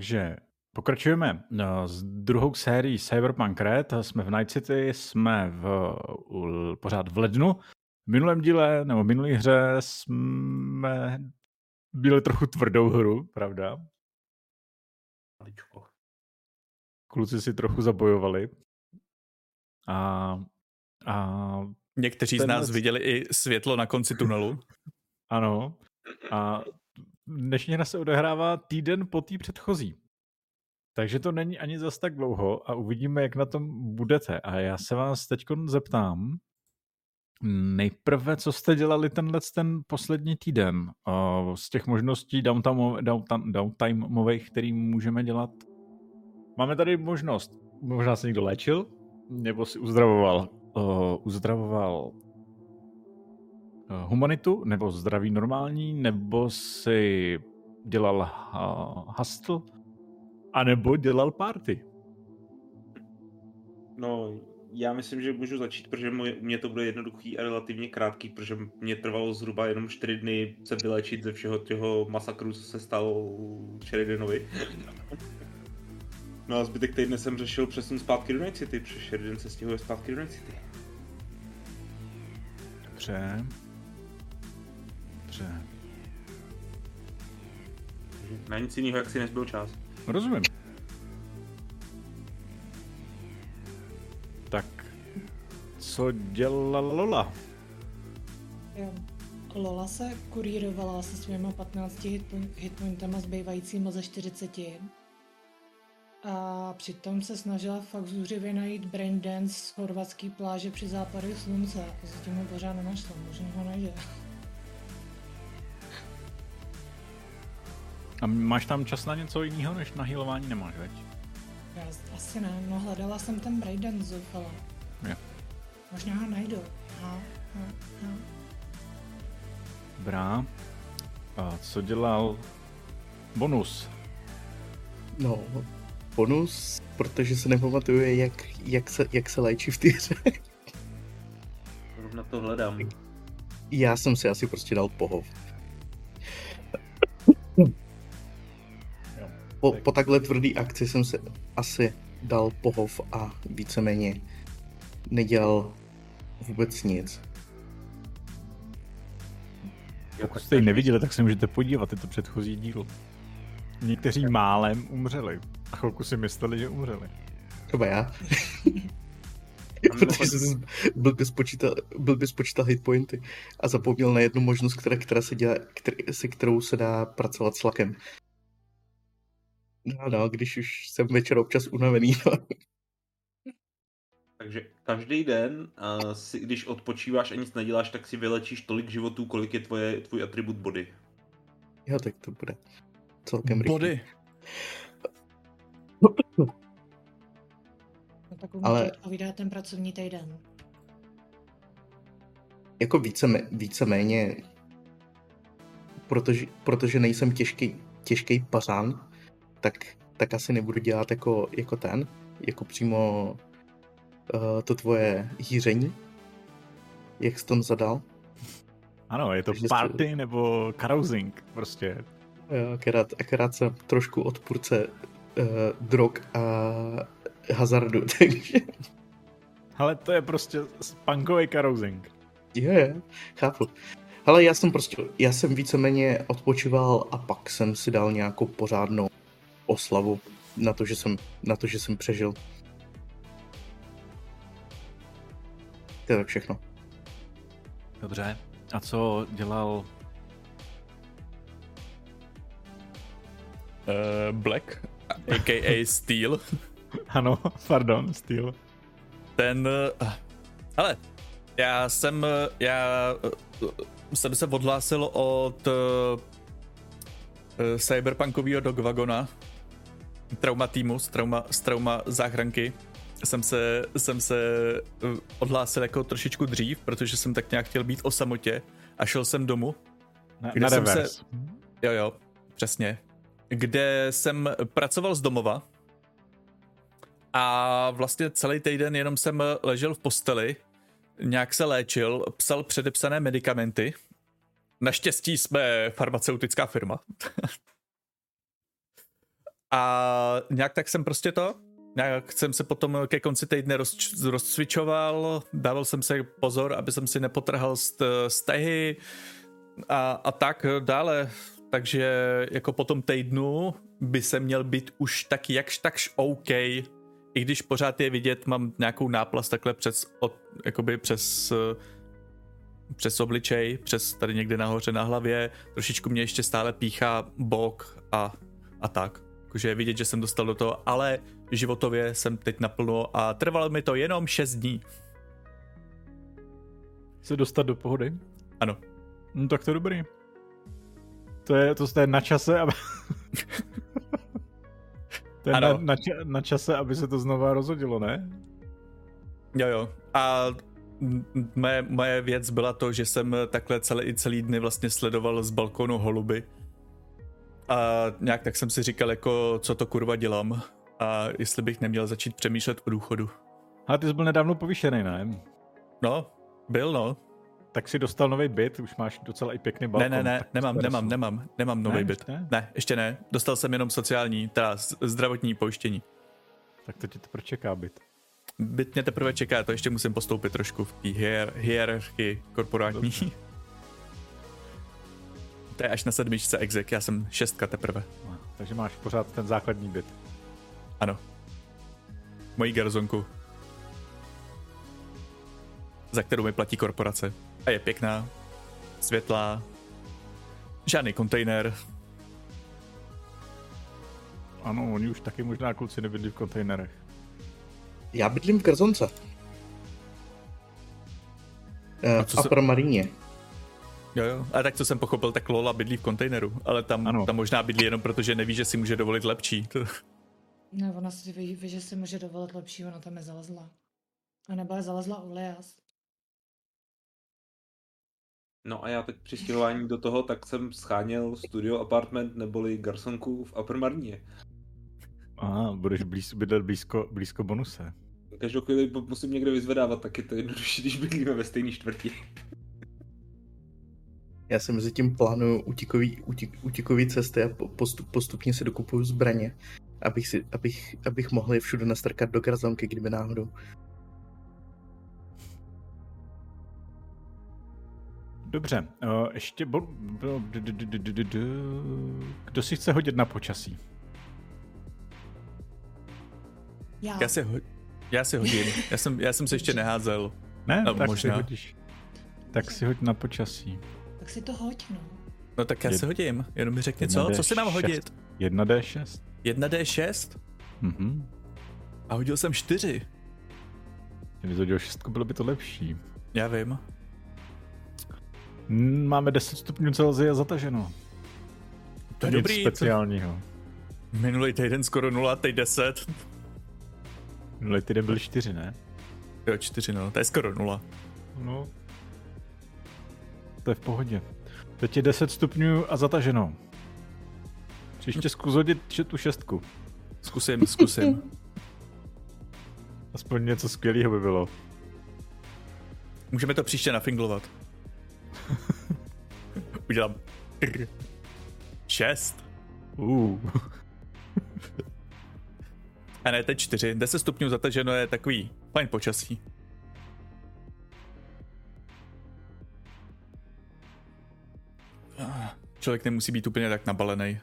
Takže pokračujeme s druhou sérií Cyberpunk Red. Jsme v Night City, jsme pořád v lednu. V minulém díle, nebo v minulý hře jsme byli trochu tvrdou hru, pravda? Kluci si trochu zabojovali. A někteří z nás viděli i světlo na konci tunelu. Ano. A dnešní hra se odehrává týden po té předchozí. Takže to není ani zas tak dlouho a uvidíme, jak na tom budete. A já se vás teď zeptám, nejprve, co jste dělali ten poslední týden z těch možností downtimeových, který můžeme dělat. Máme tady možnost, možná se někdo léčil, nebo si uzdravoval humanitu, nebo zdraví normální, nebo si dělal hustle, anebo dělal party. No, já myslím, že můžu začít, protože mě to bude jednoduchý a relativně krátký, protože mě trvalo zhruba jenom 4 dny se vylečit ze všeho těho masakru, co se stalo Sheridanovi. No a zbytek týdne jsem řešil přesun zpátky do Night City, protože Sheridan se stěhuje zpátky do Night City. Dobře. Na nic jiného, jak si nezbyl čas. Rozumím. Tak, co dělala Lola? Jo. Lola se kurýrovala se svýma 15 hitpointama zbývajícíma ze 40. A přitom se snažila fakt zúřivě najít braindance z chorvatský pláže při západu slunce. A zatím ho pořád nenašla, možná ho najde. A máš tam čas na něco jiného, než na healování nemáš, veď? Já asi ne, no hledala jsem ten braindance zoufala. Jo. Možná ho najdu. Dobrá. A co dělal Bonus? No, Bonus, protože se nepamatuju, jak se léčí v té hře. Na to hledám. Já jsem si asi prostě dal pohov. Po takhle tvrdý akci jsem si asi dal pohov a víceméně nedělal vůbec nic. Pokud jste ji neviděli, tak se můžete podívat, je to předchozí díl. Někteří málem umřeli a chvilku si mysleli, že umřeli. Třeba já. Protože jsem blbě spočítal hitpointy a zapomněl na jednu možnost, která se dělá, se kterou se dá pracovat s lakem. No, když už jsem večer občas unavený. No. Takže každý den, když odpočíváš a nic neděláš, tak si vylečíš tolik životů, kolik je tvůj atribut body. Jo, tak to bude celkem rychle. Body. No takový Ale odpovídá ten pracovní týden. jako víceméně, protože nejsem těžký pařán, tak asi nebudu dělat jako přímo to tvoje hýření, jak jsi to zadal. Ano, je to party nebo carousing, prostě. Jo, akorát jsem trošku odpůrce drog a hazardu, takže... Ale to je prostě punkový carousing. Jo, chápu. Ale já jsem víceméně odpočíval a pak jsem si dal nějakou pořádnou oslavu na to, že jsem přežil. To je tak všechno. Dobře. A co dělal Black, a.k.a. Steel. Ano, pardon, Steel. Ale já jsem se odhlásil od cyberpunkového dogwagona, trauma týmu, z trauma záchranky. Jsem se odhlásil jako trošičku dřív, protože jsem tak nějak chtěl být o samotě a šel jsem domů. Na reverse. Jo, přesně. Kde jsem pracoval z domova a vlastně celý týden jenom jsem ležel v posteli, nějak se léčil, psal předepsané medikamenty. Naštěstí jsme farmaceutická firma. A nějak tak jsem prostě nějak jsem se potom ke konci týdne rozcvičoval, dával jsem se pozor, aby jsem si nepotrhal stehy a tak dále. Takže jako po tom týdnu by se měl být už taky jakž takž OK, i když pořád je vidět, mám nějakou náplast takhle přes obličej, přes tady někde nahoře na hlavě, trošičku mě ještě stále píchá bok a tak. Jakože je vidět, že jsem dostal do toho, ale životově jsem teď naplno a trvalo mi to jenom 6 dní. Se dostat do pohody? Ano. No tak to je dobrý. To je na čase, aby... to je na čase, aby se to znova rozhodilo, ne? Jo. A moje věc byla to, že jsem takhle celý dny vlastně sledoval z balkonu holuby. A nějak tak jsem si říkal, jako co to kurva dělám. A jestli bych neměl začít přemýšlet o důchodu. Ale ty jsi byl nedávno povýšený, ne? No, byl. Tak si dostal nový byt, už máš docela i pěkný balkon. Ne, nemám nový byt. Ne, ještě ne. Dostal jsem jenom sociální, teda zdravotní pojištění. Tak to ti teprve čeká byt. Byt mě teprve čeká, to ještě musím postoupit trošku v té hierarchii korporátní. Dobře. To je až na 7. exek, já jsem 6 teprve. Takže máš pořád ten základní byt. Ano. Mojí garzonku. Za kterou mi platí korporace. A je pěkná, světlá, žádný kontejner. Ano, oni už taky možná kluci nebydlí v kontejnerech. Já bydlím v garzonce. A pro Maríně. Jo. A tak co jsem pochopil, tak Lola bydlí v kontejneru, ale tam možná bydlí jenom proto, že neví, že si může dovolit lepší. Ne, ona si ví, že si může dovolit lepší, ona tam je zalezla. A nebo je zalezla Ulias. No a já teď při stěhování do toho, tak jsem scháněl studio apartment neboli garsonku v Upper Marině. Budeš bydlet blízko bonuse. Každou chvíli musím někde vyzvedávat, tak je to jednodušší, když bydlíme ve stejné čtvrti. Já si mezi tím plánuju útěkový cesty a postupně si dokupuju zbraně, abych mohl je všude nastrkat do garzonky, kdyby náhodou. Dobře, ještě kdo si chce hodit na počasí? Já si hodím. Já jsem se ještě neházel. Ne? No, tak možná. si hodíš. Tak si hoď na počasí. Tak si to hoď, no. No tak já si hodím. Jenom mi řekni co si mám hodit? 1D6. 1D6? Mhm. A hodil jsem 4. Kdyby hodil 6, bylo by to lepší. Já vím. Máme 10 stupňů Celsia zataženo. To je dobrý. Nic speciálního. Minulý týden skoro 0, teď 10. Minulý týden byl 4, ne? Jo, 4, no. To je skoro 0. No. To je v pohodě. Teď je 10 stupňů a zataženo. Příště zkus hodit tu 6. Zkusím. Aspoň něco skvělého by bylo. Můžeme to příště nafinglovat. Udělám 6. A ne, teď 4. 10 stupňů zataženo je takový fajn počasí. Člověk nemusí být úplně tak nabalený.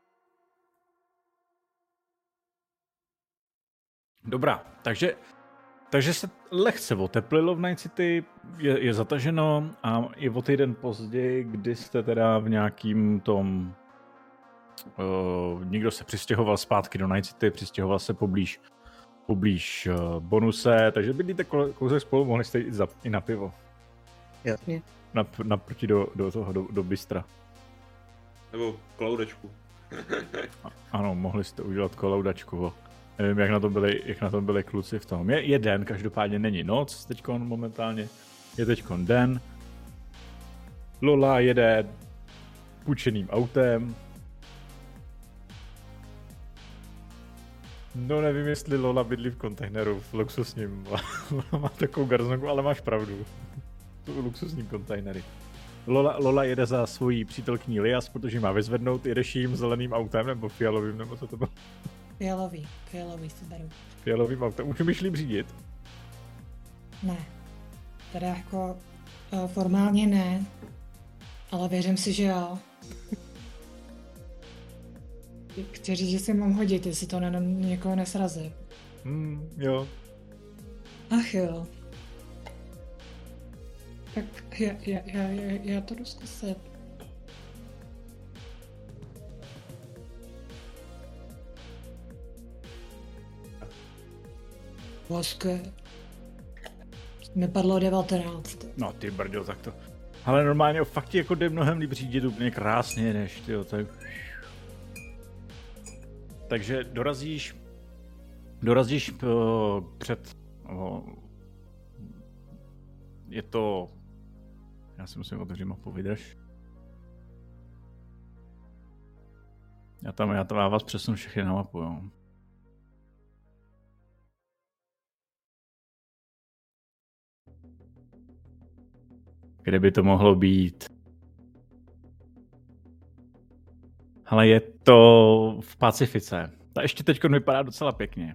Dobrá, takže se lehce oteplilo v Night City, je zataženo a i o týden později, kdy jste teda v nějakým tom... někdo se přistěhoval zpátky do Night City, přistěhoval se poblíž bonuse, takže bydlíte kousek spolu, mohli jste jít i na pivo. Jasně. Naproti do bystra. Nebo kolaudačku. Ano, mohli jste udělat kolaudačku. Nevím, jak na tom byli kluci v tom. Je den, každopádně není noc teďkon momentálně. Je teďkon den. Lola jede půjčeným autem. No nevím, jestli Lola bydlí v kontejneru, v luxusním. Má takovou garzonku, ale máš pravdu. To jsou luxusní kontejnery. Lola jede za svojí přítelkyní Lias, protože má vyzvednout, jedeš jím zeleným autem nebo fialovým, nebo co to bylo? Fialový si beru. Fialovým autem. Už umíš líp řídit? Ne. Teda jako formálně ne, ale věřím si, že jo. Chci říct, že si mám hodit, jestli to někoho nesrazí. Jo. Ach jo. Tak já to jdu zkusit. Hezké. Mi padlo 19. No ty brďo, tak to. Ale normálně fakt ti jako jde mnohem líp řídit úplně krásně než tyjo, tak. Takže dorazíš před, je to, já si musím otevřít mapu, vydrž. Já vás přesunu všechny na mapu, jo. Kde by to mohlo být? Ale je to v Pacifice. Ta ještě teď vypadá docela pěkně.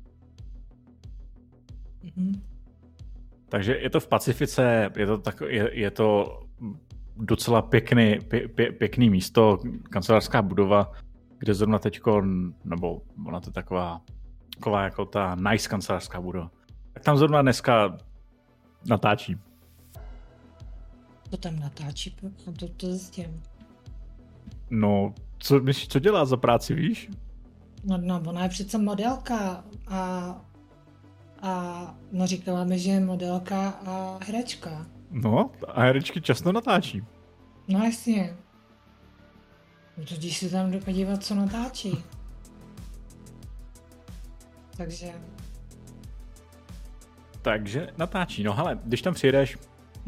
Takže je to v Pacifice, je to docela pěkný místo, kancelářská budova, kde zrovna teďko, nebo ona to taková jako ta nice kancelářská budova. Tak tam zrovna dneska natáčí. To tam natáčí, to zjistím. No, co dělá za práci, víš? No, ona je přece modelka a no říkala mi, že je modelka a herečka. No, a herečky často natáčí. No jasně. Tudíž si tam jdu podívat, co natáčí. Takže natáčí. No hele, když tam přijedeš,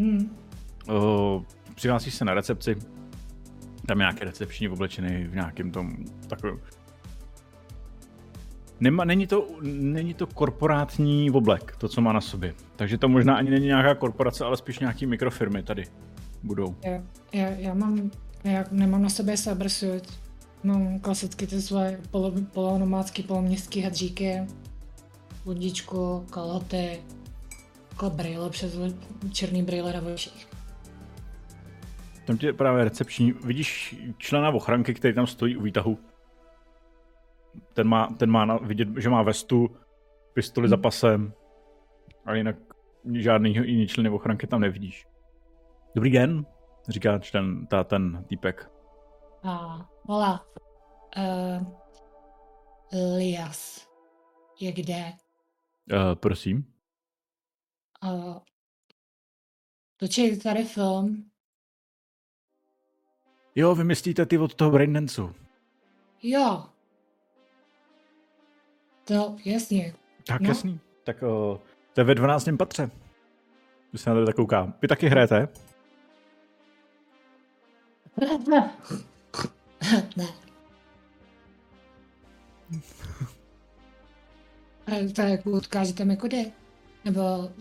přihlásíš se na recepci, tam je nějaký recepční oblečený v nějakém tom takovém. Není to korporátní oblek, to, co má na sobě. Takže to možná ani není nějaká korporace, ale spíš nějaký mikrofirmy tady budou. Já nemám na sobě cybersuit. Mám klasicky ty svoje polonomádský, poloměstský hadříky, bundičku, kaloty, brýle černý brýle na očích. Tam tě právě recepční, vidíš člena ochranky, který tam stojí u výtahu. Ten má vidět, že má vestu, pistoli za pasem, ale jinak žádný jiný člen ochranky tam nevidíš. Dobrý den, říká ten týpek. Hola. Lias je kde? Prosím. Točí tady film. Jo, vy myslíte ty od toho Braindancu. Jo. To jasně. Tak jasný. Tak to je ve 12. patře. Když se na to tak kouká. Vy taky hrajete? Ne. To je jako odkážete mi kudy? Nebo...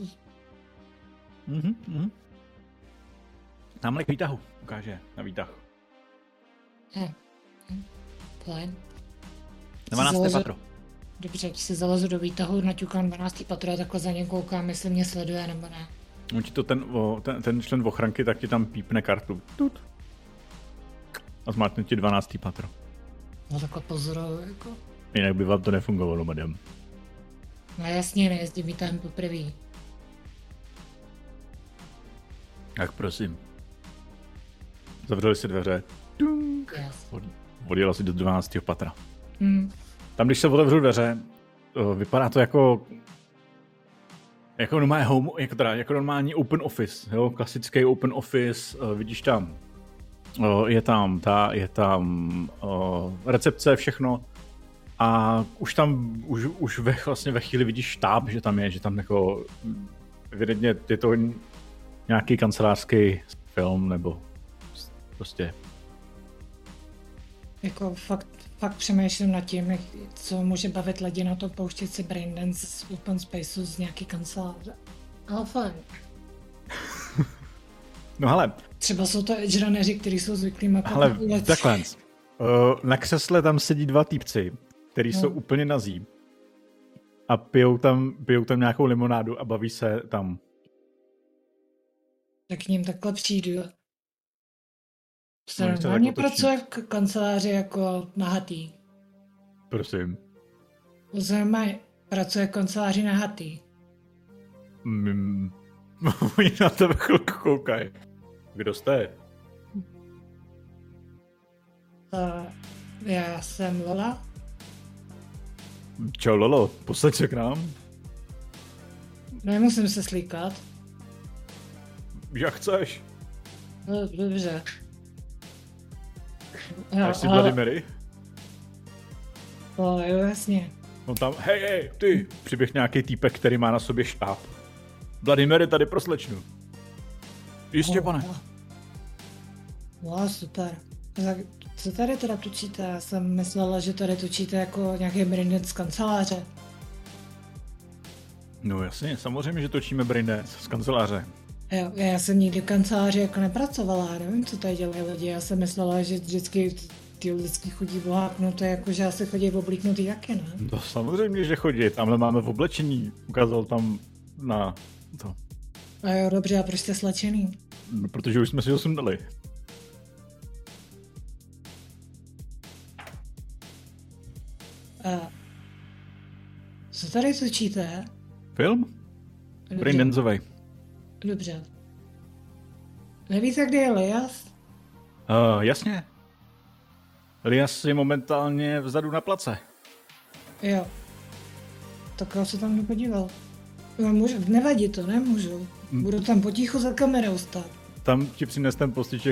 Tamhle k výtahu. Ukáže na výtah. Fajn. 12. patro. Dobře, si zalezu do výtahu, naťukám 12. patro a takhle za něm koukám, jestli mě sleduje nebo ne. On ti to ten člen ochranky, tak ti tam pípne kartu. Tut. A zmátne ti 12. patro. No takhle pozoruju, jako. Jinak by vám to nefungovalo, madam. No jasně, nejezdím výtahem poprvé. Tak prosím. Zavřeli si dveře. Yes. Odjela si do 12. patra. Tam, když se otevřou dveře, vypadá to jako normální home, jako normální open office, jo? Klasický open office, vidíš tam, je tam recepce, všechno a už ve chvíli vidíš štáb, že tam jako evidentně je to nějaký kancelářský film, nebo prostě. Jako fakt přemýšlím nad tím, co může bavit lidi na to pouštět si Braindance z open spaceu z nějaký kanceláře. Ale fajn. No hele, Třeba jsou to edgerunneři, kteří jsou zvyklí makat Ale na ulici. takhle. Na křesle tam sedí 2 týpci, který jsou úplně nazí. A pijou tam nějakou limonádu a baví se tam. Tak k ním takhle přijdu. Se Oni se normálně tak otočí. pracuje v kanceláři jako nahatý. Prosím. Normálně pracuje v kanceláři nahatý. Oni na tebe chvilku koukají. Kdo jste? Já jsem Lola. Čau Lolo, posaď se k nám. Nemusím se slíkat. Jak chceš. No, dobře. A jsi Vladimíry? Jo, jasně. On tam, hej, ty, přiběh nějaký týpek, který má na sobě štáb. Vladimíry tady pro slečnu. Jistě, pane. No, super. Tak co tady teda točíte? Já jsem myslela, že tady točíte jako nějaký brindec z kanceláře. No jasně, samozřejmě, že točíme Braindance z kanceláře. Jo, já jsem nikdy v kanceláři jako nepracovala, já nevím, co tady dělají lidi. Já jsem myslela, že vždycky ty lidský chodí voháknuté, jako že asi chodí oblíknutý taky, ne? No samozřejmě, že chodí, tamhle máme v oblečení, ukázal tam na to. A jo, dobře, a proč jste slečený? No, protože už jsme si ho sundali. A co tady točíte? Film? Braindanceovej. Dobře. Nevíte, kde je Lias? Jasně. Lias je momentálně vzadu na place. Jo. Tak já se tam nepodíval. No, nevadí to, nemůžu. Budu tam potichu za kamerou stát. Tam ti přines ten postiček,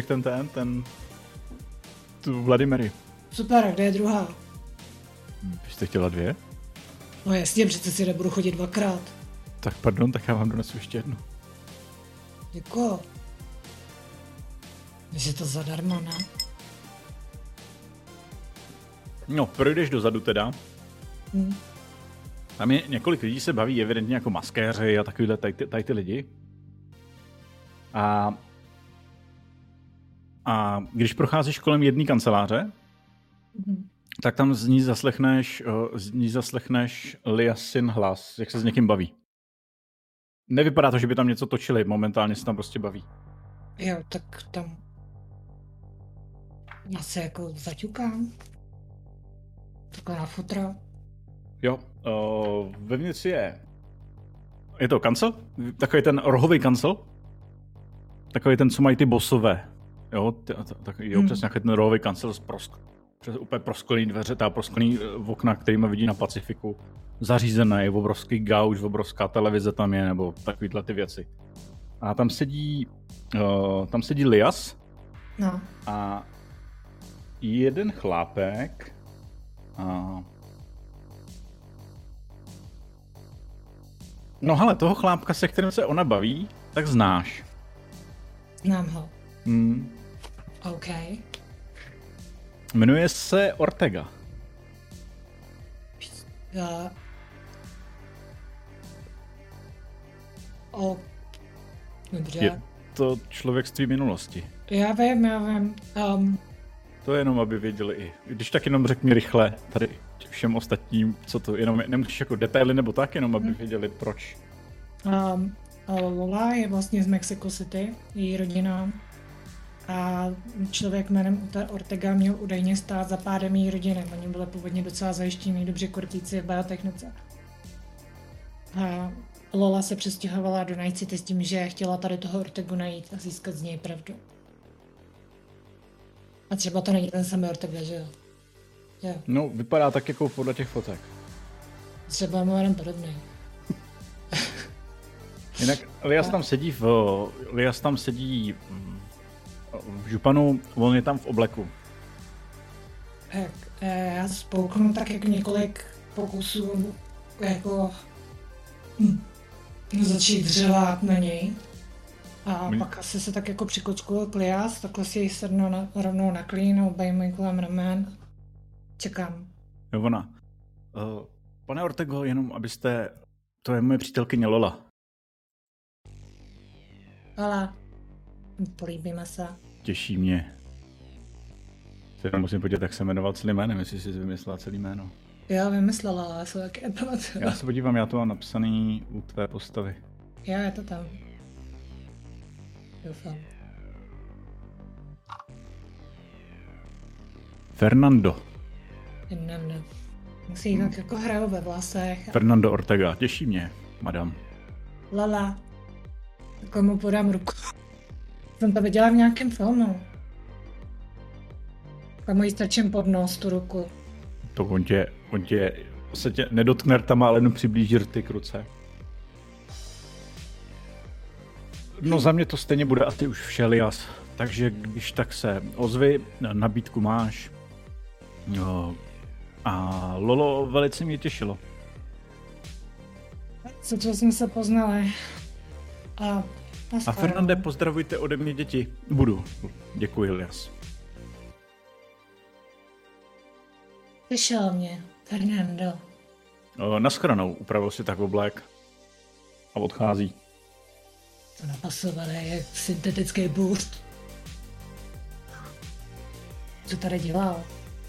tu Vladimíry. Super, a kde je druhá? Vy jste chtěla 2? No jasně, přece si nebudu chodit 2krát. Tak pardon, tak já vám donesu ještě jednu. Děkuju. Je to zadarmo, ne? No, projdeš dozadu teda. Tam je několik lidí, se baví evidentně jako maskéři a takovýhle tady ty lidi. A když procházíš kolem jedné kanceláře, tak tam z ní zaslechneš Liasin hlas, jak se s někým baví. Nevypadá to, že by tam něco točili, momentálně se tam prostě baví. Jo, tak tam já se jako zaťukám. Taková futra. Jo, vevnitř je to kancel, takový ten rohový kancel, takový ten, co mají ty bossové. Jo, přesně nějaký ten rohový kancel přes úplně prosklený dveře, prosklený okna, kterýma vidí na Pacifiku. Zařízený, obrovský gauč, obrovská televize tam je, nebo takovýhle ty věci. A tam sedí Lias. No. A jeden chlápek. No hele, toho chlápka, se kterým se ona baví, tak znáš. Znám ho. OK. Jmenuje se Ortega. Dobře. Je to člověk z tvý minulosti. Já vím. To je jenom, aby věděli i. Když tak jenom řekni rychle tady všem ostatním, co to, jenom nemusíš jako detaily nebo tak, jenom aby věděli proč. Lola je vlastně z Mexico City, její rodina. A člověk jménem Ortega měl údajně stát za pádem její rodiny. Oni byli původně docela zajištění, dobře kortíci v biotechnice. A Lola se přestěhovala do Night City s tím, že chtěla tady toho Ortegu najít a získat z něj pravdu. A třeba to není ten samý Ortega, že jo? No, vypadá tak jako podle těch fotek. Třeba mu jenom podobný. Jinak Lias tam sedí v županu, on je tam v obleku. Tak, já spouknu tak jako několik pokusů jako začít dřevát na něj. A pak asi se tak jako přikočkuju k Lias, takhle si ji sednu rovnou na klín, obejmu kolem ramen. Čekám. Jo, ona. Pane Ortego, jenom abyste... To je moje přítelkyně Lola. Lola. Políbíme se. Těší mě. Se jenom musím podívat, jak se jmenoval celý jménem, jestli jsi vymyslela celý jméno. Já vymyslela, ale já se taky nepamatuju. Já se podívám, já to mám napsaný u tvé postavy. Jo, je to tam. Doufám. Fernando. Fernando. Musí jít tak jako hrajou ve vlasech. Fernando Ortega, těší mě, madam. Lala. Komu podám ruku. Jsem to viděla v nějakém filmu. Komu jí strčím pod nos tu ruku. To on tě se tě nedotkne rtama, ale jenom přiblíží rty k ruce. No za mě to stejně bude asi už všelijas. Takže když tak se ozvi, nabídku máš. Jo. A Lolo velice mě těšilo. Co jsme se poznali. A Fernande, pozdravujte ode mě děti. Budu. Děkuji, Ilias. Těšil mě, Fernando. Naschranou, upravil si tak oblek. A odchází. To napasované je syntetický boost. Co tady dělal?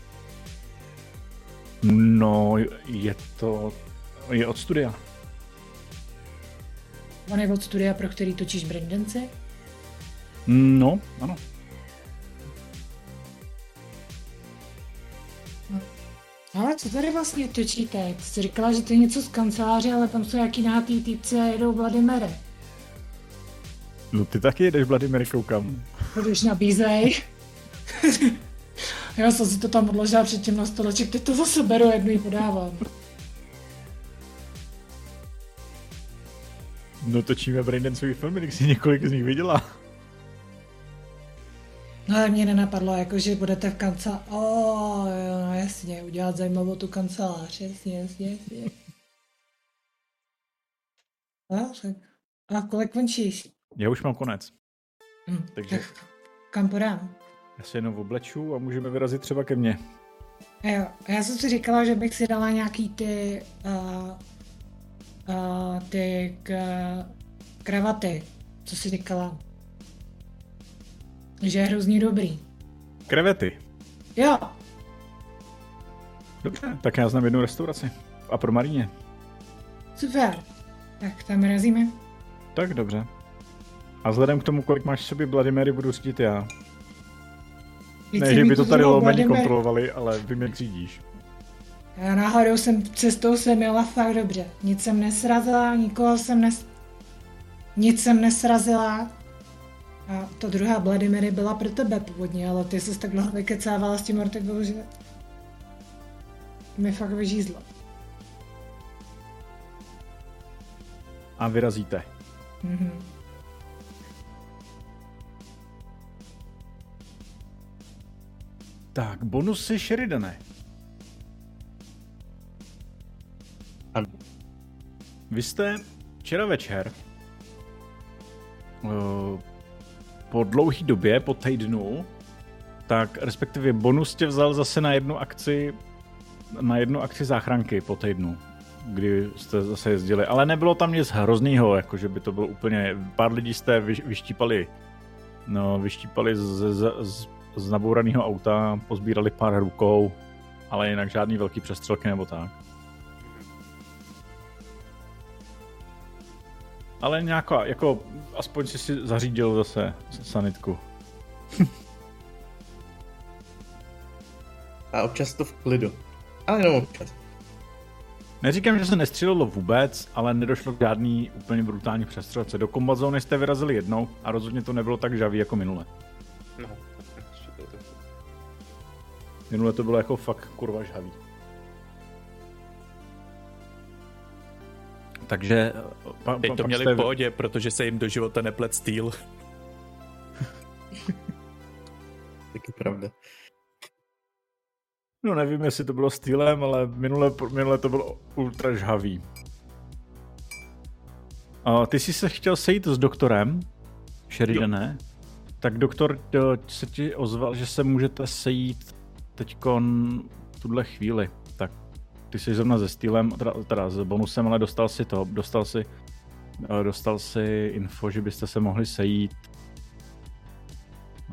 No, je od studia. On je od studia, pro který točíš breakdance? No, ano. Ale co tady vlastně točíte? Ty jsi říkala, že to je něco z kanceláře, ale tam jsou jaký nahatý týpci a jedou Vladimíry. No ty taky jedeš, Vladimíry, koukám. Když nabízej. Já jsem si to tam odložila předtím na stoleček, teď to zase beru, jednu jí podávám. No točíme braindancový filmy, když jsi několik z nich viděla. No ale mě nenapadlo, jako že budete v kanceláři. Jo, no jasně, udělat zajímavou tu kancelář, jasně. No, tak. A kolik končíš? Já už mám konec. Takže Tak kam podám? já se jenom obleču a můžeme vyrazit třeba ke mně. Jo, já jsem si říkala, že bych si dala nějaký ty kravaty, co jsi říkala. Že je hrozně dobrý. Krevety. Jo, Dobře, tak já znám jednu restauraci. A pro Maríně. super. Tak tam razíme. Tak dobře. A vzhledem k tomu, kolik máš v sobě Vladimíry, budu řídit já. Ne, že by to tady lomení kontrolovali, ale vím, jak řídíš. Já náhodou cestou jsem jela fakt dobře. Nic jsem nesrazila, nic jsem nesrazila. A to druhá Vladimíry byla pro tebe původně, ale ty jsi tak dlouho vykecávala s tím Ortegou, že mi fakt vyžízlo. A vyrazíte. Mhm. Tak, bonusy Sheridane. Ano. Vy jste včera večer po dlouhý době, po týdnu, tak respektive bonus tě vzal zase na jednu akci záchranky po týdnu, kdy jste zase jezdili, ale nebylo tam nic hroznýho, jakože by to bylo úplně, pár lidí jste vyštípali z nabouraného auta, pozbírali pár rukou, ale jinak žádný velký přestřelky nebo tak. Ale nějaká, jako aspoň si zařídil zase sanitku. A občas to v klidu. Ale jenom občas. Neříkám, že se nestřílelo vůbec, ale nedošlo k žádný úplně brutální přestřelce. Do combat zóny jste vyrazili jednou a rozhodně to nebylo tak žavý jako minule. No, ještě to je trochu. Minule to bylo jako fakt kurva žhavý. Takže... Teď to měli v pohodě, protože se jim do života neplet stýl. Taky pravda. No nevím, jestli to bylo stylem, ale minule to bylo ultra žhavý. Ty jsi se chtěl sejít s doktorem, Sheridane, tak doktor se ti ozval, že se můžete sejít teďkon v tuhle chvíli. Tak ty jsi zrovna se stylem, teda s bonusem, ale dostal si info, že byste se mohli sejít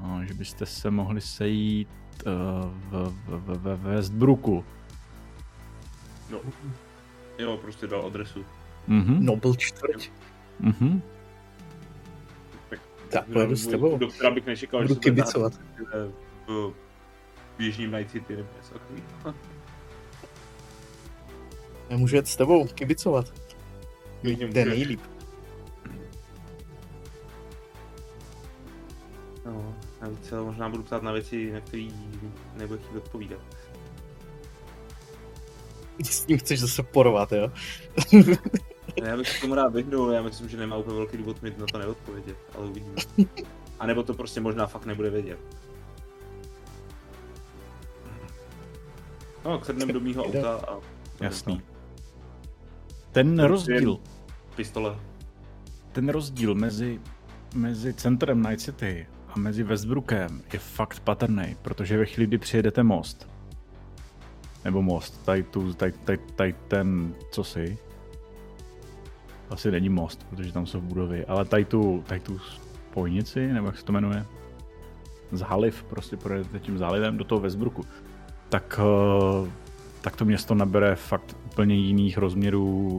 že byste se mohli sejít ve Westbrooku. No. Jo, prostě dal adresu. Noble čtvrť. Tak pojedu s tebou. Do která bych nečekal, budu že se kibicovat. V Jižním Night City nebo něco takového. Já můžu jet s tebou, kibicovat. Jde nejlíp. No, navíc možná budu ptát na věci, na které nebudu chtít odpovídat. S tím chceš zase porovat, jo? Já bych se tomu rád vyhnul, já myslím, že nemá úplně velký důvod mi na to neodpovědět, ale uvidíme. A nebo to prostě možná fakt nebude vědět. No, sedneme do mýho auta a... Jasný. Ten rozdíl... Pistole. Ten rozdíl mezi centrem Night City a mezi Westbrookem je fakt patrný, protože ve chvíli, kdy přijedete most, nebo most, tady ten, co si, asi není most, protože tam jsou budovy, ale tady tu spojnici, nebo jak se to jmenuje, záliv, prostě projedete tím zálivem do toho Westbrooku, tak to město nabere fakt úplně jiných rozměrů,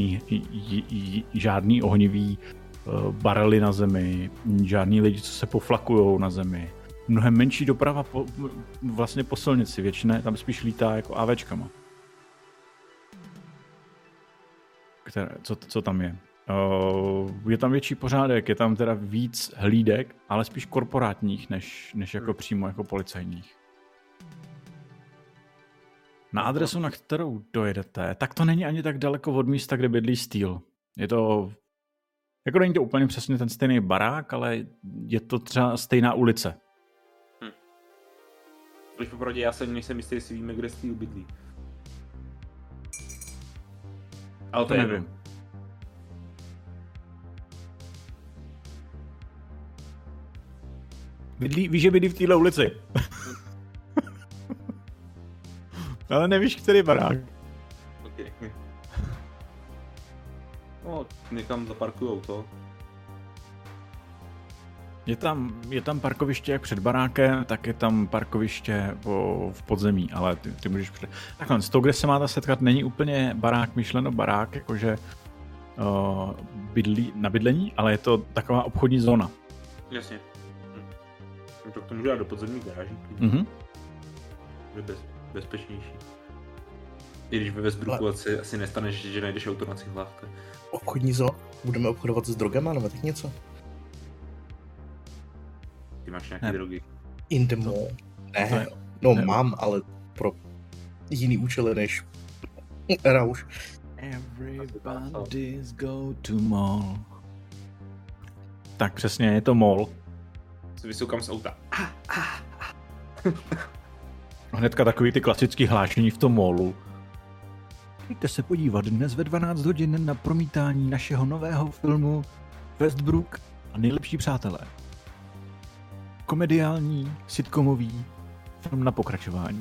žádný ohnivý barely na zemi, žádný lidi, co se poflakujou na zemi. Mnohem menší doprava vlastně po silnici, většině tam spíš lítá jako AVčkama. Co tam je? Je tam větší pořádek, je tam teda víc hlídek, ale spíš korporátních, než jako přímo jako policajních. Na adresu, na kterou dojedete, tak to není ani tak daleko od místa, kde bydlí Steel. Je to... Jako není to úplně přesně ten stejný barák, ale je to třeba stejná ulice. Když popravdě já nejsem jistý, jestli víme, kde Steel bydlí. Ale to nevím. Víš, že bydlí v téhle ulici. Ale nevíš, který barák. Okay. No, někam zaparkuju auto. Je tam parkoviště jak před barákem, tak je tam parkoviště v podzemí, ale ty můžeš takhle, z toho, kde se máte setkat, není úplně barák myšleno barák, jakože na bydlení, ale je to taková obchodní zóna. Jasně. Tak to můžu dát do podzemních garáží. Bezpečnější. I když ve Westbrooku asi nestane, že najdeš auto na cihlách. Obchodní zóna? Budeme obchodovat s drogama, nebo tak něco? Ty máš nějaké drogy? In the mall. Ne. No mám, ale pro jiný účely než rauš. Everybody's go to mall. Tak přesně, je to mall. Se vysoukám z auta. Hnedka takový ty klasický hlášení v tom mallu. Pojďte se podívat dnes ve 12 hodin na promítání našeho nového filmu Westbrook a nejlepší přátelé. Komediální, sitcomový film na pokračování.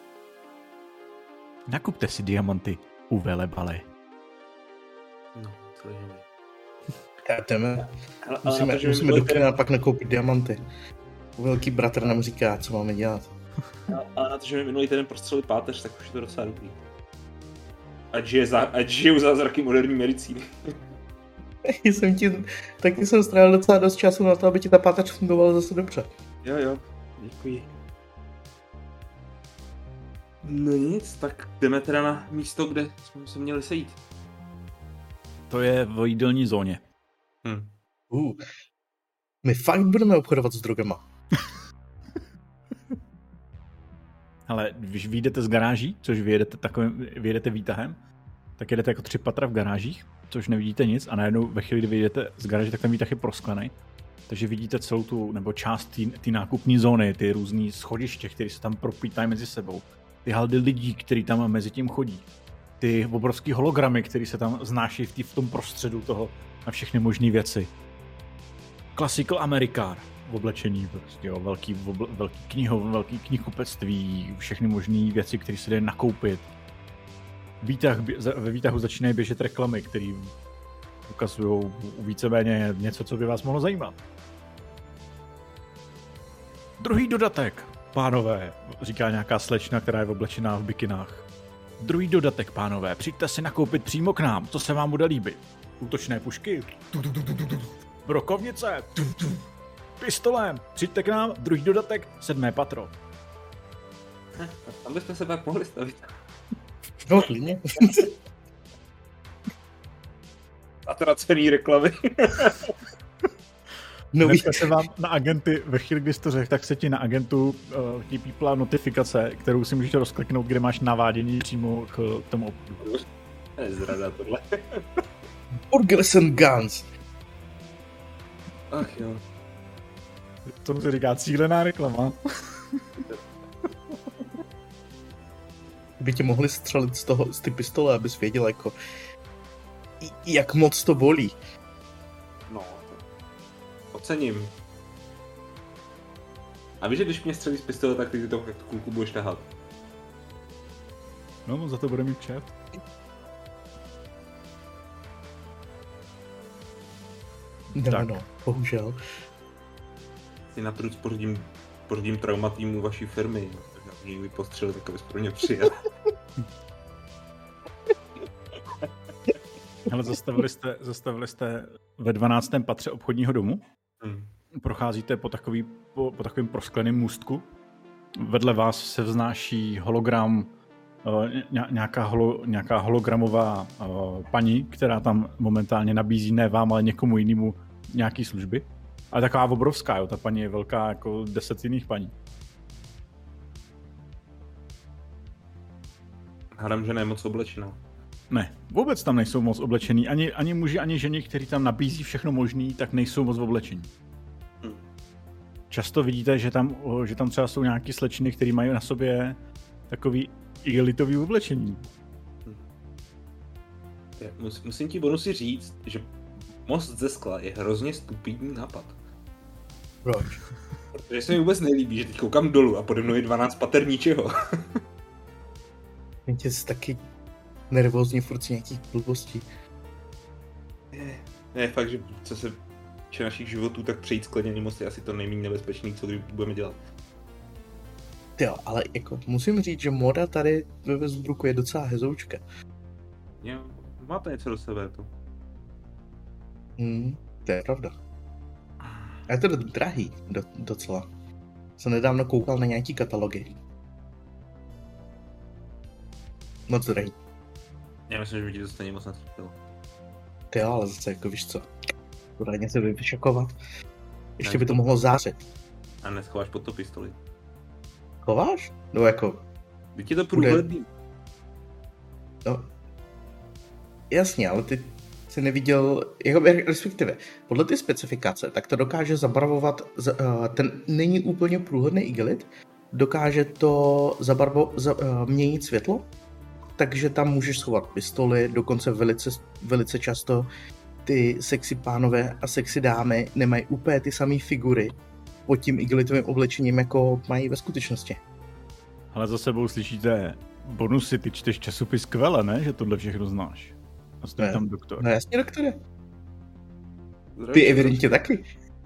Nakupte si diamanty u Velebale. No, co je živý. Jdeme. Musíme do kina pak nakoupit diamanty. Velký bratr nám říká, co máme dělat. A na to, že mi minulý týden prostřelili páteř, tak už je to docela dobrý. Ať žiju zázraky moderní medicíny. Taky jsem strávil docela dost času na to, aby ti ta páteř fungovala zase dobře. Jo, děkuji. No nic, tak jdeme teda na místo, kde jsme se měli sejít. To je v jídelní zóně. My fakt budeme obchodovat s drogama. Ale když vyjdete z garáží, což vyjedete výtahem, tak jedete jako 3 patra v garážích, což nevidíte nic a najednou ve chvíli, kdy vyjdete z garáže, tak ten výtah je prosklený. Takže vidíte celou tu, nebo část té nákupní zóny, ty různý schodiště, které se tam propítají mezi sebou. Ty haldy lidí, který tam mezi tím chodí. Ty obrovský hologramy, které se tam znáší v tom prostředu toho na všechny možné věci. Classical Americán v oblečení, prostě jo, velký velký knihkupectví, všechny možné věci, které se dají nakoupit. Ve výtahu začínají běžet reklamy, které ukazují víceméně něco, co by vás mohlo zajímat. Druhý dodatek, pánové, říká nějaká slečna, která je oblečená v bikinách. Druhý dodatek, pánové, přijďte si nakoupit přímo k nám, to se vám bude líbit. Útočné pušky, brokovnice, pistolem, přijďte k nám, druhý dodatek, 7. patro. Tam bychom se pak mohli stavit. No, klidně. Zatracený reklamy. No, Hnedka se vám na agenty, ve chvíli, kdy jsi to řekl, tak se ti na agentu ti pípla notifikace, kterou si můžeš rozkliknout, kde máš navádění přímo k tomu obchodu. To je zrada tohle. Burgers and Guns. Ach jo. To se říká cílená reklama. By tě mohli střelit z ty pistole, abys věděl, jako, jak moc to bolí. No, ocením. A víš, že když mě střelí z pistole, tak ty to kulku budeš tahat. No, za to bude mít chat. No, Tak. no, bohužel. Si na truc pořídím trauma týmu vaší firmy. Tak někdy postřel, tak abys pro mě přijel. Ale zastavili jste ve 12. patře obchodního domu. Procházíte po takovým proskleném můstku. Vedle vás se vznáší hologram, nějaká hologramová paní, která tam momentálně nabízí ne vám, ale někomu jinému nějaký služby. Ale taková obrovská, jo, ta paní je velká jako 10 jiných paní. Hádám, že ne moc oblečená. Ne, vůbec tam nejsou moc oblečený. Ani muži, ani ženy, kteří tam nabízí všechno možný, tak nejsou moc oblečení. Často vidíte, že tam třeba jsou nějaký slečny, které mají na sobě takový igelitový oblečení. Musím ti bonusy říct, že most ze skla je hrozně stupidní nápad. Proč? Protože se mi vůbec nelíbí, že teď koukám dolů a pode mnou je 12 pater ničeho. Mě jsi taky nervózní furt si nějakých blbostí. Ne, fakt, že co se týče našich životů, tak přejít skleněný most je asi to nejméně nebezpečný, co budeme dělat. Jo, ale jako musím říct, že moda tady ve Westbrooku je docela hezoučka. Jo, má to něco do sebe, to. To je pravda. A je to drahý docela. Jsem nedávno koukal na nějaký katalogy. Moc drahý. Já myslím, že by ti to stejně moc nestrpělo. Ty jo, ale zase jako víš co. Pořádně se vyšokovat. Ještě by to mohlo zářit. A neschováš pod to pistoli. Chováš? No jako... Teď je to průhledný. No... Jasně, ale ty jsi neviděl... Jako, respektive, podle ty specifikace, tak to dokáže zabarvovat... Ten není úplně průhledný igelit. Dokáže to měnit světlo. Takže tam můžeš schovat pistoli, dokonce velice často ty sexy pánové a sexy dámy nemají úplně ty samé figury pod tím igelitovým oblečením, jako mají ve skutečnosti. Ale za sebou slyšíte bonusy, ty čteš časopis Kvele, ne? Že tohle všechno znáš. A stojí tam doktor. No jasně, doktore. Ty evidentně taky.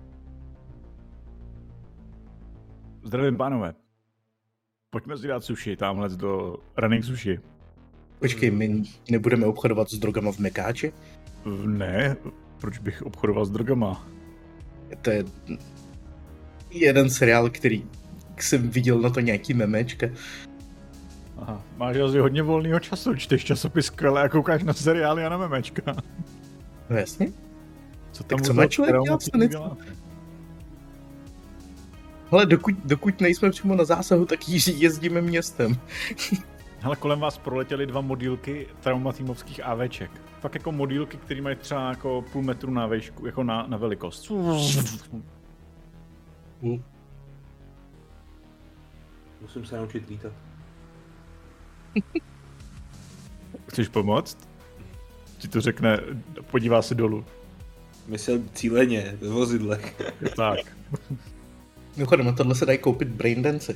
Zdravím, pánové. Pojďme si dát sushi, tamhle do Running Sushi. Počkej, my nebudeme obchodovat s drogama v Mekáči? Ne, proč bych obchodoval s drogama? To je jeden seriál, který jsem viděl na to nějaký memečka. Aha, máš asi hodně volného času, čteš časopis Kvele a koukáš na seriály a na memečka. No jasně. Co tam tak co má člověk dělat? Ale dokud nejsme přímo na zásahu, tak jezdíme městem. Hele, kolem vás proletěly 2 modílky traumatýmovských AVček. Fakt jako modílky, které mají třeba jako půl metru na výšku, jako na velikost. Musím se naučit lítat. Chceš pomoct? Ti to řekne, podívá se dolů. Myslel cíleně, ve vozidlech. Je tak. Mimochodem, na tohle se dají koupit braindance.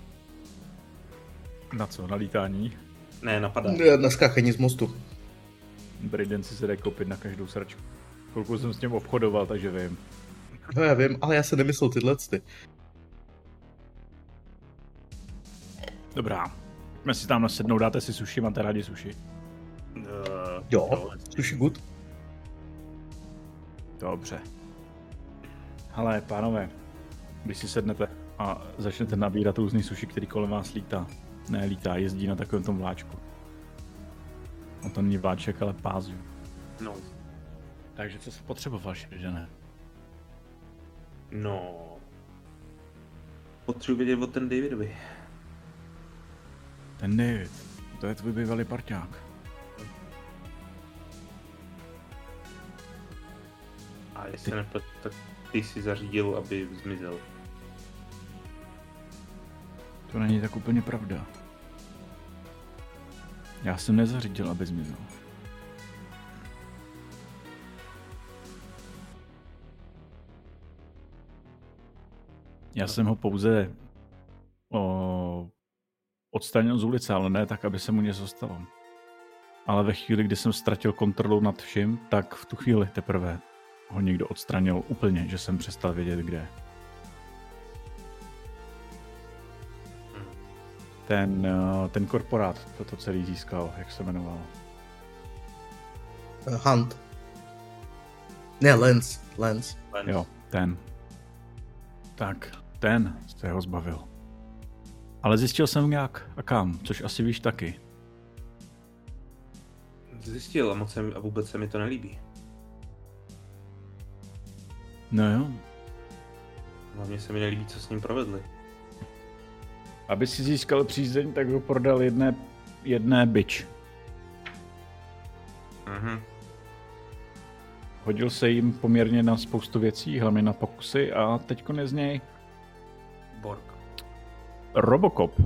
Na co? Na lítání? Ne, napadá. Na skákání z mostu. Braindancy se dají koupit na každou sračku. Chvilku jsem s tím obchodoval, takže vím. No já vím, ale já se nemyslel tyhle. Dobrá. Pojďme si tam nasednout, dáte si sushi, máte rádi sushi? Jo, sushi good. Dobře. Hele, pánové, když si sednete a začnete nabírat různý sushi, který kolem vás lítá. Ne, lítá, jezdí na takovém tom vláčku. A to není vláček, ale pázů. No. Takže co jsi potřeboval, že ne? No. Potřebuji vědět o ten Davidovi. Ten David, to je tvůj bývalý parťák. A jestli nepletu, tak ty jsi zařídil, aby zmizel. To není tak úplně pravda. Já jsem nezařídil, aby zmizel. Já jsem ho pouze odstranil z ulice, ale ne tak, aby se mu něco stalo. Ale ve chvíli, kdy jsem ztratil kontrolu nad vším, tak v tu chvíli teprve ho někdo odstranil úplně, že jsem přestal vědět, kde je. Ten korporát toto celý získal, jak se jmenoval? Hunt. Ne, Lens. Jo, ten. Tak, ten jste ho zbavil. Ale zjistil jsem jak a kam, což asi víš taky. Zjistil a vůbec se mi to nelíbí. No jo. Hlavně se mi nelíbí, co s ním provedli. Aby si získal přízeň, tak ho prodal jedné bič. Mhm. Hodil se jim poměrně na spoustu věcí, hlavně na pokusy a teďko je z něj Borg. Robocop.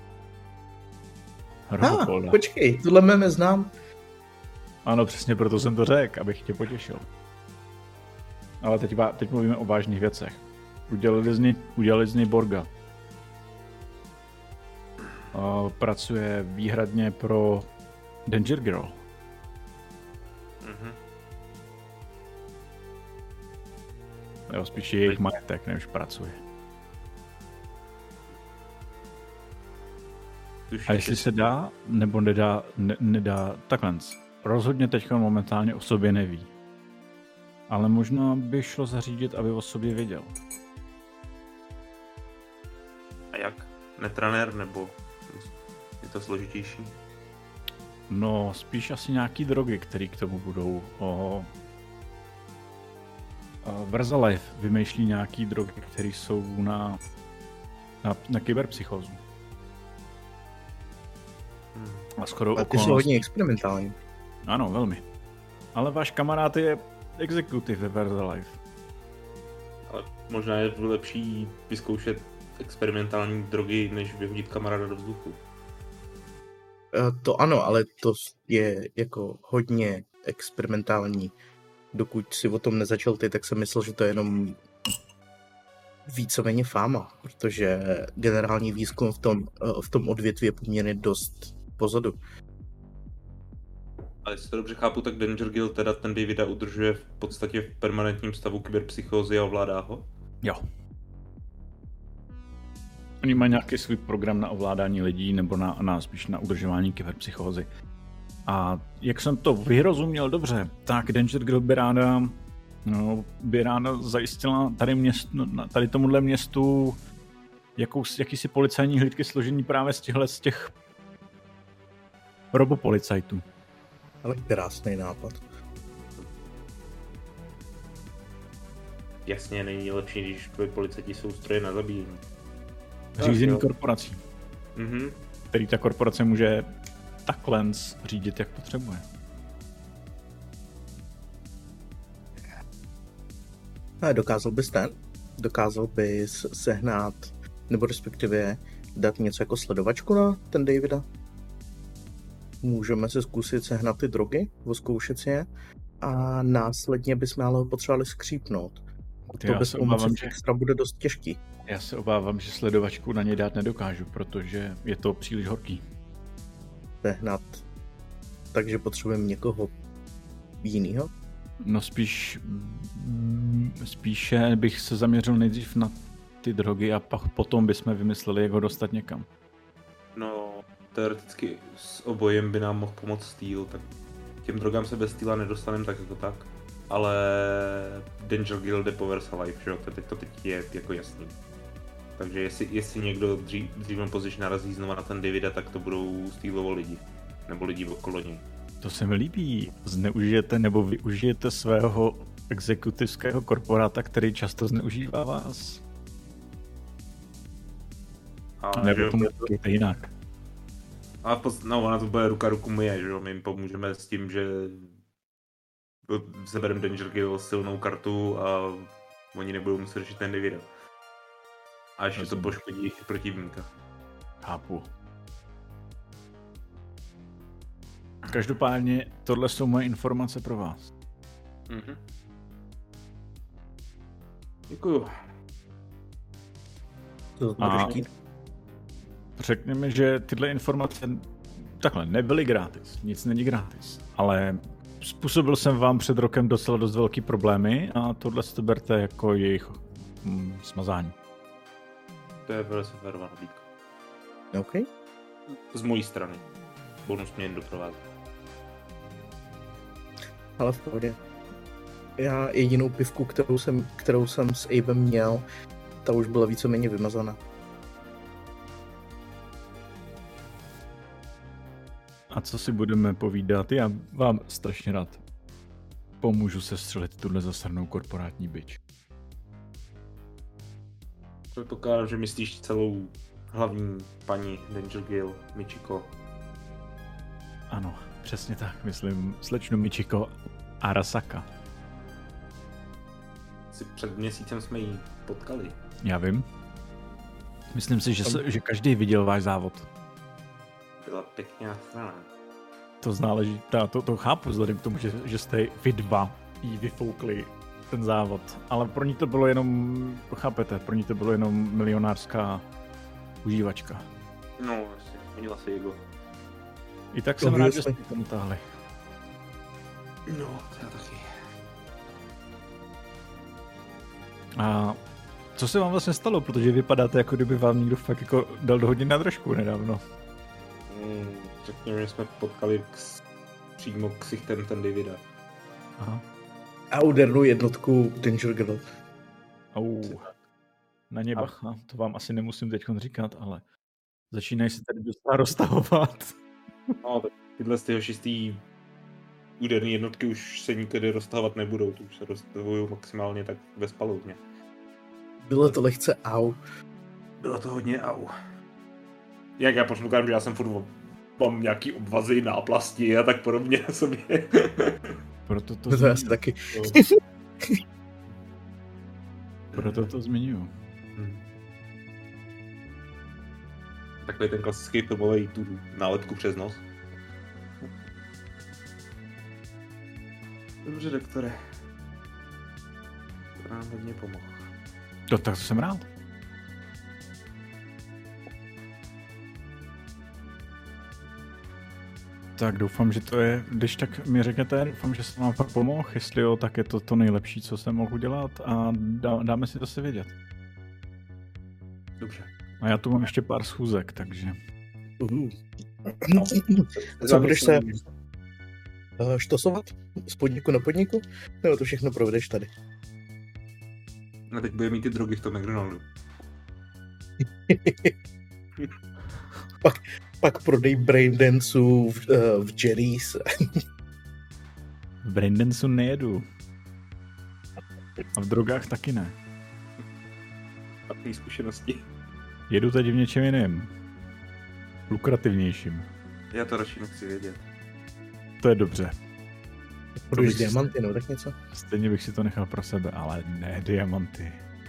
Robopolda. Počkej, tohle meme znám. Ano, přesně proto jsem to řekl, abych tě potěšil. Ale teď mluvíme o vážných věcech. Udělali z něj Borga. Pracuje výhradně pro Danger Girl. Mhm. Jo, spíš je jejich majetek, než pracuje. A jestli se dá, nebo nedá takhle. Rozhodně teďka momentálně o sobě neví. Ale možná by šlo zařídit, aby o sobě věděl. A jak? Netraner, nebo je to složitější? No, spíš asi nějaký drogy, které k tomu budou. Verzalife vymýšlí nějaký drogy, které jsou na kyberpsychózu. A skoro A ty jsou hodně experimentální. Ano, velmi. Ale váš kamarád je exekutiv ve Verzalife. Ale možná je lepší vyzkoušet experimentální drogy, než vyhodit kamaráda do vzduchu. To ano, ale to je jako hodně experimentální. Dokud si o tom nezačal ty, tak jsem myslel, že to je jenom víceméně fáma, protože generální výzkum v tom odvětví je poměrně dost pozadu. Ale jestli to dobře chápu, tak Danger Girl teda ten Davida udržuje v podstatě v permanentním stavu kyberpsychózy a ovládá ho? Jo. Oni mají nějaký svůj program na ovládání lidí nebo spíš na udržování kyberpsychózy. A jak jsem to vyrozuměl dobře, tak Danger Girl by ráda zajistila tady tomuhle městu jakýsi policajní hlídky složení právě z těch robopolicajtů. Ale krásný nápad. Jasně, není lepší, když tvoji policajti jsou stroje na zabíjení. Řízení korporací. Mhm. Který ta korporace může takhle řídit, jak potřebuje. A dokázal bys sehnat, nebo respektive dát něco jako sledovačku na ten Davida? Můžeme se zkusit sehnat ty drogy, zkoušet si je a následně bychom ale ho potřebovali skřípnout. To bez pomoci extra bude dost těžký. Já se obávám, že sledovačku na něj dát nedokážu, protože je to příliš horký. Sehnat. Takže potřebujeme někoho jinýho? No spíše bych se zaměřil nejdřív na ty drogy a pak potom bychom vymysleli, jak ho dostat někam. No, teoreticky s obojem by nám mohl pomoct Steel, tak těm drogám se bez Steela nedostaneme tak jako tak. Ale Danger Guild jde po Versalife, že jo, to teď je jako jasný. Takže jestli někdo dřív nebo později narazí znova na ten Davida, tak to budou Steelovo lidi. Nebo lidi okolo něj. To se mi líbí. Zneužijete nebo využijete svého exekutivského korporáta, který často zneužívá vás. A nebo tomu to jinak. A ona to bude ruka ruku myje, že jo, my jim pomůžeme s tím, že sebereme Danger Guild silnou kartu a oni nebudou muset řešit ten Davida. A ještě to poškodí jejich protivníka. Chápu. Každopádně tohle jsou moje informace pro vás. Mhm. Děkuju. A řekněme, že tyhle informace takhle nebyly gratis, nic není gratis, ale způsobil jsem vám před rokem docela dost velký problémy a tohle si to berte jako jejich smazání. To je velice férová nabídka. OK. Z mojí strany. Bonus mě jen doprovází. Ale v pohodě. Já jedinou pivku, kterou jsem s Abem měl, ta už byla víceméně vymazaná. A co si budeme povídat? Já vám strašně rád pomůžu sestřelit tuhle zasrnou korporátní bič. Předpokládám, že myslíš celou hlavní paní Danger Guild, Michiko. Ano, přesně tak. Myslím slečnu Michiko Arasaka. Před měsícem jsme ji potkali. Já vím. Myslím si, že každý viděl váš závod. Byla pěkná strana. To záleží, to chápu, vzhledem k tomu, že jste vy dva jí vyfoukli ten závod. Ale pro ní to bylo jenom, chápete, pro ní to bylo jenom milionářská užívačka. No, vlastně, hodila se Jego. I tak jsem rád, že jste to natáhli. No, já taky. A co se vám vlastně stalo, protože vypadáte, jako kdyby vám někdo fakt jako dal do hodin na držku nedávno. Řekněme, že jsme potkali přímo ksichtem ten Davida. Aha. A udernou jednotku Danger Guild. Na ně bacha, to vám asi nemusím teď říkat, ale začínají se tady docela roztahovat. No, tak tyhle z těch šestý úderné jednotky už se nikdy roztahovat nebudou, to už se roztahují maximálně tak ve spalovně. Bylo to lehce au. Bylo to hodně au. Jak já předpokládám, že já jsem furt mám nějaký obvazy, náplasti a tak podobně na sobě. Proto to To asi taky. Proto to zmiňuji. Takový ten klasický filmový tu nálepku přes nos. Dobře, doktore. To nám hodně pomohl. Tak jsem rád. Tak doufám, že to je, když tak mi řeknete, doufám, že jsem vám fakt pomohl, jestli jo, tak je to to nejlepší, co jsem mohl udělat a dáme si to si vědět. Dobře. A já tu mám ještě pár schůzek, takže... Co budeš se štosovat z podniku na podniku? Nebo to všechno provedeš tady? A teď bude mít ty drogy v tom McDonaldu. Pak prodej Braindance'u v Jerry's. V Braindance'u nejedu. A v drogách taky ne. A ty zkušenosti. Jedu teď v něčem jiném. Lukrativnějším. Já to radši nechci vědět. To je dobře. Prodej diamanty, no tak něco. Stejně bych si to nechal pro sebe, ale ne diamanty.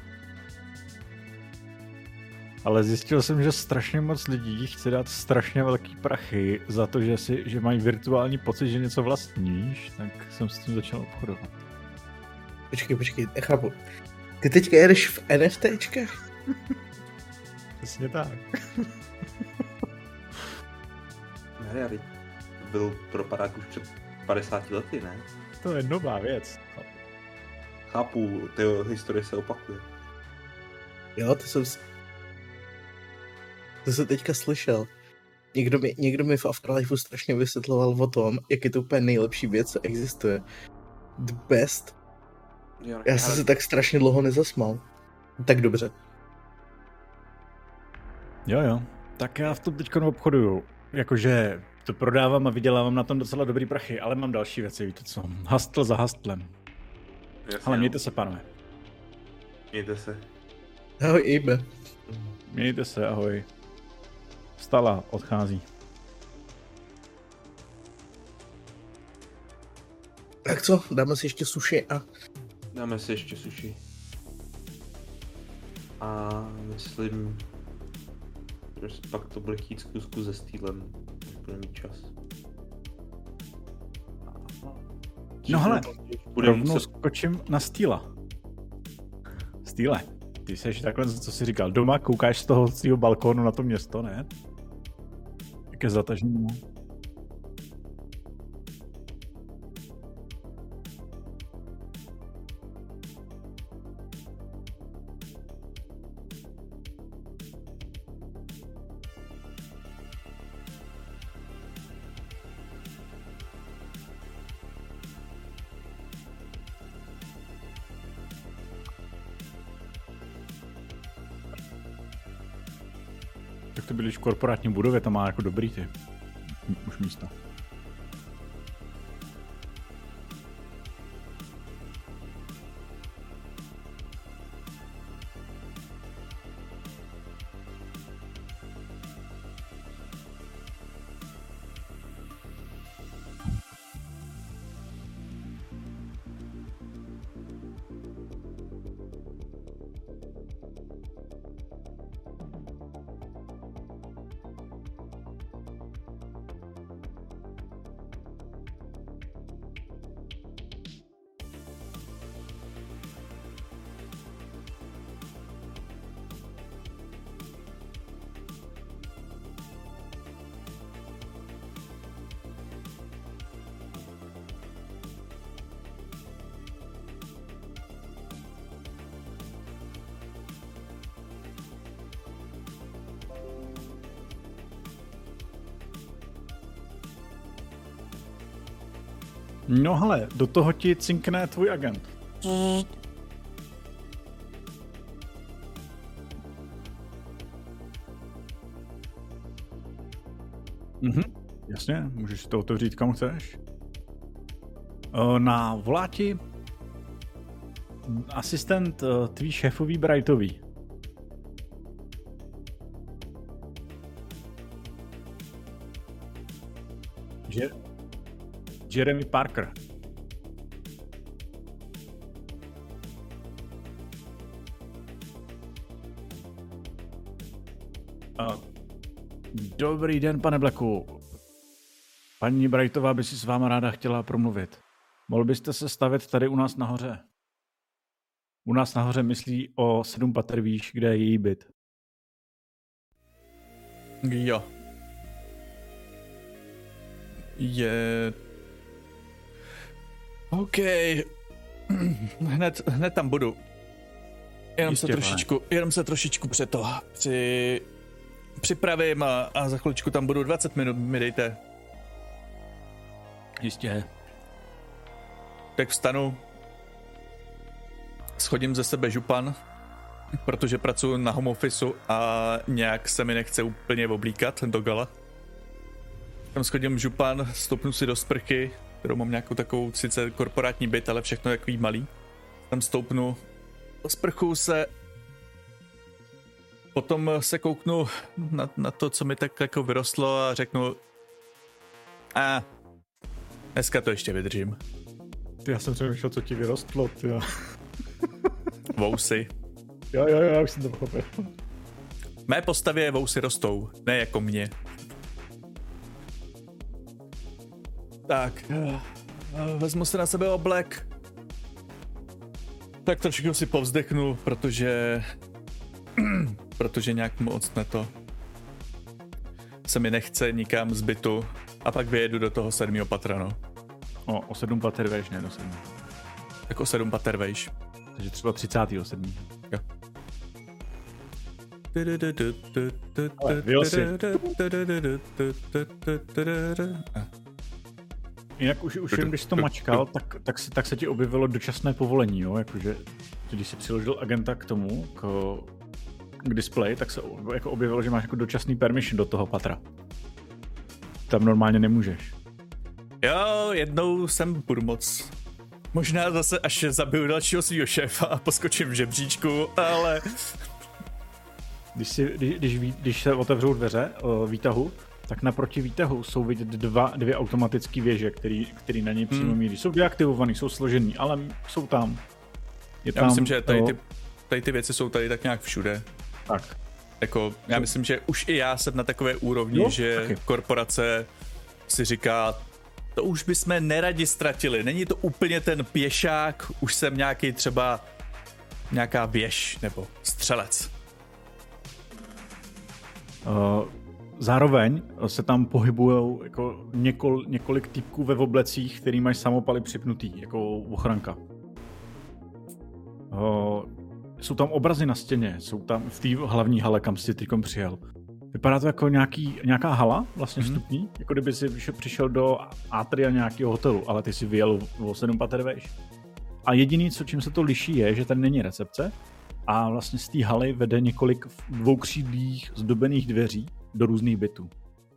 Ale zjistil jsem, že strašně moc lidí chce dát strašně velký prachy za to, že mají virtuální pocit, že něco vlastníš, tak jsem s tím začal obchodovat. Počkej, nechápu. Ty teďka jedeš v NFTčkách? Přesně tak. Ne, já byl propadák už před 50 lety, ne? To je nová věc. Chápu, historie se opakuje. Jo, to jsem teďka slyšel. Někdo mi v Afterlifeu strašně vysvětloval o tom, jak je to úplně nejlepší věc, co existuje. The best. Já jsem se tak strašně dlouho nezasmál. Tak dobře. Jo. Tak já v tom teďko obchoduju. Jakože to prodávám a vydělávám na tom docela dobrý prachy, ale mám další věci, víte co? Hustl za hustlem. Ale mějte se, pánové. Mějte se. Ahoj, Ibe. Mějte se, ahoj. Stala, odchází. Tak co, dáme si ještě sushi a... Dáme si ještě sushi. A myslím, že pak to bude chtít zkusku se stýlem, až bude mít čas. No hele, rovnou skočím na Stýla. Stýle, ty jsi takhle, co jsi říkal, doma koukáš z toho svého balkónu na to město, ne? Jak je zatažený. Tak to byliš v korporátní budově, tam má jako dobrý ty už místa. No hele, do toho ti cinkne tvůj agent. Jasně, můžeš si to otevřít kam chceš. Na voláti asistent tvý šéfový Brightový. Jeremy Parker. Dobrý den, pane Blacku. Paní Brightová by si s váma ráda chtěla promluvit. Mohl byste se stavit tady u nás nahoře? U nás nahoře myslí o 7 pater výš, kde je její byt. Jo. Je... OK. Hned tam budu. Jenom se trošičku připravím a za chviličku tam budu. 20 minut mi dejte. Jistě. Tak vstanu. Schodím ze sebe župan, protože pracuji na home officeu a nějak se mi nechce úplně oblíkat do gala. Tam schodím župan, stoupnu si do sprchy, kterou mám nějakou takovou sice korporátní byt, ale všechno takový malý. Tam stoupnu, sprchu se, potom se kouknu na to, co mi tak jako vyrostlo a řeknu dneska to ještě vydržím. Já jsem přemýšlel, co ti vyrostlo, ty. Vousy. Jo, já už jsem to pochopil. Mé postavě vousy rostou, ne jako mě. Tak, vezmu si na sebe oblek. Tak trošku si povzdechnu, protože nějak moc na to se mi nechce nikam z bytu a pak vyjedu do toho 7. patra, no. O 7 pater vejš, ne do 7. Jako 7 pater vejš. Takže třeba 37. Jo. Vyjel si. Jinak už jen když jsi to mačkal, tak se ti objevilo dočasné povolení, jo? Jakože když jsi přiložil agenta k tomu, k displeji, tak se jako objevilo, že máš jako dočasný permission do toho patra. Tam normálně nemůžeš. Jo, jednou jsem budu moc. Možná zase až zabiju dalšího svýho šéfa a poskočím v žebříčku, ale... Když se otevřou dveře výtahu, tak naproti výtahu jsou vidět dvě automatické věže, který na něj přímo míří. Jsou deaktivovaný, jsou složený, ale jsou tam. Já myslím, že tady ty věci jsou tady tak nějak všude. Tak. Jako, já myslím, že už i já jsem na takové úrovni, že taky. Korporace si říká, to už bychom neradi ztratili. Není to úplně ten pěšák, už jsem nějaký třeba nějaká věž nebo střelec. Zároveň se tam pohybujou jako několik typků ve oblecích, který mají samopaly připnutý, jako ochranka. Jsou tam obrazy na stěně, jsou tam v té hlavní hale, kam jsi teďkom přijel. Vypadá to jako nějaká hala, vlastně vstupní, jako kdyby si přišel do atria nějakého hotelu, ale ty si vyjel o 7 pater vejš. A jediný, čím se to liší, je, že tady není recepce a vlastně z té haly vede několik dvoukřídlých zdobených dveří do různých bytů.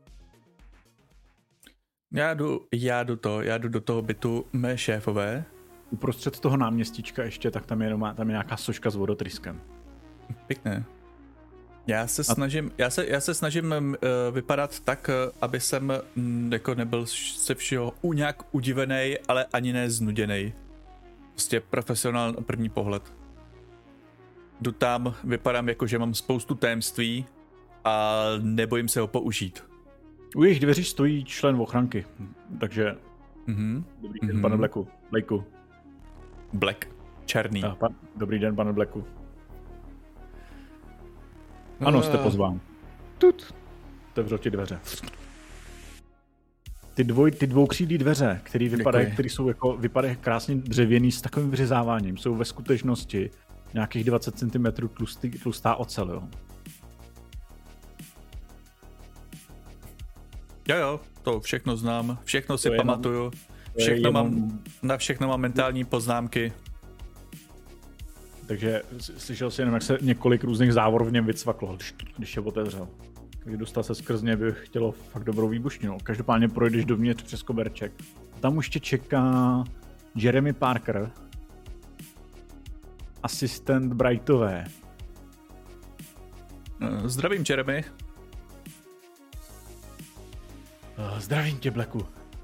Já jdu do toho bytu mé šéfové. Uprostřed toho náměstíčka ještě, tak tam je nějaká soška s vodotryskem. Pěkné. Já se snažím vypadat tak, aby jsem jako nebyl se všeho nějak udivený, ale ani ne znuděnej. Prostě profesionál na první pohled. Jdu tam, vypadám jako, že mám spoustu tajemství a nebojím se ho použít. U jejich dveří stojí člen ochranky, takže dobrý den, pane Blacku. Black, černý. Dobrý den, pane Blacku. Ano, jste pozván. Tut. Otevřel ti dveře. Ty dvoukřídlý dveře, které vypadají krásně dřevěný s takovým vyřezáváním, jsou ve skutečnosti nějakých 20 cm tlustá ocel, jo. Jo, to všechno znám, všechno si pamatuju, na všechno mám mentální poznámky. Takže slyšel jsi jenom, jak se několik různých závor v něm vycvaklo, když je otevřel. Takže dostal se skrz ně, by chtělo fakt dobrou výbušninu. Každopádně projdeš dovnitř přes koberček. Tam už tě čeká Jeremy Parker, asistent Brightové. Zdravím, Jeremy. Zdravím tě, Blacku.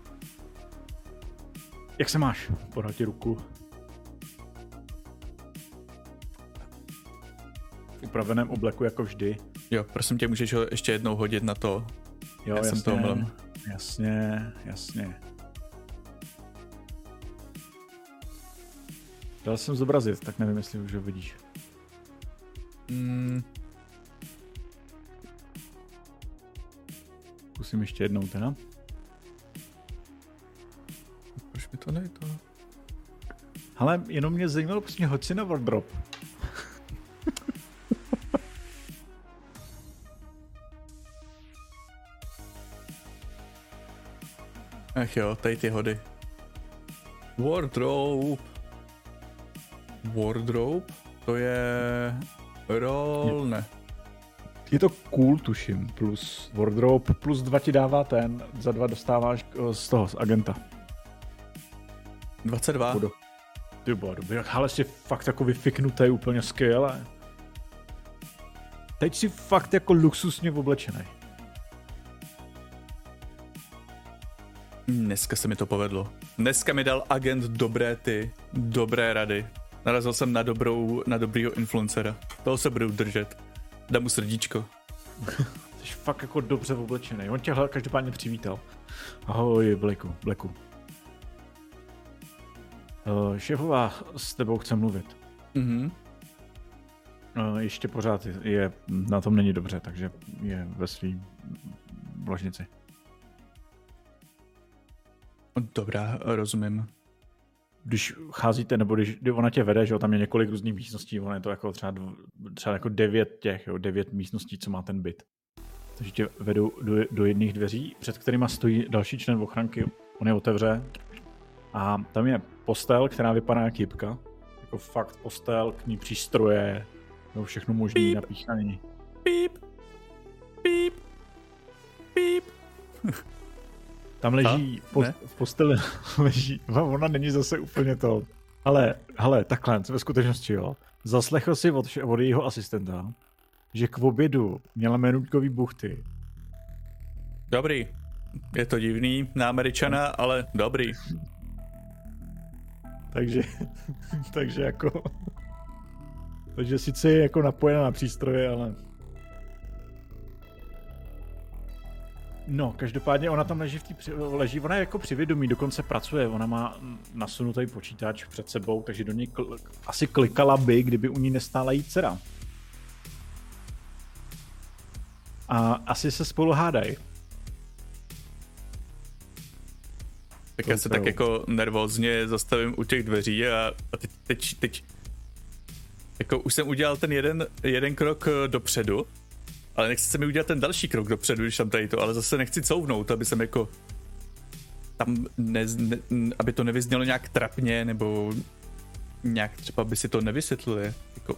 Jak se máš? Podal ti ruku. V upraveném obleku jako vždy. Jo, prosím tě, můžeš ho ještě jednou hodit na to? Jo, já jsem to omylem. Jasně. Dal jsem zobrazit, tak nevím, jestli už ho vidíš. Zkusím ještě jednou teda. Proč mi to nejde? Hele, jenom mě zajímalo, prostě hoď si na wardrobe. Ach jo, tady ty hody. Wardrobe? To je... roll, ne. Je to cool, tuším, plus wardrobe, plus 2 ti dává za 2 dostáváš z agenta. 22. Ty bylo dobrý, ale jsi fakt jako vyfiknutý, úplně skvěle. Teď jsi fakt jako luxusně oblečený. Dneska se mi to povedlo. Dneska mi dal agent dobré rady. Narazil jsem na dobrýho influencera. Toho se budu držet. Dám mu srdíčko. Jsi fakt jako dobře oblečený. On tě každopádně přivítal. Ahoj, Blacku. Šéfová s tebou chce mluvit. Ještě pořád na tom není dobře, takže je ve svý ložnici. Dobrá, rozumím. když cházíte, nebo když ona tě vede, že jo, tam je několik různých místností, ono je to jako třeba jako 9 místností, co má ten byt. Takže tě vedou do jedných dveří, před kterýma stojí další člen ochranky, on je otevře a tam je postel, která vypadá jak jipka, jako fakt postel, k ní přístroje, no všechno možný napíchaný. Píp, píp, píp. Tam leží, v posteli leží, ona není zase úplně to, ale hele, takhle, ve skutečnosti jo, zaslechl si od jejího asistenta, že k obědu měla menutkový buchty. Dobrý, je to divný na Američana, ale dobrý. Takže jako, takže sice je jako napojená na přístroje, ale no, každopádně ona tam leží, ona je jako při vědomí, dokonce pracuje, ona má nasunutý počítač před sebou, takže do něj asi klikala by, kdyby u ní nestála jí dcera. A asi se spolu hádají. Tak já se tak jako nervózně zastavím u těch dveří a teď jako už jsem udělal ten jeden krok dopředu, ale nechci se mi udělat ten další krok dopředu, když tam tady to, ale zase nechci couvnout, aby jsem jako tam aby to nevyznělo nějak trapně, nebo nějak třeba by si to nevysvětlili, jako.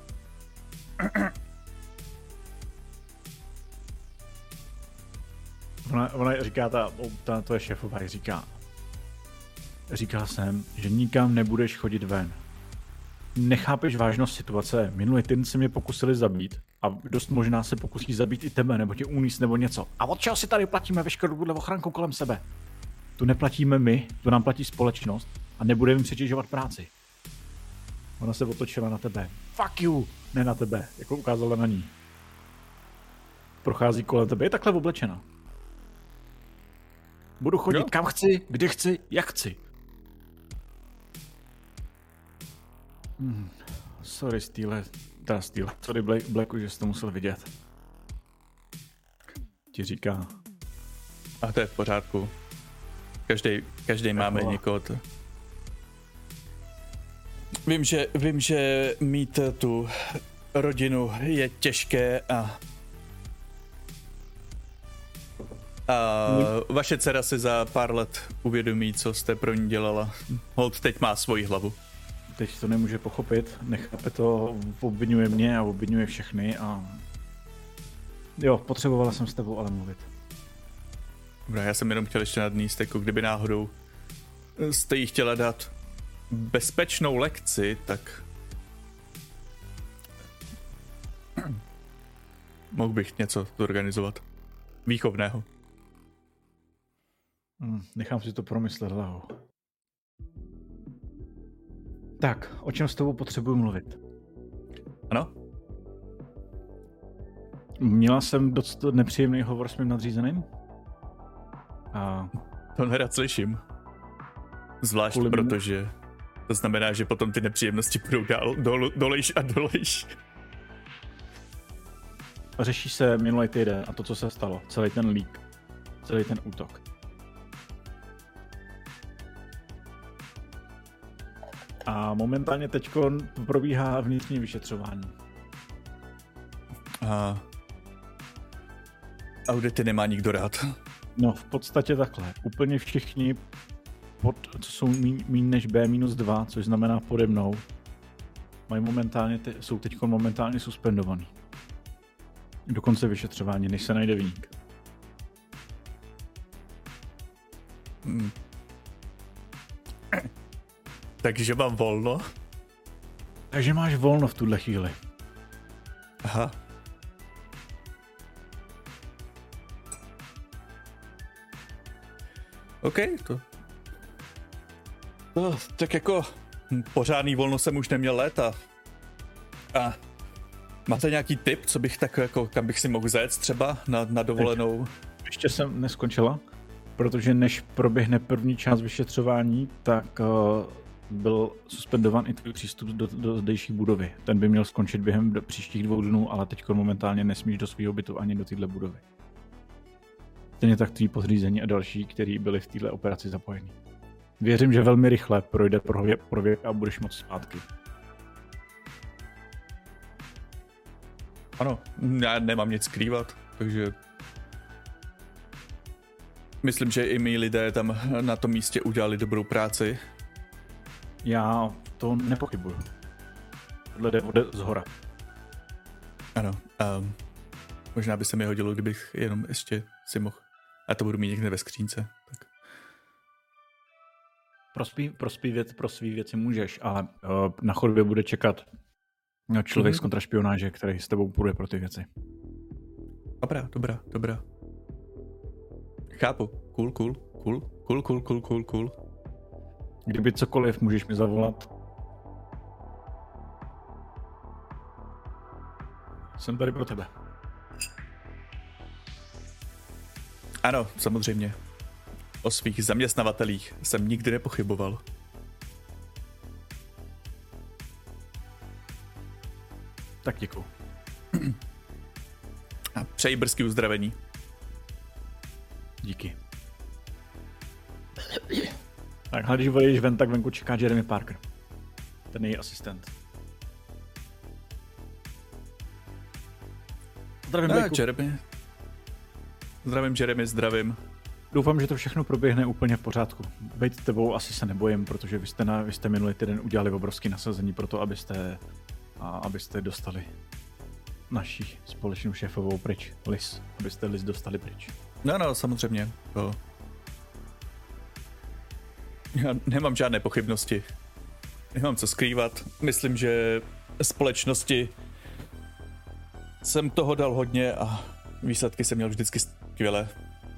Ona říká, to je šéfová, říkal jsem, že nikam nebudeš chodit ven. Nechápeš vážnost situace. Minulý týden se mě pokusili zabít a dost možná se pokusí zabít i tebe, nebo tě uníst, nebo něco. A od čeho si tady platíme veškerou tuhle ochranku kolem sebe? Tu neplatíme my, tu nám platí společnost a nebudeme jim přetěžovat práci. Ona se otočila na tebe. Fuck you! Ne na tebe, jako ukázala na ní. Prochází kolem tebe, je takhle oblečena. Budu chodit kam chci, kdy chci, jak chci. Sorry, sorry Blacku, že jsi to musel vidět. Ti říká. A to je v pořádku. Každý máme někoho. Vím, že mít tu rodinu je těžké a vaše dcera si za pár let uvědomí, co jste pro ní dělala. Holt teď má svoji hlavu. Teď to nemůže pochopit, nechápe to, obvinuje mě a obvinuje všechny a jo, potřebovala jsem s tebou ale mluvit. Dobrá, já jsem jenom chtěl ještě nadníst, jako kdyby náhodou jste jí chtěla dát bezpečnou lekci, tak mohl bych něco zorganizovat. Výchovného. Nechám si to promyslet hlavou. Tak, o čem s tebou potřebuji mluvit? Ano? Měla jsem dost nepříjemný hovor s mým nadřízeným? A to nerad slyším. Zvlášť protože to znamená, že potom ty nepříjemnosti budou dál dolejš a dolejš. Řeší se minulý týden a to, co se stalo. Celý ten leak. Celý ten útok. A momentálně teďko probíhá vnitřní vyšetřování. A audity nemá nikdo rád. No, v podstatě takhle. Úplně všichni, co jsou míň než B-2, což znamená pode mnou, mají jsou teďko momentálně suspendovaný. Do konce vyšetřování, než se najde viník. Takže mám volno? Takže máš volno v tuhle chvíli. Aha. OK, to tak jako pořádný volno jsem už neměl léta. A máte nějaký tip, co bych tak jako, kam bych si mohl zajet třeba na dovolenou? Ještě jsem neskončila, protože než proběhne první část vyšetřování, tak byl suspendován i tvůj přístup do zdejší budovy. Ten by měl skončit během příštích 2 dnů, ale teď momentálně nesmíš do svého bytu ani do téhle budovy. Stejně tak tví podřízení a další, kteří byli v této operaci zapojeni. Věřím, že velmi rychle projde prověrka a budeš moct zpátky. Ano, já nemám nic skrývat, takže myslím, že i mý lidé tam na tom místě udělali dobrou práci. Já to nepochybuju. Tohle jde zhora. Ano, možná by se mi hodilo, kdybych jenom ještě si mohl. A to budu mít někde ve skřínce. Tak. Pro svý věci můžeš, ale na chodbě bude čekat člověk z kontrašpionáže, který s tebou půjde pro ty věci. Dobrá. Chápu. Cool. Kdyby cokoliv, můžeš mi zavolat. Jsem tady pro tebe. Ano, samozřejmě. O svých zaměstnavatelích jsem nikdy nepochyboval. Tak děkuju. A přeji brzký uzdravení. Díky. Tak, když vojíš ven, tak venku čeká Jeremy Parker. Ten její asistent. Zdravím, Jeremy. Zdravím. Doufám, že to všechno proběhne úplně v pořádku. Bejt tebou asi se nebojím, protože vy jste minulý týden udělali obrovský nasazení pro to, abyste dostali naši společnou šéfovou pryč. Liz. Abyste Liz dostali pryč. No, samozřejmě. Já nemám žádné pochybnosti. Nemám co skrývat. Myslím, že společnosti jsem toho dal hodně a výsledky jsem měl vždycky skvělé.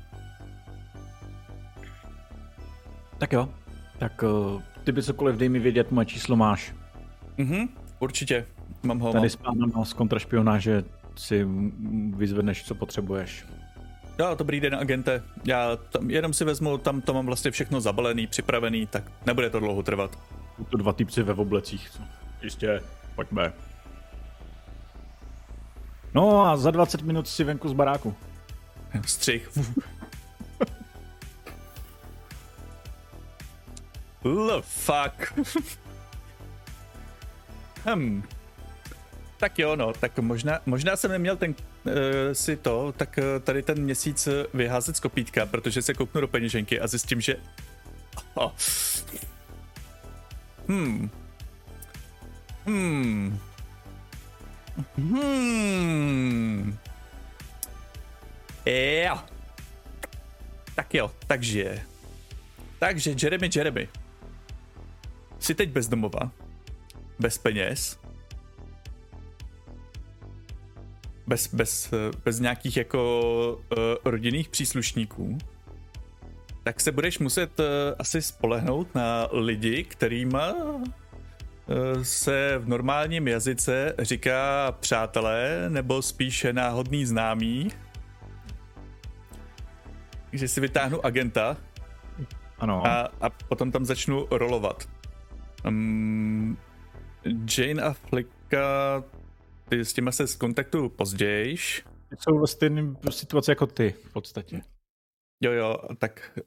Tak jo. Tak ty by cokoliv, dej mi vědět, moje číslo máš. Určitě. Mám ho. Tady s pánem z kontrašpionáže si vyzvedneš, co potřebuješ. Jo, dobrý den, agente. Já tam jenom si vezmu, tam to mám vlastně všechno zabalený, připravený, tak nebude to dlouho trvat. Tu 2 týpci ve oblecích. Jistě, pojďme. No a za 20 minut si venku z baráku. Střih. Fuck. Tak jo, no, tak možná jsem neměl tak tady ten měsíc vyházet z kopítka, protože se kouknu do peněženky a zjistím, že... Jo. Tak jo, takže Jeremy. Jsi teď bez domova, bez peněz, bez nějakých jako rodinných příslušníků, tak se budeš muset asi spolehnout na lidi, kterýma se v normálním jazyce říká přátelé, nebo spíše náhodný známí. Takže si vytáhnu agenta. Ano. A potom tam začnu rolovat. Jane a Flicka, ty s těma se skontaktuju pozdějiš. Jsou ve stejné situaci jako ty, v podstatě. Jo, tak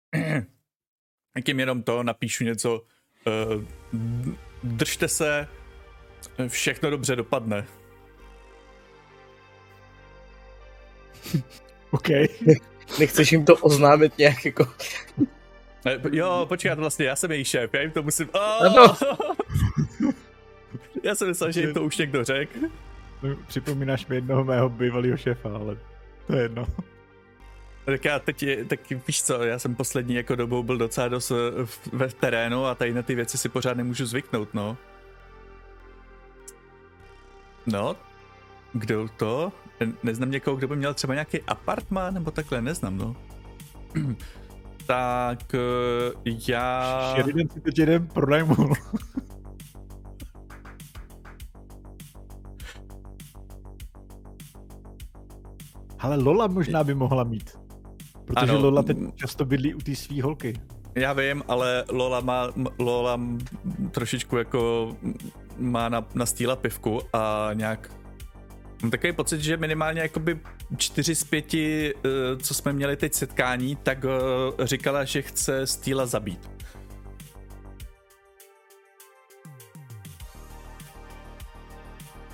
jim jenom to napíšu něco. Držte se, všechno dobře dopadne. OK. Nechceš jim to oznámit nějak jako... Jo, počkat, vlastně, já jsem její šéf, já jim to musím... Ano. Já jsem myslel, že jim to už někdo řekl. No, připomínáš mi jednoho mého bývalého šéfa, ale to je jedno. Tak já teď, tak víš co, já jsem poslední jako dobou byl docela dost v terénu a tady na ty věci si pořád nemůžu zvyknout, no. No, kdo to? Neznám někoho, kdo by měl třeba nějaký apartmán, nebo takhle, neznám, no. Tak já... Sheridan si teď jeden pronajmul. Ale Lola možná by mohla mít. Protože ano. Lola teď často bydlí u té svý holky. Já vím, ale Lola trošičku jako má na stýla pivku a nějak... Mám takový pocit, že minimálně jakoby 4 z 5, co jsme měli teď setkání, tak říkala, že chce Steela zabít.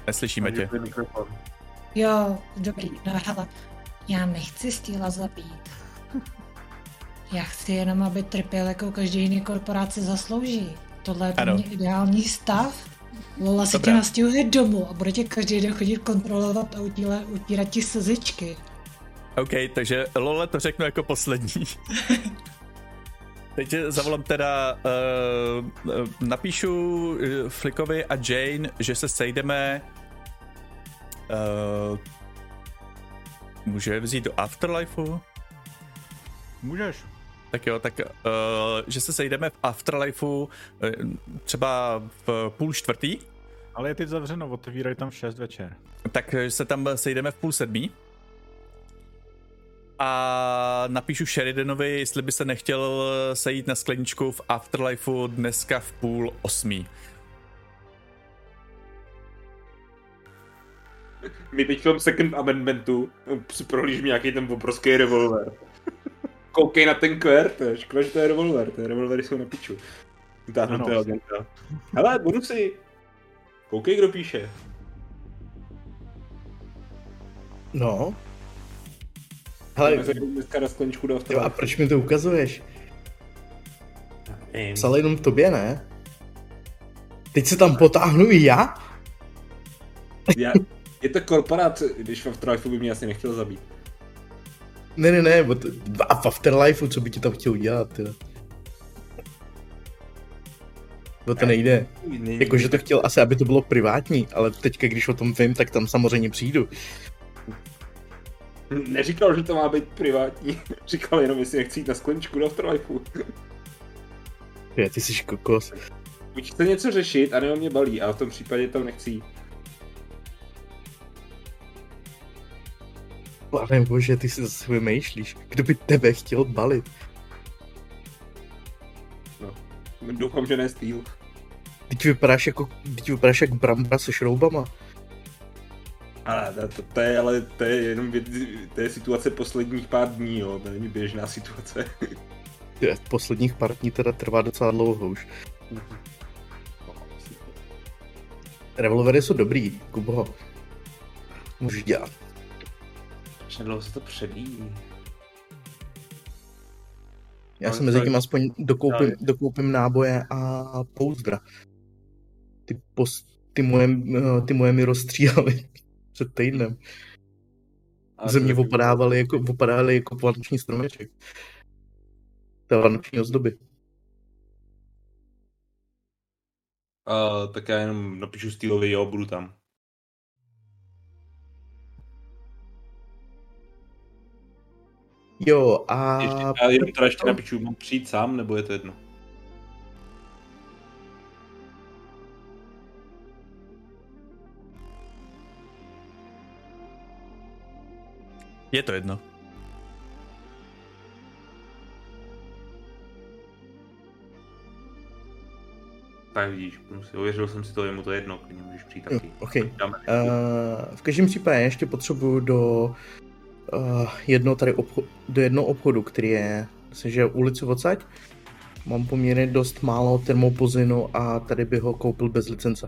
Neslyšíme tě. Jo, dobrý, no hele, já nechci Steela zabít. Já chci jenom, aby trpěl jako každý jiný korporace zaslouží. Tohle je pro mě ideální stav. Lola si tě nastěhuje domů a bude tě každý den chodit kontrolovat a utírat ti slzičky. OK, takže Lola to řeknu jako poslední. Teď zavolám teda, napíšu Flickovi a Jane, že se sejdeme, může vzít do Afterlifeu? Můžeš. Tak jo, tak že se sejdeme v Afterlifeu třeba v 3:30. Ale je teď zavřeno, otevírají tam v 6 večer. Tak se tam sejdeme v 7:30. A napíšu Sheridanovi, jestli by se nechtěl sejít na skleničku v Afterlifeu dneska v 7:30. My teď v tom Second Amendmentu si prohlížím nějaký ten obrovský revolver. Koukej na ten QR, to je škoda, že to je revolver, ty revolvery jsou na piču. Táhnu to agenta. Hele, bonusy! Koukej, kdo píše. No. Hele, dneska na skleničku do jo, a proč mi to ukazuješ? Psal jenom tobě, ne? Teď se tam potáhnu i já? Je to korporace, když v Afterlifeu by mě asi nechtěl zabít. Ne, a v Afterlifeu, co by ti tam chtěl udělat, tyjo? To nejde. Jakože to chtěl asi, aby to bylo privátní, ale teďka, když o tom vím, tak tam samozřejmě přijdu. Neříkal, že to má být privátní, říkal jenom, jestli nechci jít na skleničku do Afterlifeu. Ty jsi kokos. Buď chce něco řešit, a nebo mě balí, a v tom případě tam nechci jít. Pane bože, ty si zase vymýšlíš. Kdo by tebe chtěl balit? No, doufám, že ne Steel. Teď vypadáš jak brambora se šroubama. To je jenom to je situace posledních pár dní, jo, to není běžná situace. Posledních pár dní teda trvá docela dlouho už. Revolvery jsou dobrý, Kubo. Můžeš dělat. Dlouho se to předvíjí. Já si mezi tím aspoň dokoupím náboje a pouzdra. Ty moje mi rozstříhali před týdnem. Ze mě opadaly jako vánoční stromeček. To je vánoční ozdoby. Tak já jenom napíšu Steelovi, jo, budu tam. Jo, a... Já jenom teda ještě napíšu, mám přijít sám, nebo je to jedno? Je to jedno. Tak vidíš, ověřil jsem si to, jemu to jedno, klidně můžeš přijít taky. Okay. V každém případě ještě potřebuju do jednoho obchodu, který je, myslím, že ulici odsaď. Mám poměrně dost málo termopozinu a tady bych ho koupil bez licence.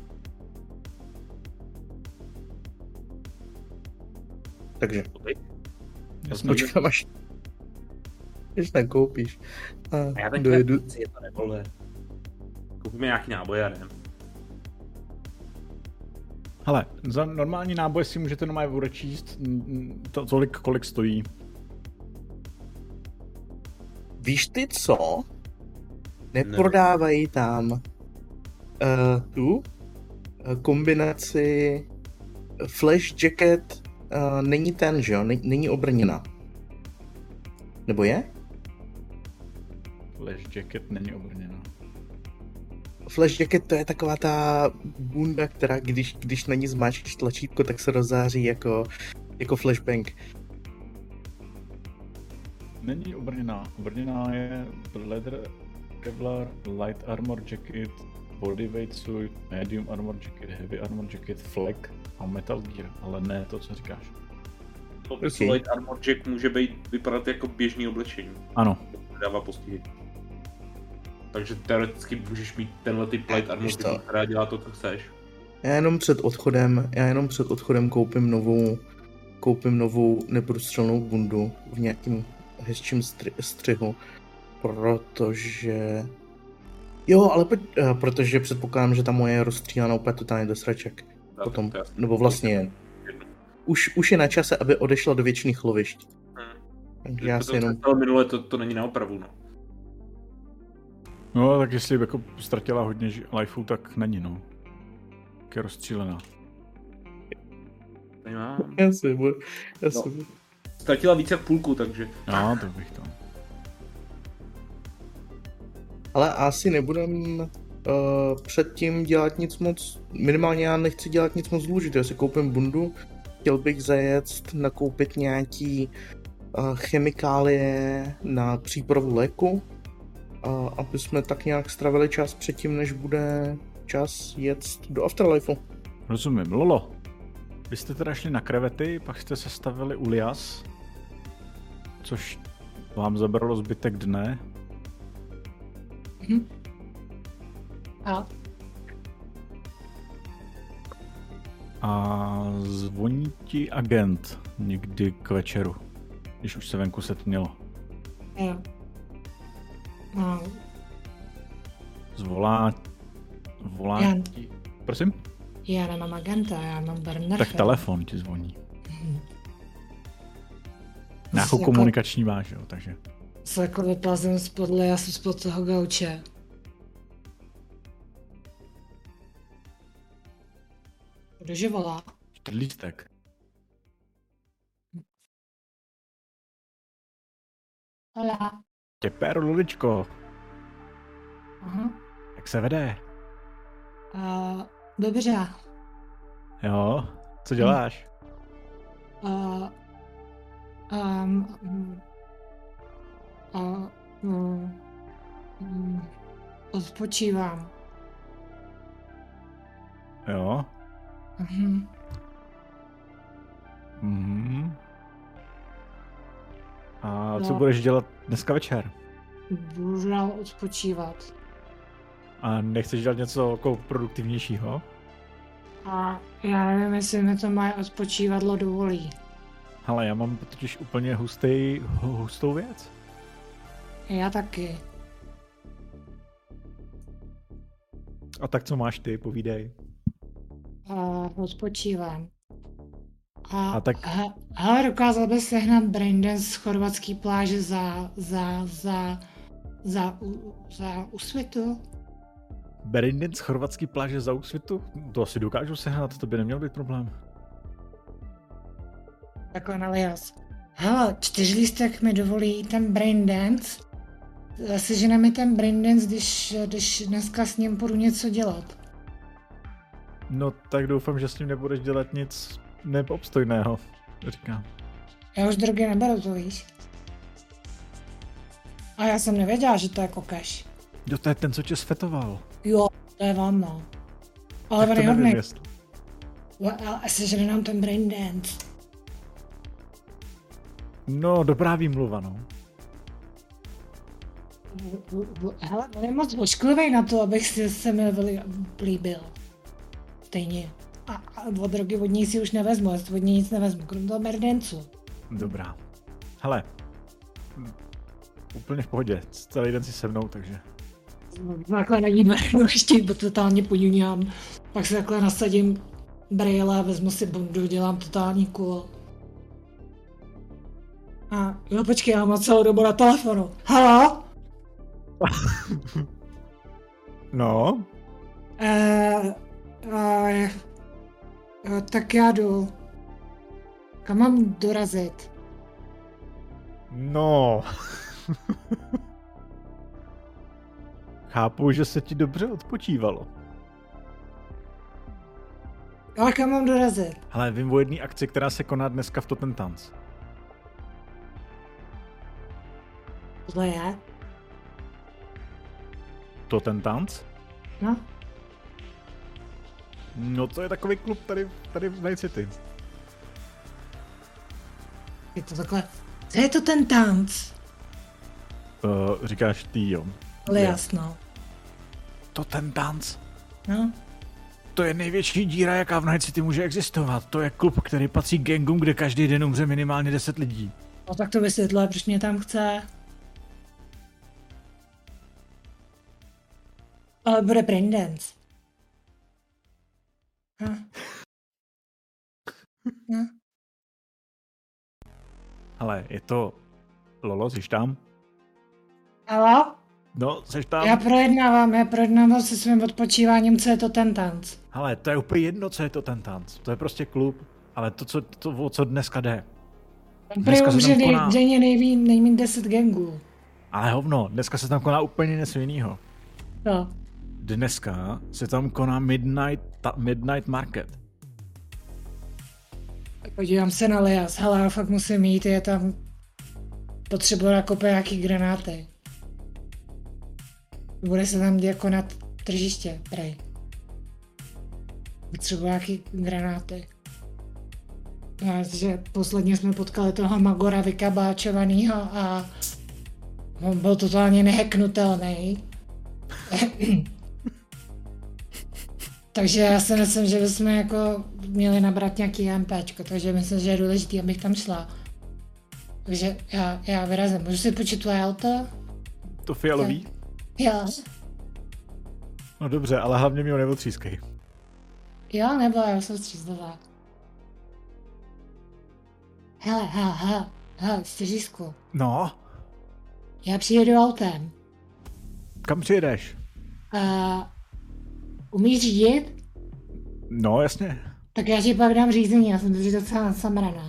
Takže. Počkám až nakoupíš. A já dojedu. Je to revolver. Koupíme nějaký náboj, já nevím. Hele, za normální náboj si můžete normálně odečíst tolik, kolik stojí. Víš ty co? Neprodávají tam tu kombinaci Flash Jacket, není ten, že jo? Není obrněná. Nebo je? Flash Jacket není obrněná. Flash Jacket to je taková ta bunda, která když na ní zmáčkneš tlačítko, tak se rozzáří jako flashbang. Není obrněná. Obrněná je Leather Kevlar, Light Armor Jacket, Bodyweight Suit, Medium Armor Jacket, Heavy Armor Jacket, Flak a Metal Gear, ale ne to, co říkáš. Okay. Light Armor Jack může vypadat jako běžný oblečení. Ano. Dává postihy. Takže teoreticky můžeš mít tenhle typ Light Armor Jack, která dělá to, co chceš. Já jenom před odchodem koupím novou neprůstřelnou bundu v nějakým hezčím střihu, protože... Jo, ale protože předpokládám, že ta moje je rozstřílená úplně totálně do sraček. Potom, nebo vlastně už je na čase, aby odešla do věčných lovišť. Takže já si jenom... Minule to není na opravu, no. No, tak jestli jako ztratila hodně lifeu, tak není, no. Jak je rozstřílená. Nemám. Já si budu. Ztratila více v půlku, takže... No, to bych to. Ale asi nebudem předtím dělat nic moc, minimálně já nechci dělat nic moc důležitého. Já si koupím bundu, chtěl bych zajet, nakoupit nějaký chemikálie na přípravu léku, aby jsme tak nějak stravili čas předtím, než bude čas jet do Afterlifeu. Rozumím. Lolo, vy jste teda šli na krevety, pak jste sestavili Ulias, což vám zabralo zbytek dne. A zvoní ti agent někdy k večeru, když už se venku setmělo. Jo. No. Zvolá ti... Prosím? Já nemám agenta, já mám Bernarda. Tak telefon ti zvoní. Nějakou komunikační máš, jo, takže... Se jako vyplazím spodle, já jsem spod toho gauče. Kdože volá? Lístek. Hola. Těper, Luličko. Aha. Jak se vede? Dobře. Jo, co děláš? Odpočívám. Jo? A co budeš dělat dneska večer? Budu dál odpočívat. A nechceš dělat něco jako produktivnějšího? A já nevím, jestli mi to má odpočívadlo dovolí. Hele, já mám totiž úplně hustou věc. Já taky. A tak co máš ty, povídej. Odpočívám. A tak... Hele, dokázal bys sehnat braindance z chorvatský pláže za Úsvitu? Braindance z chorvatský pláže za Úsvitu? To asi dokážu sehnat, to by neměl být problém. Takhle nalias. Hele, 4 lístek mi dovolí ten braindance. Sežene mi ten braindance, když dneska s ním půjdu něco dělat. No tak doufám, že s ním nebudeš dělat nic neobstojného, říkám. Já už drogy neberu, to víš. A já jsem nevěděla, že to je kokaš. Jo, to je ten, co tě sfetoval. Jo, to je vám, no. Ale tak to nevím, jestli. Ale sežene nám ten braindance. No, dobrá výmluva, no. Hele, on je moc ošklivej na to, abych se mi líbil. Stejně. A od drogy od něj si už nevezmu, já si od něj nic nevezmu, krom toho merdencu. Dobrá. Hele, úplně v pohodě, celý den si se mnou, takže... Takhle na ní merdu ještě totálně poňuňám, pak se takhle nasadím brýle, vezmu si bundu, dělám totální cool. A jo, počkej, já mám celou dobu na telefonu. Halo? No? Tak já jdu. Kam mám dorazit? No. Chápu, že se ti dobře odpočívalo. Ale kam mám dorazit? Hele, vím o jedné akci, která se koná dneska v Totentanz. Tohle je? Totentanz? No? No to je takový klub tady v Night City. Je to takhle... Co je to ten tanc? Říkáš ty, jo. Ale jasno. To ten tanc? No? to je největší díra, jaká v Night City může existovat. To je klub, který patří gangům, kde každý den umře minimálně 10 lidí. No tak to vysvětluje, proč mě tam chce. Ale bude braindance. Ale je to... Lolo, jsi tam? Halo? No, jsi tam? Já projednávám se svým odpočíváním, co je to ten tanc. Ale to je úplně jedno, co je to ten tanc. To je prostě klub. Ale o co dneska jde? Dneska se tam koná... denně nejmín 10 gangů. Ale hovno, dneska se tam koná úplně něco jinýho. No. Dneska se tam koná Midnight Market. Podívám se na Lias. Hele, já fakt musím jít, je tam... Potřebuji nakopit nějaký granáty. Bude se tam konat tržiště, prej. Potřebuji nějaký granáty. Že posledně jsme potkali toho Magora vykabáčovanýho a on byl totálně nehacknutelný. Takže já si myslím, že bychom jako měli nabrat nějaký MPčko, takže myslím, že je důležitý, abych tam šla. Takže já vyrazím. Můžu si počít tvoje auto? To fialový? Jo. No dobře, ale hlavně mi ho neotřískej. Jo, nebo já jsem střízlivá. Hele, Stěžísku. No? Já přijedu autem. Kam přijedeš? Umíš řídit? No, jasně. Tak já ti pak dám řízení, já jsem to docela nasamraná.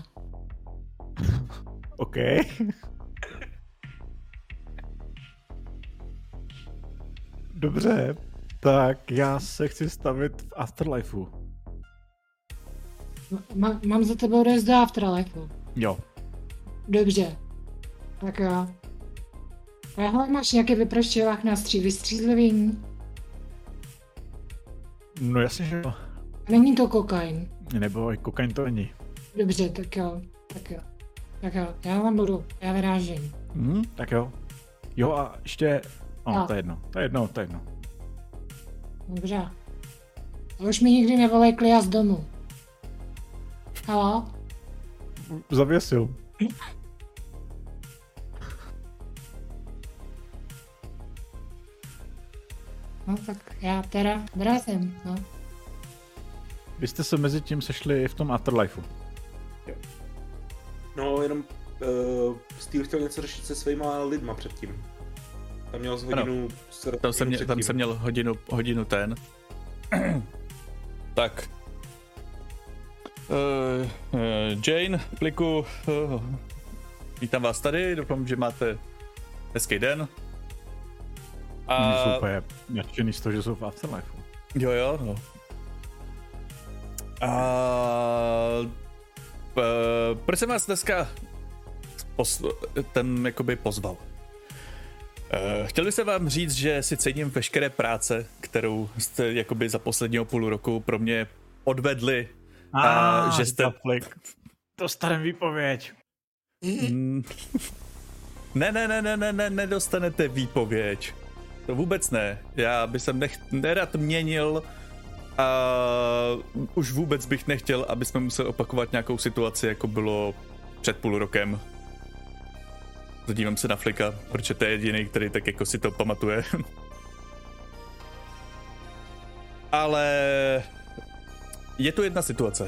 OK. Dobře, tak já se chci stavit v Afterlifeu. Mám za tebou odjezd do Afterlifeu. Jo. Dobře. Tak jo. Hele, máš nějaký vyprošťovák na vystřízlivění? No jasně, že jo. Není to kokain. Nebo kokain to není. Dobře, tak jo. Já tam budu, já vyrážím. Tak jo. Jo a ještě... To je jedno. Dobře. A už mi nikdy nevolej Klia z domu. Halo? Zavěsil. No tak já teda vyrazím, no. Vy jste se mezi tím sešli v tom Afterlifeu. Jo. No, jenom Steel chtěl něco řešit se svýma lidma předtím. Tam měl z hodinu... Tam jsem měl hodinu ten. Tak. Jane, Pliku, vítám vás tady, doufám, že máte hezký den. A... Jsou úplně nadšený z toho, že jsou v Afterlifeu. Jo, no. Proč jsem vás dneska pozval? Chtěl bych se vám říct, že si cením veškeré práce, kterou jste jakoby za posledního půl roku pro mě odvedli. Že jste... Dostaneme výpověď. Ne, nedostanete výpověď. To vůbec ne. Já bych jsem nerad měnil a už vůbec bych nechtěl, aby jsme museli opakovat nějakou situaci, jako bylo před půl rokem. Zadívám se na Flika, protože to je jediný, který tak jako si to pamatuje. Ale je tu jedna situace.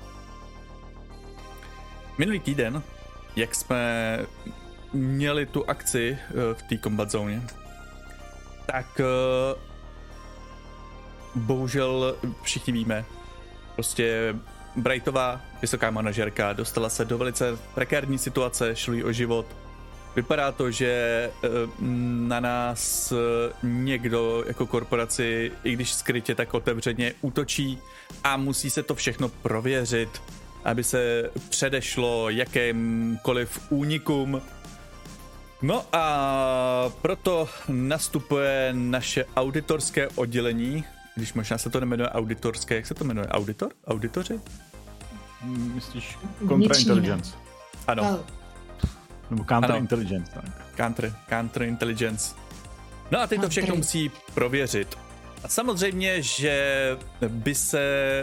Minulý týden, jak jsme měli tu akci v té combat zóně, tak bohužel všichni víme, prostě Brightová, vysoká manažerka, dostala se do velice prekérní situace, šlo jí o život. Vypadá to, že na nás někdo jako korporaci, i když skrytě, tak otevřeně útočí a musí se to všechno prověřit, aby se předešlo jakýmkoliv únikům. No a proto nastupuje naše auditorské oddělení, když možná se to nemenuje auditorské, jak se to jmenuje? Auditor? Auditoři? Myslíš counterintelligence? Ano. Nebo counterintelligence, tak. Counterintelligence. No a teď to všechno musí prověřit. A samozřejmě, že by se...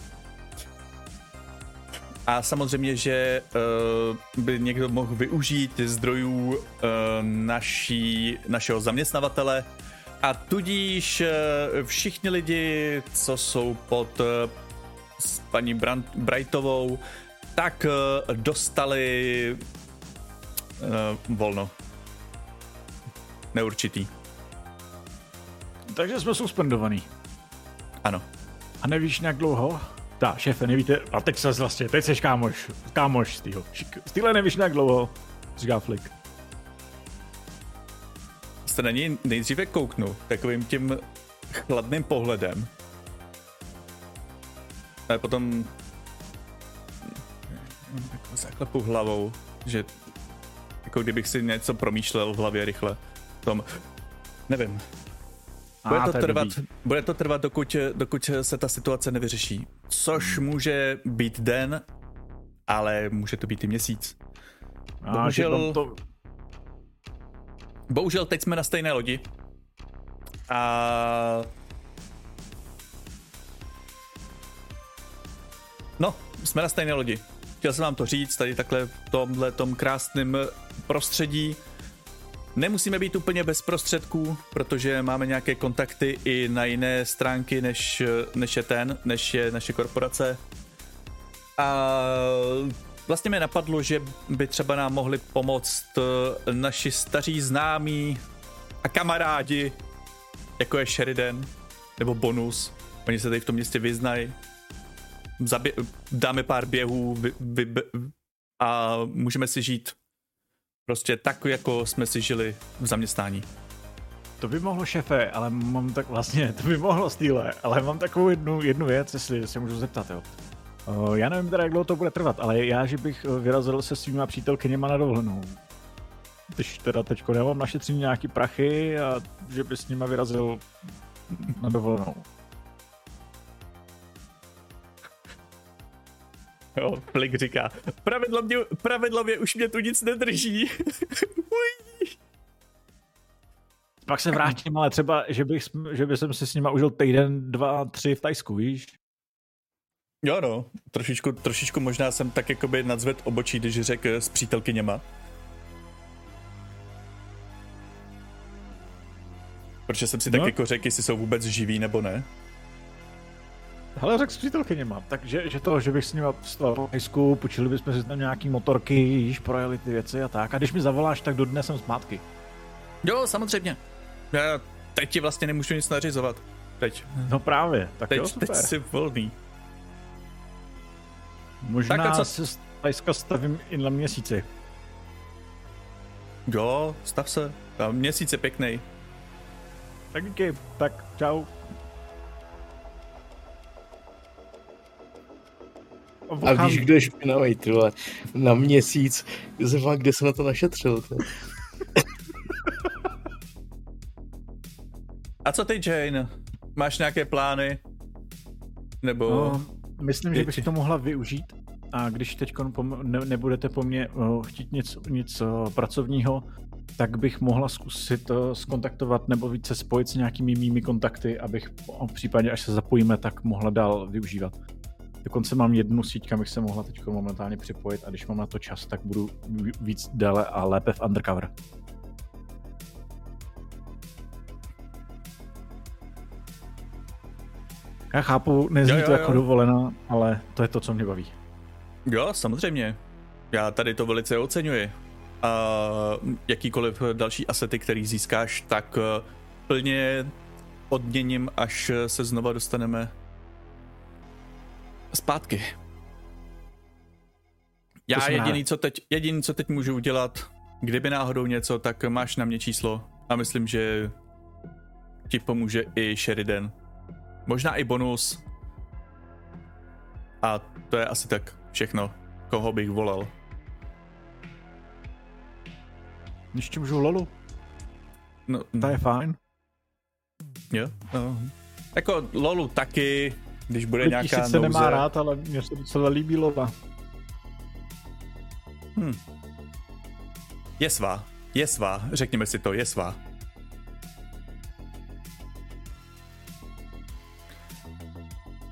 A samozřejmě, že by někdo mohl využít zdrojů našeho zaměstnavatele a tudíž všichni lidi, co jsou pod s paní Brightovou, tak dostali volno. Neurčitý. Takže jsme suspendovaný. Ano. A nevíš nějak dlouho? Tak, šéfe, nevíte, a teď seš kámoš z týhle nevíš nějak dlouho, říká Flick. Se na něj nejdříve kouknu takovým tím chladným pohledem. A potom zaklepu hlavou, že jako kdybych si něco promýšlel v hlavě rychle. Tom, nevím. Bude to trvat, dokud se ta situace nevyřeší. Což může být den, ale může to být i měsíc. Bohužel teď jsme na stejné lodi. A... No, jsme na stejné lodi. Chtěl jsem vám to říct, tady takhle v tomhletom krásném prostředí. Nemusíme být úplně bez prostředků, protože máme nějaké kontakty i na jiné stránky, než je naše korporace. A vlastně mě napadlo, že by třeba nám mohli pomoct naši staří známí a kamarádi, jako je Sheridan nebo Bonus. Oni se tady v tom městě vyznají. Dáme pár běhů a můžeme si žít prostě tak, jako jsme si žili v zaměstnání. To by mohlo, šéfe, ale mám tak vlastně, to by mohlo Stýle, ale mám takovou jednu věc, jestli se můžu zeptat, jo. Já nevím teda, jak dlouho to bude trvat, ale že bych vyrazil se svýma přítelkyněma na dovolenou. Když teda teďko nemám našetřený nějaký prachy a že by s nima vyrazil na dovolenou. Jo, Flick říká, pravidlově už mě tu nic nedrží. Pak se vrátím, ale třeba, že bych si s nima užil týden, 2, 3 v Tajsku, víš? Jo no, trošičku možná jsem tak jakoby nadzvedl obočí, když řekl s přítelkyněma. Protože jsem si tak jako řekl, jestli jsou vůbec živí nebo ne. Hele, řekl s přítelkyněma, takže že bych s nima vstal po Tajsku, počili bychom si tam nějaký motorky, již projeli ty věci a tak. A když mi zavoláš, tak do dne jsem zpátky. Jo, samozřejmě. Já teď ti vlastně nemůžu nic nařizovat. Teď. No právě, tak teď, jo, super. Teď jsi volný. Možná tak se z Tajska stavím i na měsíci. Jo, stav se. Měsíc je pěknej. Tak díky, tak čau. A víš, kdo je špinavej, ty vole, na měsíc, kde se na to našetřil, ty. A co ty, Jane? Máš nějaké plány? Nebo... No, myslím, že bych to mohla využít a když teď nebudete po mně chtít nic pracovního, tak bych mohla zkusit skontaktovat nebo více spojit s nějakými mými kontakty, abych v případě, až se zapojíme, tak mohla dál využívat. Dokonce mám jednu síť, kam bych se mohla teď momentálně připojit a když mám na to čas, tak budu víc déle a lépe v undercover. Já chápu, nezní to jako dovolená, ale to je to, co mě baví. Jo, samozřejmě. Já tady to velice oceňuji. A jakýkoliv další asety, který získáš, tak plně odměním, až se znova dostaneme zpátky. Já jediný, co teď můžu udělat, kdyby náhodou něco, tak máš na mě číslo a myslím, že ti pomůže i Sheridan. Možná i Bonus. A to je asi tak všechno, koho bych volal. Ještě můžu Lolu? No, to je fajn. Jo, no. Jako Lolu taky, když bude nějaká nouze. Sice nemá rád, ale mně se docela líbí Lola. Je svá, řekněme si to, je svá.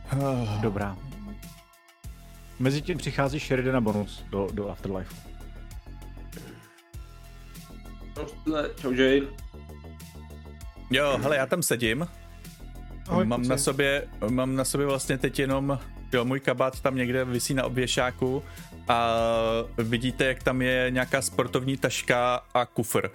Dobrá. Mezitím přichází Sheridan na bonus do Afterlife. Čau, Jane. Jo, hele, já tam sedím. Ahoj, Mám na sobě vlastně teď jenom, jo, můj kabát tam někde visí na obvěšáku a vidíte, jak tam je nějaká sportovní taška a kufr.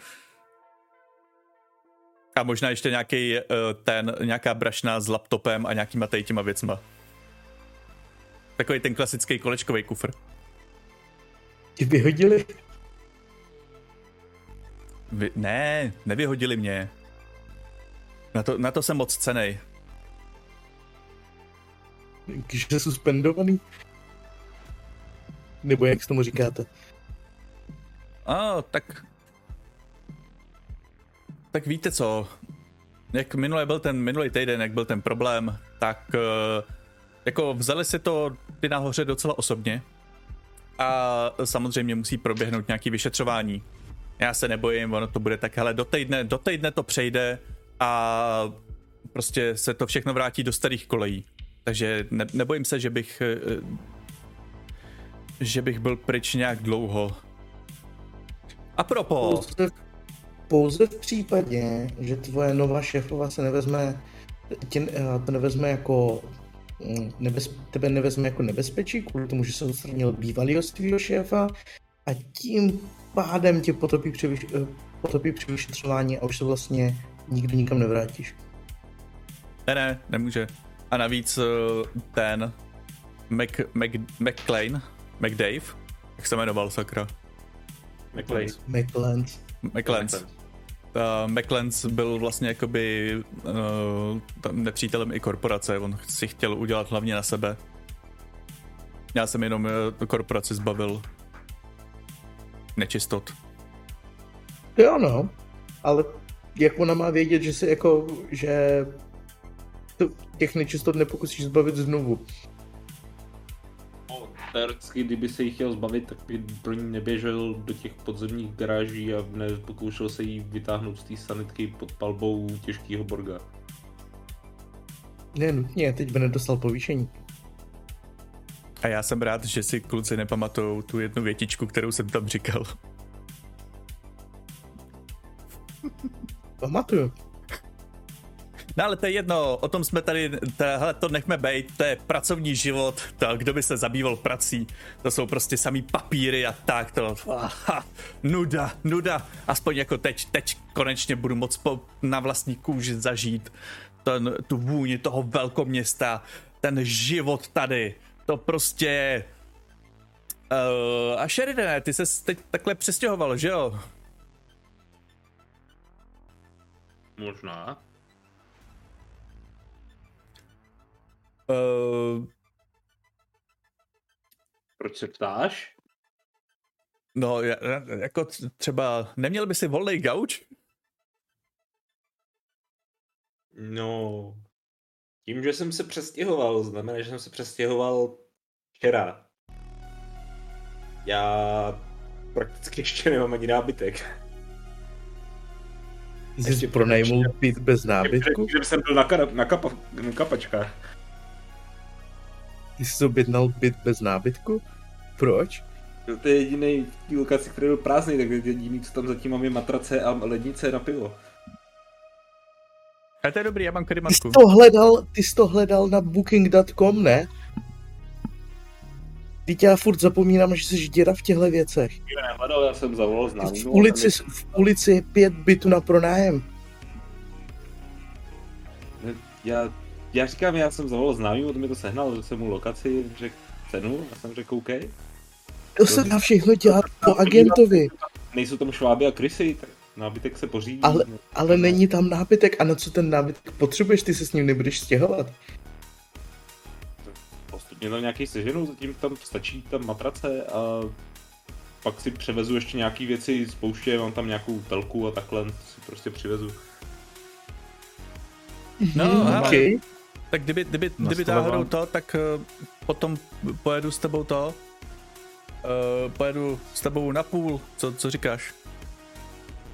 A možná ještě nějaká brašna s laptopem a nějakýma těma věcma. Takový ten klasický kolečkový kufr. Ti vyhodili? Ne, nevyhodili mě. Na to jsem moc cennej. Když jsi suspendovaný? Nebo jak s tomu říkáte? Tak víte co, jak minulý týden, jak byl ten problém, tak jako vzali si to ty nahoře docela osobně a samozřejmě musí proběhnout nějaký vyšetřování. Já se nebojím, ono to bude tak, hele, do týdne to přejde a prostě se to všechno vrátí do starých kolejí. Takže nebojím se, že bych byl pryč nějak dlouho. A propos. Pouze v případě, že tvoje nová šéfova se nevezme jako tebe nevezme jako nebezpečí, kvůli tomu, že se odstranil bývalýho svýho šéfa a tím pádem tě potopí při vyšetřování a už se vlastně nikdy nikam nevrátíš. Ne, nemůže. A navíc ten McDave, jak se jmenoval, sakra? McLance byl vlastně jakoby nepřítelem i korporace, on si chtěl udělat hlavně na sebe. Já jsem jenom korporaci zbavil nečistot. Jo no, ale jak ona má vědět, že si jako, že těch nečistot nepokusíš zbavit znovu? Teoreticky, kdyby se jí chtěl zbavit, tak by pro ní neběžel do těch podzemních garáží a nepokoušel se jí vytáhnout z té sanitky pod palbou těžkého borga. Ne, nutně, teď by nedostal povýšení. A já jsem rád, že si kluci nepamatujou tu jednu větičku, kterou jsem tam říkal. Pamatuju. No ale to je jedno, o tom jsme tady, hele, to nechme bejt, to je pracovní život, to, kdo by se zabýval prací, to jsou prostě samý papíry a tak, to, nuda, aspoň jako teď konečně budu moc na vlastní kůži zažít tu vůni toho velkoměsta, ten život tady, to prostě... a Sheridan, ty ses teď takhle přestěhoval, že jo? Možná. Proč se ptáš? No, jako třeba, neměl by si volnej gauč? No, tím, že jsem se přestěhoval, znamená, že jsem se přestěhoval včera. Já prakticky ještě nemám ani nábytek. Jsi pronajmul byt bez nábytku? Že jsem byl na kapačkách. Ty jsi objednal byt bez nábytku? Proč? To je jediný v té lokaci, který byl prázdný, tak jediný, co tam zatím mám, je matrace a lednice na pivo. A to je dobrý, já mám karimatku. Ty jsi to hledal na booking.com, ne? Teď já furt zapomínám, že jsi děda v těchto věcech. Já jsem zavolal známý. V ulici je 5 bytů na pronájem. Já říkám, já jsem zavolal známý, on mi to sehnal, že jsem mu lokaci řekl cenu a jsem řekl OK. To se dá všechno dělat po agentovi. Nejsou tam šváby a krysy, tak nábytek se pořídí. Ale není tam nábytek, a na co ten nábytek potřebuješ, ty se s ním nebudeš stěhovat. Postupně tam nějaký seženu, zatím tam stačí tam matrace a pak si převezu ještě nějaký věci z pouště, mám tam nějakou telku a takhle si prostě přivezu. No, okay. Tak kdyby náhodou to, tak potom pojedu s tebou pojedu s tebou na půl, co říkáš?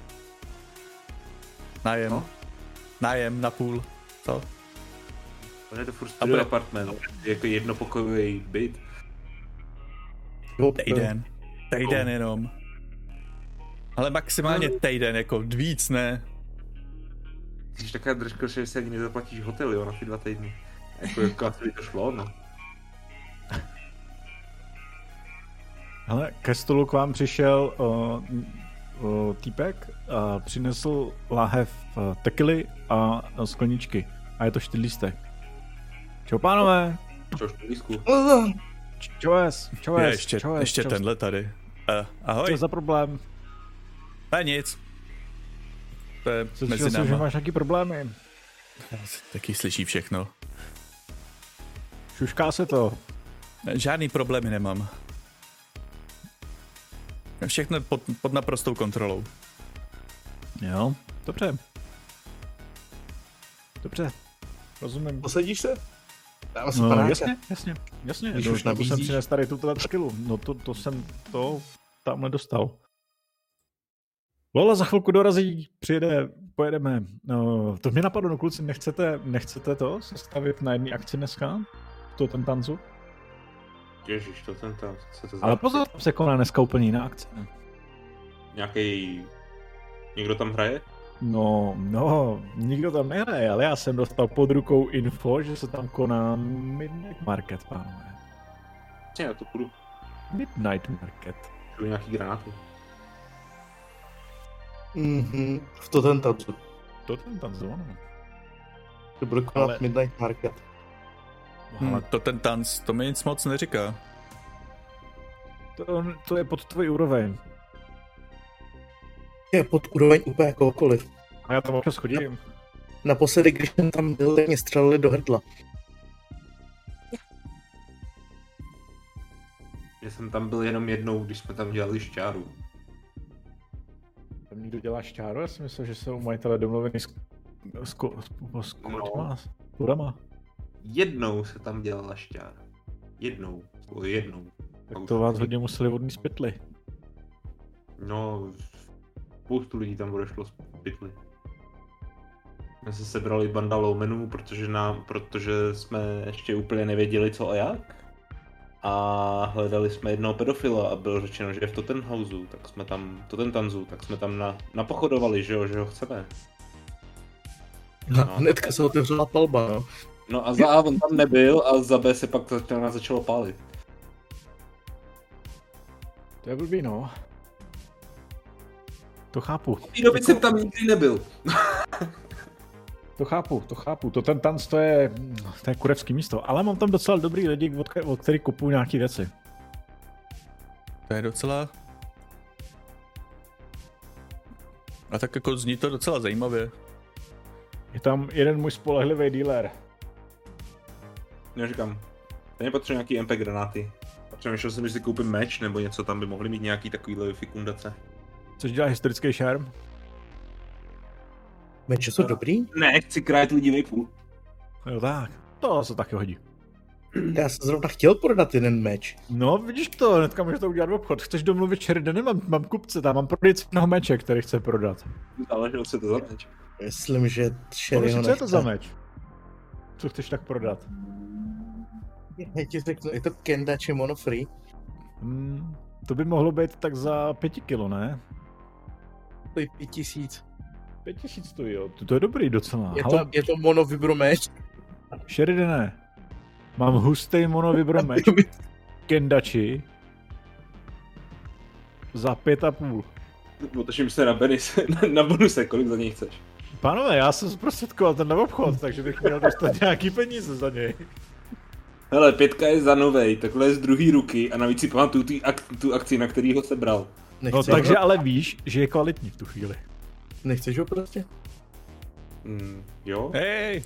Nájem. No? Nájem na půl, co? On je to furt studio apartment, jako jednopokojový byt. Týden jenom. Ale maximálně týden, jako víc, ne? Jsi taková držka, že si ani nezaplatíš hotel, jo, na ty 2 týdny. Jako asi by to šlo, no. Ale ke stolu k vám přišel týpek a přinesl láhev tekily a skleničky. A je to štydlístek. Čau, pánové. Čau, štydlísku. Ještě tenhle tady. Ahoj. Co za problém? Ne, nic. To je mezi náma. Že máš nějaký problémy. Taky slyší všechno. Šušká se to. Žádný problémy nemám. Všechno pod naprostou kontrolou. Jo, dobře. Rozumím. Posadíš se? Dáme si jasně. Když už nabízíš. To jsem přines tady tuto tekilu. No to jsem tamhle dostal. Lola za chvilku dorazí, pojedeme. No, to mě napadlo, no kluci, nechcete to sestavit na jedné akci dneska? To ten tanzu? Ježiš, to ten tanz. Ale pozor, se koná dneska úplně jiná akce. Někdo tam hraje? No, nikdo tam nehraje, ale já jsem dostal pod rukou info, že se tam koná Midnight Market, pánové. Já to půjdu. Midnight Market. Jsou nějaký granáty. V to ten tanzu, ano. To bude konat Midnight Market. To ten tanc, to mi nic moc neříká. To je pod tvojí úroveň. Je pod úroveň úplně kohokoliv. A já tam občas chodím. Naposledy, když jsem tam byl, tak mě střelili do hrdla. Já jsem tam byl jenom jednou, když jsme tam dělali šťáru. Tam někdo dělá šťáru? Já si myslel, že jsou majitelé domluveni s kurama. Jednou se tam dělala šťára. Jednou. Tak to vás hodně museli vodní z pytli. No, spoustu lidí tam odešlo z pytli. My se sebrali banda loumenů, protože jsme ještě úplně nevěděli co a jak. A hledali jsme jednoho pedofila a bylo řečeno, že je v Tottenhausu, tak jsme tam napochodovali, že ho chceme. No. Hnedka se otevřela palba, no. No a za A on tam nebyl a za B se pak začalo pálit. To je blbý, no. To chápu. V té době jsem tam nikdy nebyl. To chápu. To ten tanc, to je kurevský místo. Ale mám tam docela dobrý lidi, od kterých kupuju nějaký věci. To je docela... A tak jako zní to docela zajímavě. Je tam jeden můj spolehlivý dealer. Já říkám, ten potřebuje nějaký MP granáty. Přemýšlel jsem, že si koupím meč, nebo něco, tam by mohly mít nějaký takovýhle fikundace. Což dělá historický šerm? Meče jsou dobrý? Ne, chci krájet lidi vejpůl. Jo tak, to se taky hodí. Já jsem zrovna chtěl prodat jeden meč. No vidíš to, hnedka můžeš to udělat v obchod. Chceš domluvit Sheridany? Mám kupce tam, mám prodejce jednoho meče, který chce prodat. Záleželo, co je to za meč. Myslím, že Sherry ho nechce. Co je to za meč? Co chceš tak prodat? Já ti řeknu, je to Kendachi Mono Free? To by mohlo být tak za 5 kilo, ne? To je 5000. 5000 to jo, to je dobrý docela. Je to mono vibro meč. Sheridane, mám hustý mono vibro meč. Kendachi. Za 5,5. Otočím se na Benis, na bonuse, kolik za něj chceš? Pánové, já jsem zprostředkoval ten obchod, takže bych měl dostat nějaký peníze za něj. Hele, 5 je za novej, takhle je z druhé ruky a navíc si pamatuju tu akci, na který ho sebral. No takže ale víš, že je kvalitní v tu chvíli. Nechceš ho prostě? Jo. Hej!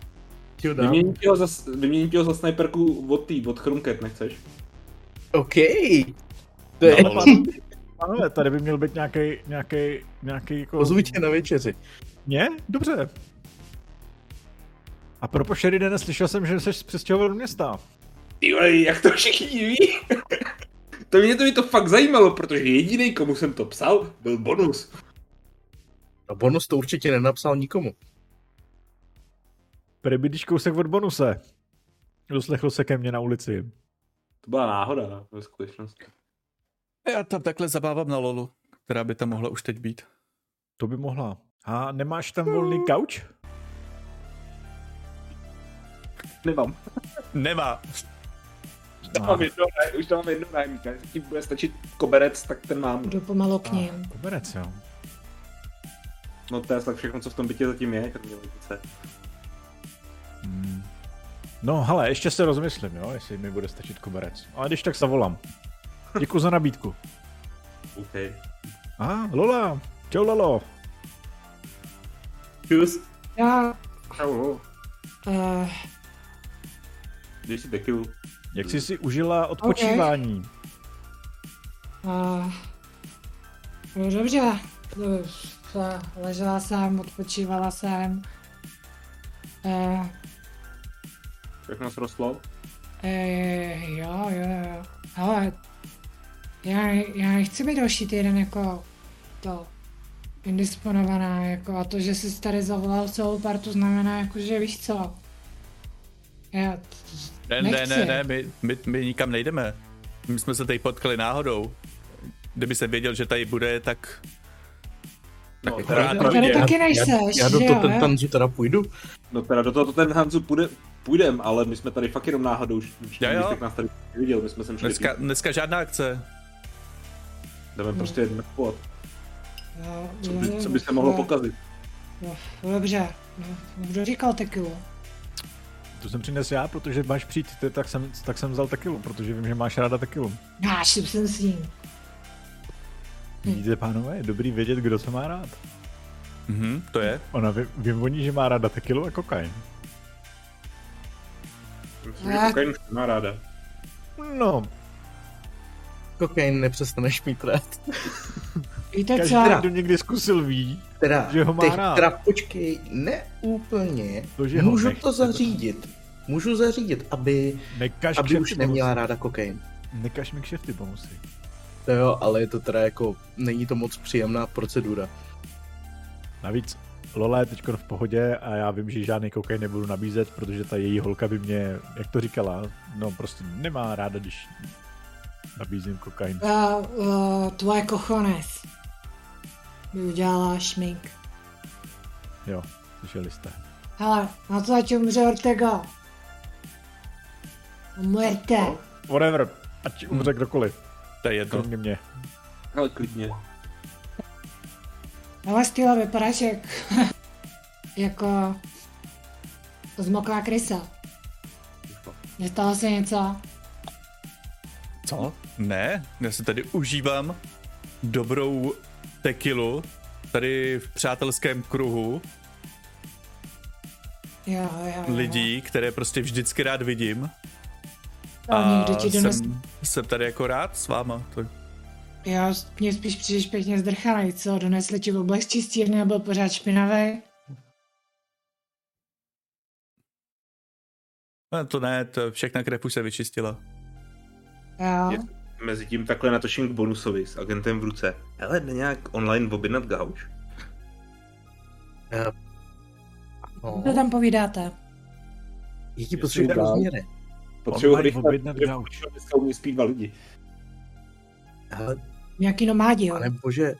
Vyměním ti ho za sniperku od Chromcat, nechceš? OK. To je... Pánové, tady by měl být nějaký jako... Pozvu tě na večeři. Ne? Dobře. A propo Sheridane, slyšel jsem, že jsi přestěhoval do města. Tyhle, jak to všichni ví? To mě to fakt zajímalo, protože jediný, komu jsem to psal, byl Bonus. A Bonus to určitě nenapsal nikomu. Prebydíš kousek od bonuse. Doslechl se ke mně na ulici. To byla náhoda ve skutečnosti. Já tam takhle zabávám na Lolu, která by tam mohla už teď být. To by mohla. A nemáš tam volný gauč? Nemám. Nemá. Už tam mám jedno nájemníka. Jestli ti bude stačit koberec, tak ten mám. Jdu pomalu k ním. Koberec, jo. No to je tak všechno, co v tom bytě zatím je, kromě lednice. No hele, ještě se rozmyslím, jo, jestli mi bude stačit koberec. Ale když tak zavolám. Děkuji za nabídku. OK. Lola. Čau, Lolo. Čus. Já... Čau. Dej si tequilu. Jak jsi si užila odpočívání? No dobře. Ležela jsem, odpočívala jsem. Všechno srostlo? Jo. Ale já nechci být další týden jako to indisponovaná, jako a to, že jsi tady zavolal celou partu, znamená jako, že víš co. Já Ne, my nikam nejdeme. My jsme se tady potkali náhodou. Kdyby se věděl, že tady bude, tak... No, tady taky nejseš, já do toho ten Hanzu teda půjdu. No teda do toho ten Hanzu půjdem, ale my jsme tady fakt jenom náhodou, už tak nás tady neviděl, my jsme sem šli. Dneska žádná akce. Jdeme prostě jeden pod. Co by se mohlo pokazit? Dobře, kdo říkal tequilu? To jsem přines já, protože máš přijít ty, tak jsem vzal tequilu, protože vím, že máš ráda tequilu. Šel jsem s ním. Vidíte, pánové, je dobrý vědět, kdo se má rád. To je. Ona vím o ní, že má ráda tequilu a kokain. Myslím, že kokain už má ráda. No. Kokain nepřestaneš mít rád. Víte Každý, co? kdo někdy zkusil, ví, že ho má rád. Teda počkej, ne úplně. To, že můžu nechce, to zařídit. Můžu zařídit, aby už neměla ráda kokain. Nekaž mi kšefty bonusy. To jo, ale je to teda jako, není to moc příjemná procedura. Navíc Lola je teď v pohodě a já vím, že žádný kokain nebudu nabízet, protože ta její holka by mě, jak to říkala, no prostě nemá ráda, když nabízím kokain. Tvoje cojones by udělala šmink. Jo, slyšeli jste. Hele, na to ať umře Ortega. Muerte. Whatever, ať umře kdokoliv. To je jedno. Kromě mě. Ale klidně. Ale Stýla, vypadáš jako zmoklá krysa. Nestalo se něco? Co? Ne, já si tady užívám dobrou tequilu, tady v přátelském kruhu. Jo. Lidí, které prostě vždycky rád vidím. A jsem tady jako rád s váma. Jo, mě spíš přijdeš pěkně zdrchanej, co? Donesli ti oblek z čistírny a byl pořád špinavý? To ne, to všechna krev už se vyčistila. Jo. Mezitím takhle natočím k bonusovi s agentem v ruce. Hele, jde nějak online objednat gauč? Co tam povídáte? Jaký potřebuji rozměry? Potřebuji rychle objednat gauč. Dneska umí spít 2 lidi. Ale, Nějaký nomádi, jo? pane bože.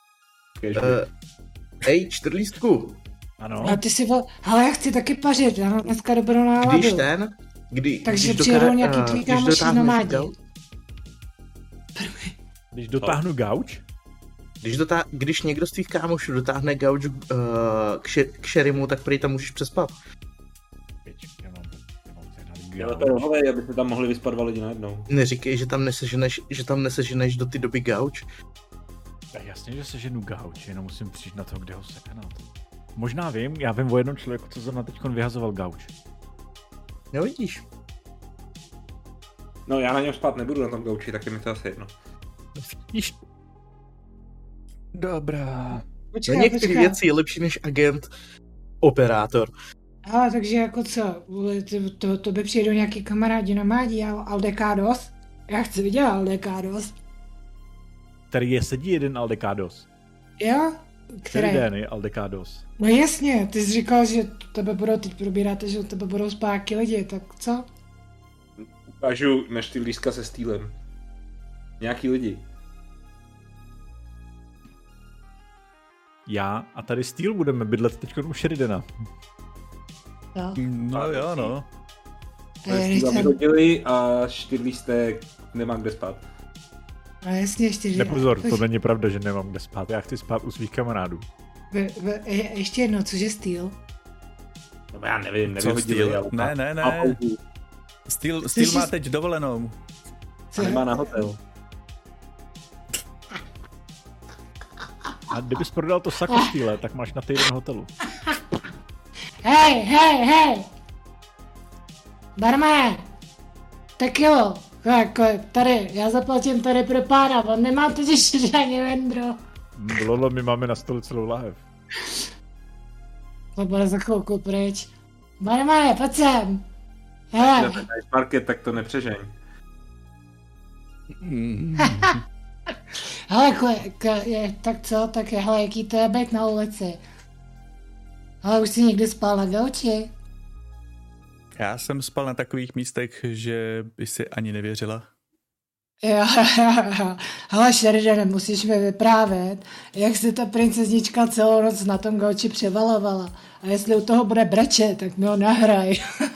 Hej, 4lístku. Ano. A ty si ale já chci taky pařit, já mám dneska dobrou náladu. Takže přijedou nějaký tvý kámoši nomádi. Když dotáhnu gauč? Když někdo z tvých kámošů dotáhne gauč k Sherimu, tak prý tam můžeš přespat. Ale to je rohové, aby se tam mohli vyspat 2 lidi najednou. Neříkej, že tam neseženeš do ty doby gauč. Tak jasně, že seženu gauč, jenom musím přijít na to, kde ho sehnat. Možná vím, já vím o jednom člověku, co zrovna teďkon vyhazoval gauč. No vidíš. No já na něm spát nebudu na tom gauči, tak je mi to asi jedno. Vidíš. Dobrá. Na některé věci je lepší než agent operátor. Ale takže jako co, to by přijedou nějaký kamarádi nomádi a Aldecados? Já chci vidět Aldecados. Tady sedí jeden Aldecados. Jo? Které? Šeridény, Aldecados. No jasně, ty jsi říkal, že tebe budou teď probírat, že u tebe budou spáky lidi, tak co? Ukážu na Štýlíska se Stýlem. Nějaký lidi. Já a tady Steel budeme bydlet teď u Sheridana. Jo. No jo, no. Stýla vyhodili a Štýlístek nemá kde spát. No jasně, ještě že... Nepozor, to není pravda, že nemám kde spát. Já chci spát u svých kamarádů. Ještě jedno, cože Steel? No já nevím, Co nevyhodili, Steel? ale... Ne. Steel má teď dovolenou. A nemá na hotel. A kdybys prodal to sako Steele, tak máš na týden hotelu. Hej! Barman! Tequilo! Tady, já zaplatím tady pro pána, on nemá totiž žádný vendro. Lolo, my máme na stole celou lahev. To bude za chvilku pryč. Barman, pojď sem! Hele, Market, tak to nepřežeň. hele, tak co, tak hele, jaký to je být na ulici? Ale už jsi někdy spal na gauči? Já jsem spal na takových místech, že by si ani nevěřila. Jo. Hele, Sheridan, musíš mi vyprávět, jak si ta princeznička celou noc na tom gauči převalovala. A jestli u toho bude brečet, tak mi ho nahraj.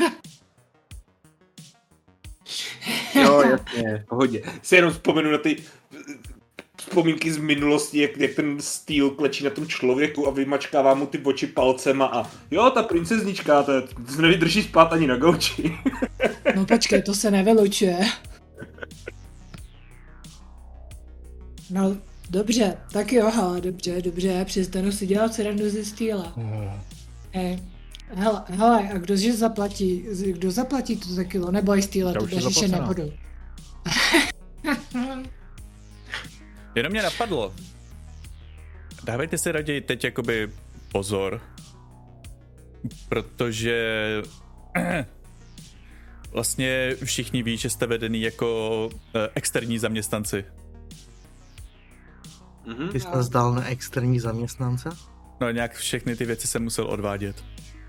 Jo, jasně, v pohodě. Si jenom vzpomenu na ty vzpomínky z minulosti, jak ten Steel klečí na tom člověku a vymačkává mu ty oči palcema a jo, ta princeznička, to nevydrží spát ani na gauči. No počkej, to se nevylučuje. No, dobře, tak jo, hele, dobře, přestanu si dělat srandu ze Steela. Hele, a kdo zaplatí to za kilo? Neboj Steele, to bežiše nebudu. Jenom mě napadlo. Dávejte si raději teď jakoby pozor, protože vlastně všichni ví, že jste vedený jako externí zaměstnanci. Ty jsi nás dal na externí zaměstnance? No nějak všechny ty věci jsem musel odvádět.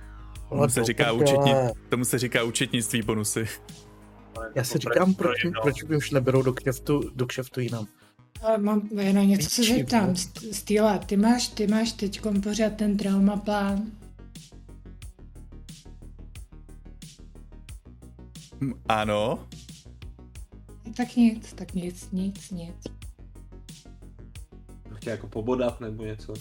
Tomu se říká účetnictví bonusy. Já si říkám, proč už neberou do kšeftu jinam. Mám jenom něco se zeptám. Stýla, ty máš teďkom pořád ten trauma plán? Ano. Tak nic. Chtěl jako pobodat nebo něco.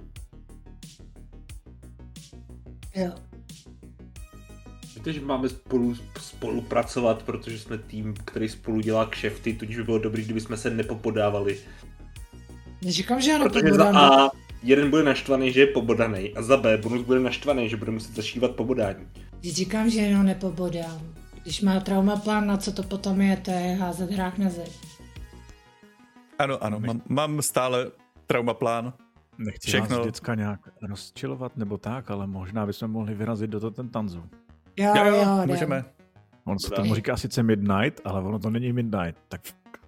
Jo. Víte, že máme spolupracovat, protože jsme tým, který spolu dělá kšefty, tudíž by bylo dobrý, kdyby jsme se nepopodávali. Neříkám, že já protože za A jeden bude naštvaný, že je pobodaný, a za B bonus bude naštvaný, že bude muset zašívat pobodání. Říkám, že jenom nepobodám. Když má trauma plán, na co to potom je, to je házet hrách na zeď. Ano, mám stále trauma plán. Nechci všechno. vás děcka nějak rozčilovat nebo tak, ale možná bychom mohli vyrazit do ten tanzu. Jo, můžeme. On se tomu říká sice Midnight, ale ono to není Midnight, tak...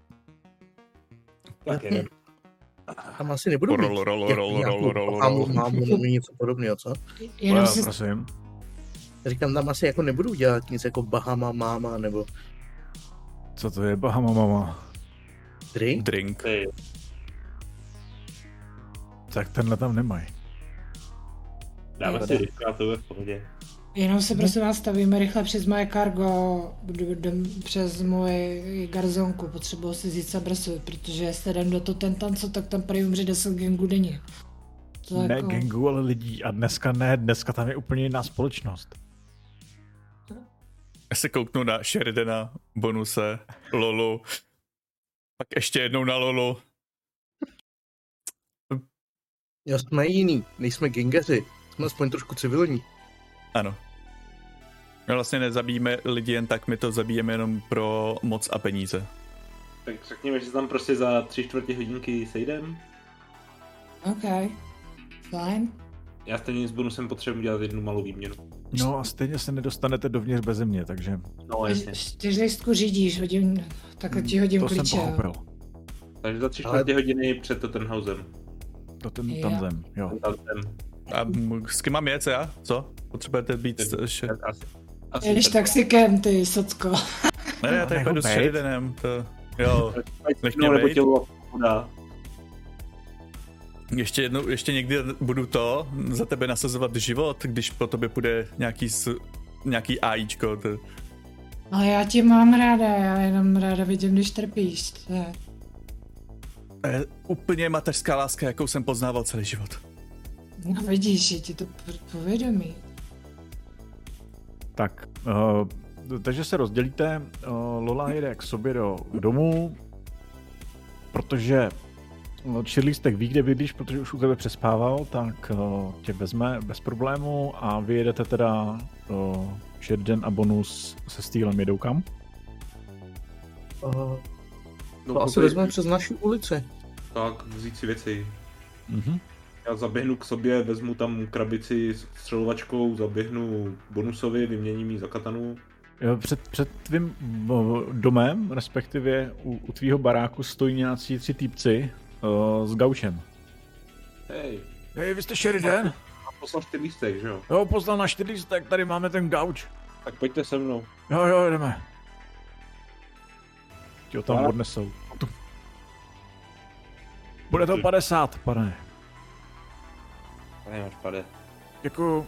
Tak je. Tam asi nebudou mít mámu nebo něco podobného, co? Prosím. Říkám, tam asi jako nebudou dělat nic jako Bahama Mama nebo... Co to je Bahama Mama? Drink? Tak tenhle tam nemají. Dáme si rychle, to je v pohodě. Jenom se prosím vás stavíme rychle přes moje cargo, přes moji garzonku, potřebuji si vzít sabrsu, protože jestli jdem do toho ten tanco, tak tam prý umře 10 gangů denně. Ne jako... gangů, ale lidí a dneska tam je úplně jiná společnost. Já se kouknu na Sheridana, bonuse, Lolu, pak ještě jednou na Lolu. Jo, jsme jiný, nejsme gangeři, jsme aspoň trošku civilní. Ano. My vlastně nezabijeme lidi jen tak, my to zabijeme jenom pro moc a peníze. Tak řekněme, že se tam prostě za 3/4 hodinky sejdem. OK, fajn. Já stejně s bonusem potřebuji dělat jednu malou výměnu. No a stejně se nedostanete dovnitř beze mě, takže... No jasně. 4listku řídíš, takhle ti hodím to klíče. To jsem pochopil. Takže za 3/4 hodiny před Tottenhausem. To ten tanzem, jo. A s kým mám jet, já? Co? Potřebujete být ještě... Jedeš taxikem, ty socko. Ne, já tady půjdu s Sheridanem, to... Jo, nech mě bejt. Ještě někdy budu za tebe nasazovat život, když po tobě půjde nějaký AIčko. To... Ale já tě mám ráda, já jenom ráda vidím, když trpíš. To je úplně mateřská láska, jakou jsem poznával celý život. No vidíš, je ti to povědomí. Tak, takže se rozdělíte, Lola jede k sobě do domu, protože Čirlístek ví, kde bydlíš, protože už u tebe přespával, tak tě vezme bez problému a vy jedete teda Sheridan a Bonus se Steelem jedou kam? To asi vezmeme přes naši ulici. Tak, vzít si věci. Mhm. Já zaběhnu k sobě, vezmu tam krabici s střelovačkou, zaběhnu Bonusovi, vyměním ji za katanu. Před tvým domem, respektive u tvýho baráku, stojí nějací 3 týpci s gaučem. Hej, vy jste Sheridan? A poslal 4 lístek, že jo? Jo, poslal na 4 lístek, tady máme ten gauč. Tak pojďte se mnou. Jo, jdeme. Ti ho tam odnesou. Bude to 50, pane. Tady máš pade. Děkuju.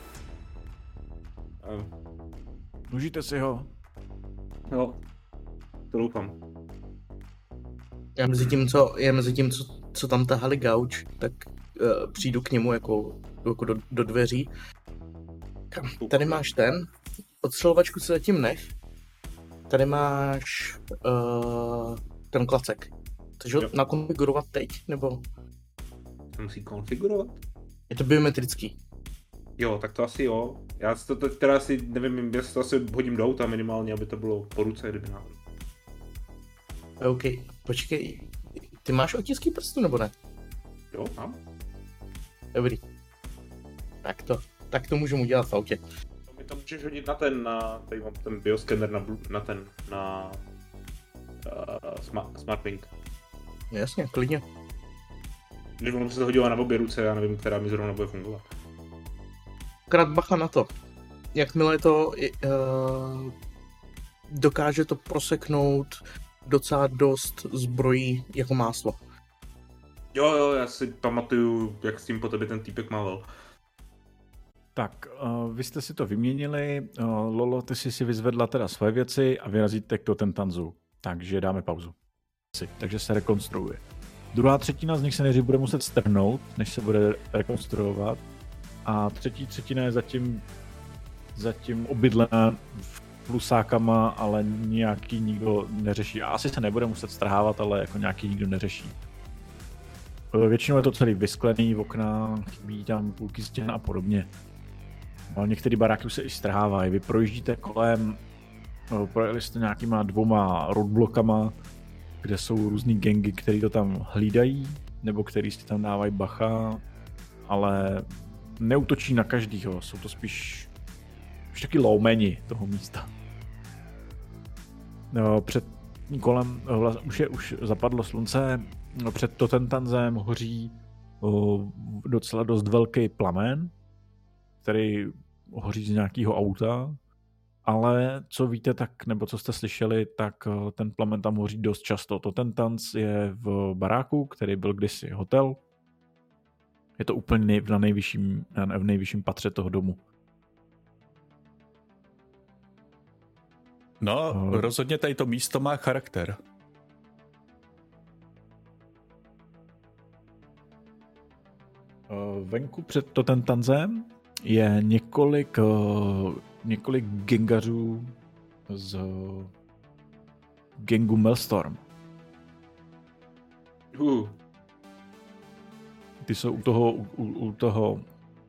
Užijte si ho. Jo, to doufám. Já mezi tím, co tam tahali gauč, tak přijdu k němu jako do dveří. Tady máš odstřelovačku se zatím nech. Tady máš ten klacek. Takže ho nakonfigurovat teď, nebo? To musí konfigurovat? Je to biometrický. Jo, tak to asi jo. Já si to teda asi, nevím, jestli to asi hodím do auta minimálně, aby to bylo po ruce, kdyby náhodou. OK, počkej. Ty máš otisky prstů, nebo ne? Jo, mám. Dobrý. Tak to můžeme udělat v autě. To mi to můžeš hodit tady mám ten bioscanner na SmartLink. Jasně, klidně. Když ono se to hodilo na obě ruce, já nevím, která mi zrovna bude fungovat. Krát bacha na to. Jakmile to dokáže to proseknout docela dost zbrojí jako máslo. Jo, já si pamatuju, jak s tím po tebe ten týpek mával. Tak, vy jste si to vyměnili. Lolo, ty jsi si vyzvedla teda své věci a vyrazíte k ten tanzu. Takže dáme pauzu. Takže se rekonstruuje. Druhá třetina z nich se nejdřív bude muset strhnout, než se bude rekonstruovat. A třetí třetina je zatím obydlená plusákama, ale nějaký nikdo neřeší. A asi se nebude muset strhávat, ale jako nějaký nikdo neřeší. Většinou je to celý vysklený, okna, chybí tam půlky stěn a podobně. Ale některé baráky už se i strhávají. Vy projíždíte kolem, projeli jste nějakýma 2 roadblockama, kde jsou různý gangy, který to tam hlídají, nebo který si tam dávají bacha, ale neútočí na každýho, jsou to spíš taky loumeni toho místa. Před kolem už zapadlo slunce, před Totentanzem hoří docela dost velký plamen, který hoří z nějakého auta, ale co víte, tak, nebo co jste slyšeli, tak ten plamen tam hoří dost často. Totentanz je v baráku, který byl kdysi hotel. Je to úplně v nejvyšším patře toho domu. No, rozhodně tady to místo má charakter. Venku před Totentanzem je několik gangařů z gangu Maelstrom. Ty jsou u toho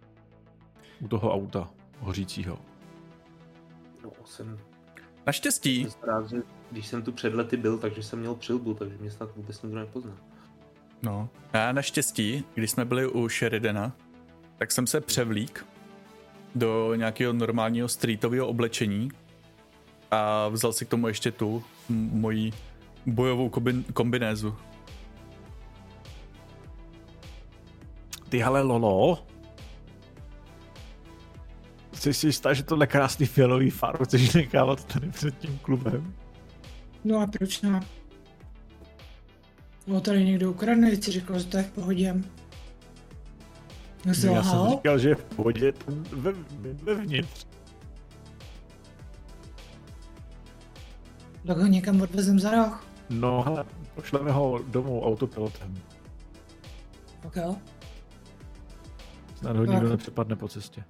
auta hořícího. No, Naštěstí. Když jsem tu před lety byl, takže jsem měl přilbu, takže mě snad vůbec nikdo nepozná. No, já naštěstí, když jsme byli u Sheridana, tak jsem se převlík do nějakého normálního streetového oblečení a vzal si k tomu ještě tu moji bojovou kombinézu. Ty ale Lolo, jsi si jistá, že tohle krásný fialový faro chceš nechávat tady před tím klubem? No a proč ne? No tady někdo ukradne, když si říkal, že to je v pohodě. Já jsem říkal, že je v pohodě vevnitř. Tak ho někam odvezem za roh. No hele, pošleme ho domů autopilotem. Tak jo. Snad ho nikdo nepřepadne po cestě.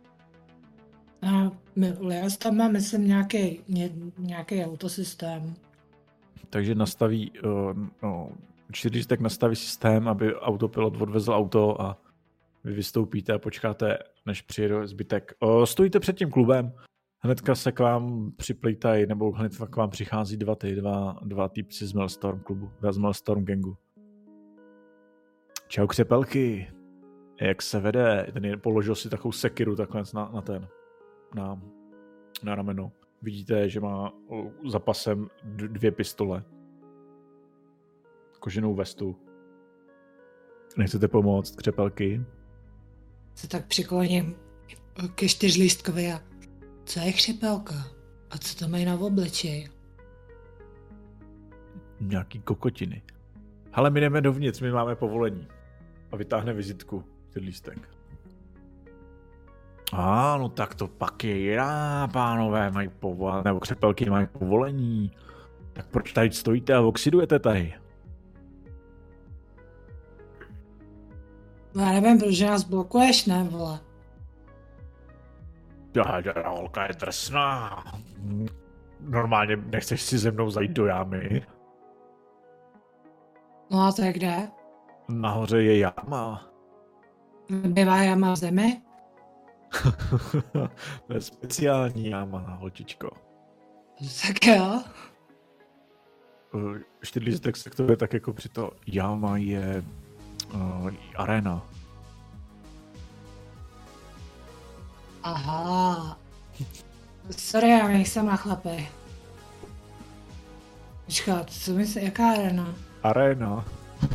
A Lias tam má, myslím, nějaký autosystém. Takže nastaví, 4 tak nastaví systém, aby autopilot odvezl auto a vy vystoupíte a počkáte, než přijede zbytek. Stojíte před tím klubem, hnedka se k vám připlejtají, nebo hned k vám přichází dva týpci z Maelstrom klubu, z Maelstrom gangu. Čau křepelky, jak se vede? Ten položil si takovou sekiru takhle na rameno. Vidíte, že má za pasem 2 pistole. Koženou vestu. Nechcete pomoct, křepelky? Se tak přikloním ke 4lístkovi a co je křepelka? A co to mají na obličeji? Nějaký kokotiny. Hele, my jdeme dovnitř, my máme povolení. A vytáhne vizitku, 4lístek. No tak to pak je jiná, pánové mají povolení, nebo křepelky mají povolení. Tak proč tady stojíte a oxidujete tady? No já nevím, proč nás blokuješ, ne, vole? Holka je drsná. Normálně nechceš si ze mnou zajít do jámy? No a to je kde? Nahoře je jáma. Bývá jáma v zemi? To je speciální jáma, holčičko. Tak jo. 4lístek se k tobě tak jako při to jáma je arena. Aha. Sorry, já nejsem na chlapy. Počkat, co myslí, jaká arena? Arena.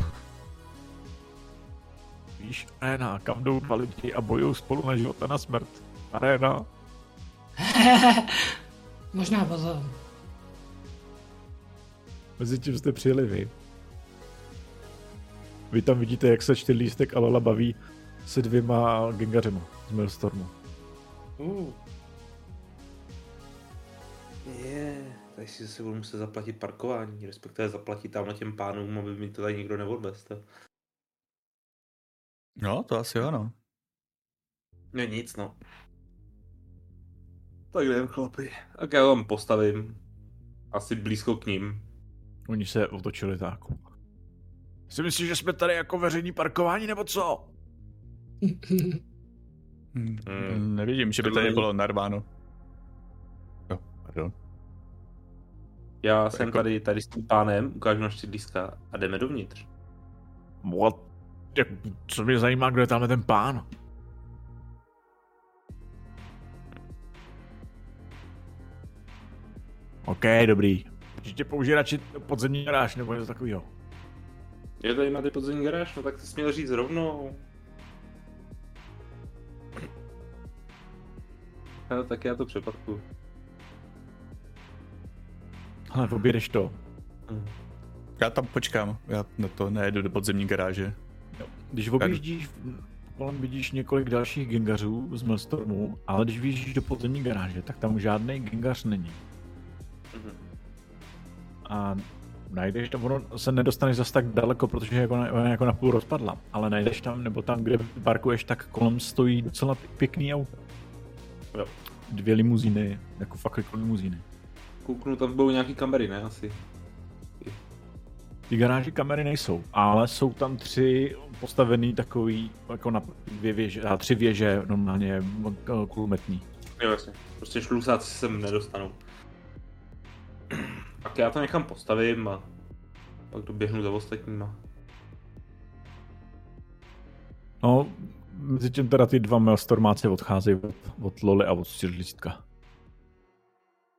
Víš, arena, kam jdou 2 lidi a bojují spolu na život a na smrt. Arena. Možná potom. Mezi tím jste přijeli vy. Vy tam vidíte, jak se 4lístek a Lola baví se 2 gengařema z Maelstormu. Takže si zase budu muset zaplatit parkování, respektive zaplatit tamhle těm pánům, aby mi to tady nikdo neodvez. No, to asi ano. Ne, nic, no. Tak jdem, chlapi. Tak já vám postavím. Asi blízko k ním. Oni se otočili tak. Si myslíš, že jsme tady jako veřejný parkování, nebo co? Nevidím, že by tady bylo narváno. Jo, pardon. Já jsem tady s tím pánem, ukážu na 4lístka a jdeme dovnitř. What? Co mě zajímá, kdo je tamhle ten pán? OK, dobrý. Určitě použij radši podzemní garáž nebo něco takového. Je tady máte podzemní garáž, no tak to jsi měl říct rovnou. No, tak já to přepadku. Ale objedeš to. Já tam počkám, já na to nejedu do podzemní garáže. Jo. Když objíždíš, kolem vidíš několik dalších gengařů z Maelstormu, ale když vyjíždíš do podzemní garáže, tak tam žádný gengař není. A najdeš tam, ono se nedostaneš zas tak daleko, protože je jako napůl rozpadla, ale najdeš tam, nebo tam, kde parkuješ, tak kolem stojí docela pěkný auto. Jo. 2 limuzíny, jako fakt jako limuzíny. Kouknu, tam budou nějaký kamery, ne? Asi. Ty garáži kamery nejsou, ale jsou tam 3 postavený takový, jako na 2 věže, a 3 věže normálně kulometní. Jo, jasně. Prostě šlusáci se sem nedostanou. Tak já to někam postavím a pak doběhnu za ostatníma. No, mezi tím teda ty 2 Maelstormáci odcházejí od Loli a od 4lístka.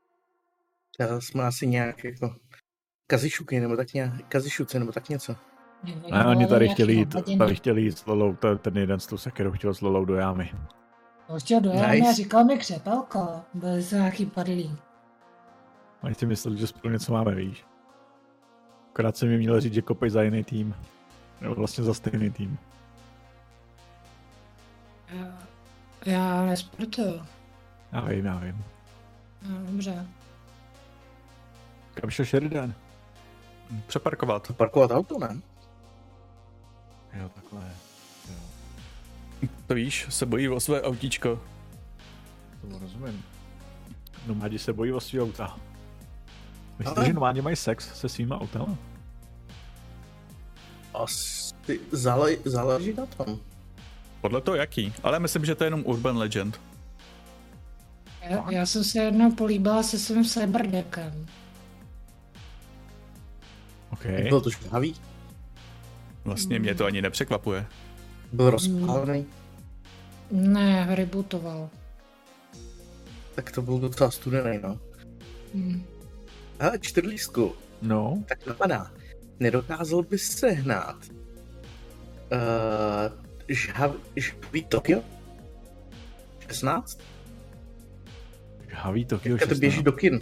Jsme asi nějak jako kazišuky, nebo tak nějak, kazišuce, nebo tak něco. A oni tady chtěli jít s Lolou, ten jeden s tou sekerou chtěl s Lolou do jámy. Chtěl do jámy a říkal mi křepelko, byli se nějaký padlí. Oni si mysleli, že spolu něco máme, víš. Akorát jsem mi měl říct, že kopej za jiný tým. Nebo vlastně za stejný tým. Já nesportuju. Já vím. No, dobře. Kam šel Sheridan? Přeparkovat. Parkovat auto, ne? Jo, takhle. Jo. To víš, se bojí o své autíčko. Tomu rozumím. Nomádi se bojí o svý auta. Myslíte, že nomádi mají sex se svýma autama? Asi záleží na tom. Podle toho jaký, ale myslím, že to je jenom urban legend. Já jsem se jednou políbila se svým cyberdeckem. Okay. Bylo to špinavý? Vlastně mě to ani nepřekvapuje. Byl rozpálený? Ne, rebootoval. Tak to byl docela studený, no. Ale 4 lístku. No. Tak napadá. Nedokázal bys sehnat žhavý Tokio? 16? Žhavý Tokio 16? To běží do kin.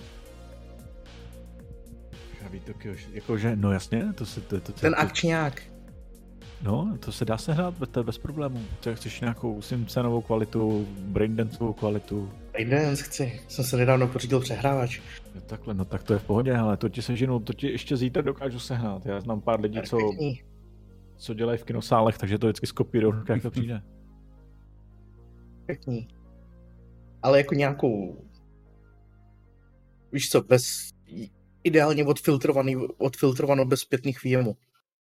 Žhavý Tokio, jakože, no jasně, Ten akčňák. No, to se dá sehnat bez problémů. Chceš nějakou cenovou kvalitu, braindanceovou kvalitu? Braindance chci, jsem se nedávno pořídil přehrávač. No, takhle, no tak to je v pohodě, ale to ti seženu, to ti ještě zítra dokážu sehnat. Já znám pár lidí, co dělají v kinosálech, takže to vždycky skopírujou, jak to přijde. Pěkný. Ale jako nějakou, víš co, ideálně odfiltrovanou bez zpětných výjemů.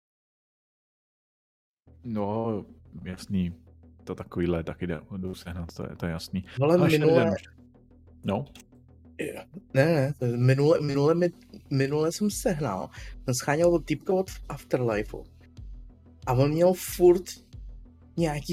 No, jasný. To takovýhle taky jdu sehnat, to je jasný. Ale minule... No? Ne, minule jsem sehnal. Jsem scháněl od týpka od Afterlifeu. A on měl furt nějaký